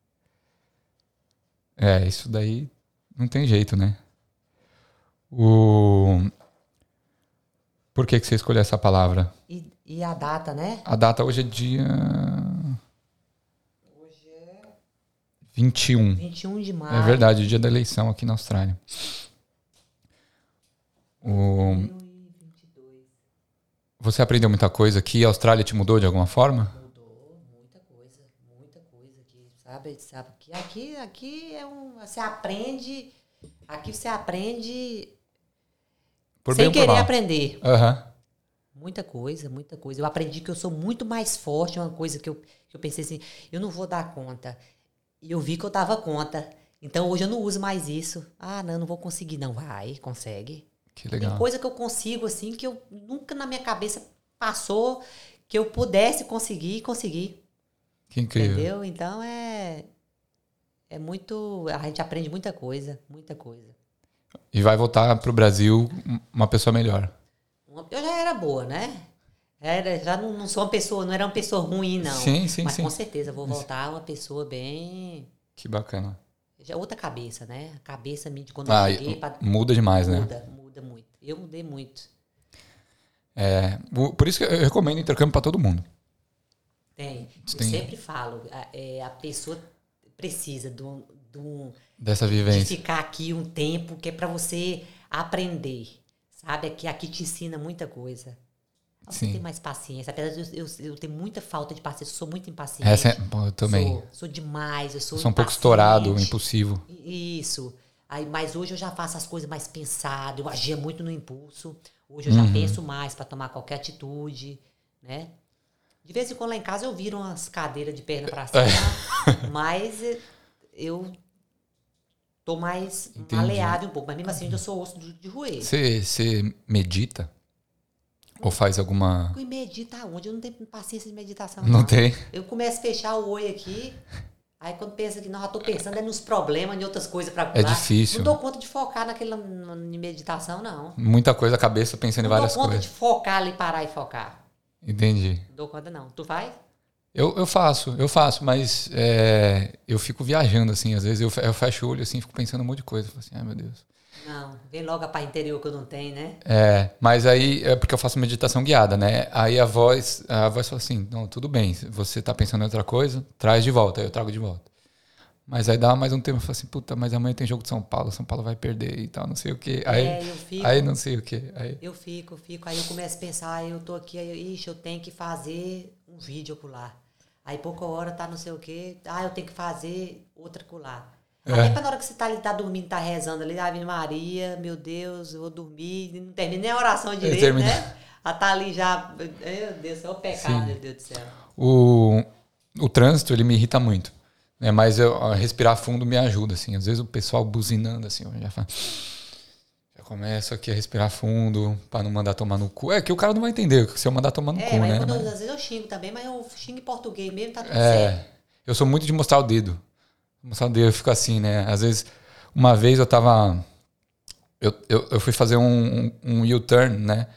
Isso daí não tem jeito, né? Por que você escolheu essa palavra? E a data, né? A data hoje é dia... Hoje é 21. 21 de maio. É verdade, o dia da eleição aqui na Austrália. 2022. Você aprendeu muita coisa aqui? A Austrália te mudou de alguma forma? Mudou muita coisa aqui, sabe que aqui você aprende, Por bem sem ou por querer mal? aprender. Aham. Muita coisa. Eu aprendi que eu sou muito mais forte, uma coisa que eu pensei assim, eu não vou dar conta. E eu vi que eu dava conta. Então hoje eu não uso mais isso. Ah, não vou conseguir. Não, vai, consegue. Que legal. Tem coisa que eu consigo, assim, que eu nunca na minha cabeça passou que eu pudesse conseguir e consegui. Que incrível. Entendeu? Então é muito. A gente aprende muita coisa, muita coisa. E vai voltar pro Brasil uma pessoa melhor. Eu já era boa, né? Já não sou uma pessoa, não era uma pessoa ruim, não. Sim. Mas com certeza vou voltar uma pessoa bem. Que bacana. Já outra cabeça, né? A cabeça minha de quando eu cheguei. Muda demais, né? Muda muito. Eu mudei muito. Por isso que eu recomendo intercâmbio para todo mundo. Eu sempre falo, a pessoa precisa Dessa de vivência. ficar aqui um tempo que é para você aprender, sabe? Que aqui te ensina muita coisa. Você tem mais paciência, apesar de eu ter muita falta de paciência, eu sou muito impaciente. Eu também. Sou demais, eu sou um pouco estourado, impaciente. impulsivo. Isso. Mas hoje eu já faço as coisas mais pensado, eu agia muito no impulso. Hoje eu já penso mais para tomar qualquer atitude, né? De vez em quando lá em casa eu viro umas cadeiras de perna pra cima, mas eu tô mais maleável um pouco. Mas mesmo assim eu sou osso de roer. Você medita? Ou faz alguma... E medita aonde? Eu não tenho paciência de meditação. Não tem? Eu começo a fechar o olho aqui, aí quando pensa que não, eu tô pensando nos problemas, em outras coisas pra pular. É difícil. Não dou conta de focar em meditação, não. Muita coisa, a cabeça pensando em várias coisas. Não dou conta de focar ali, parar e focar. Entendi. Não dou conta, não. Tu faz? Eu faço, mas eu fico viajando, assim, às vezes eu fecho o olho, assim, fico pensando um monte de coisa. Falo assim, ai meu Deus. Não, vem logo a paz interior que eu não tenho, né? Mas aí é porque eu faço meditação guiada, né? Aí a voz fala assim, não, tudo bem, você tá pensando em outra coisa, traz de volta, aí eu trago de volta. Mas aí dá mais um tempo, eu falo assim, puta, mas amanhã tem jogo de São Paulo vai perder e tal, não sei o quê. Aí não sei o quê. Eu fico, aí eu começo a pensar, eu tô aqui, eu tenho que fazer um vídeo acolá. Aí pouca hora tá não sei o quê, eu tenho que fazer outra acolá. Até pra na hora que você tá dormindo, tá rezando ali, Ave Maria, meu Deus, eu vou dormir, não termina nem a oração direito, né? Ela tá ali já, meu Deus, é o pecado, sim. Meu Deus do céu. O trânsito, ele me irrita muito, né? Mas respirar fundo me ajuda, assim. Às vezes o pessoal buzinando, assim, já começo aqui a respirar fundo pra não mandar tomar no cu. É que o cara não vai entender se eu mandar tomar no cu, né? Às vezes eu xingo também, mas eu xingo em português mesmo, tá tudo certo. Eu sou muito de mostrar o dedo. Eu fico assim, né? Às vezes, uma vez eu tava... Eu fui fazer um U-turn, né?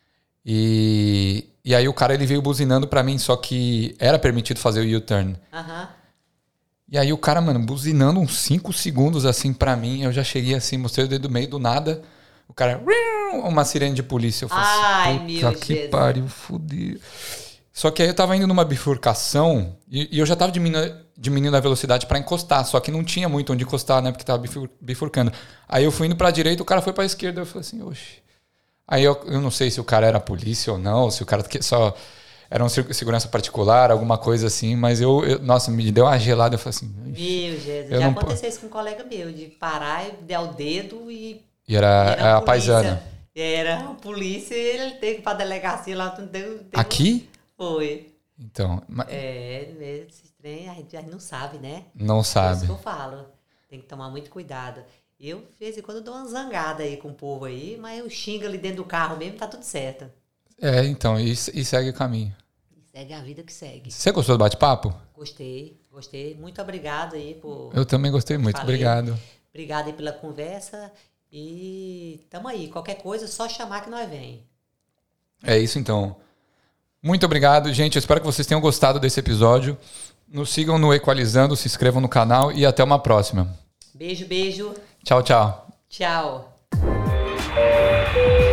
E aí o cara, ele veio buzinando pra mim, só que era permitido fazer o U-turn. E aí o cara, mano, buzinando uns 5 segundos assim pra mim, eu já cheguei assim, mostrei o dedo do meio, do nada, o cara... Uma sirene de polícia. Eu falei assim, puta que pariu, fudi. Só que aí eu tava indo numa bifurcação e eu já tava diminuindo a velocidade pra encostar, só que não tinha muito onde encostar, né? Porque tava bifurcando. Aí eu fui indo pra direita, o cara foi pra esquerda, eu falei assim, oxe. Aí eu não sei se o cara era polícia ou não, se o cara só era um segurança particular, alguma coisa assim, mas nossa, me deu uma gelada, eu falei assim... Meu Jesus, já aconteceu isso com um colega meu, de parar e der o dedo e era a paisana. Era a polícia e ele teve que ir pra delegacia lá. Aqui? Foi. Então... Esse trem a gente não sabe, né? Não sabe. É isso que eu falo. Tem que tomar muito cuidado. Eu, de vez em quando, eu dou uma zangada aí com o povo aí, mas eu xingo ali dentro do carro mesmo, tá tudo certo. Então, e segue o caminho. Segue a vida que segue. Você gostou do bate-papo? Gostei. Muito obrigado aí por... Eu também gostei muito, obrigado. Obrigado aí pela conversa e tamo aí. Qualquer coisa, só chamar que nós vem. É isso então. Muito obrigado, gente. Eu espero que vocês tenham gostado desse episódio. Nos sigam no Equalizando, se inscrevam no canal e até uma próxima. Beijo. Tchau, tchau. Tchau.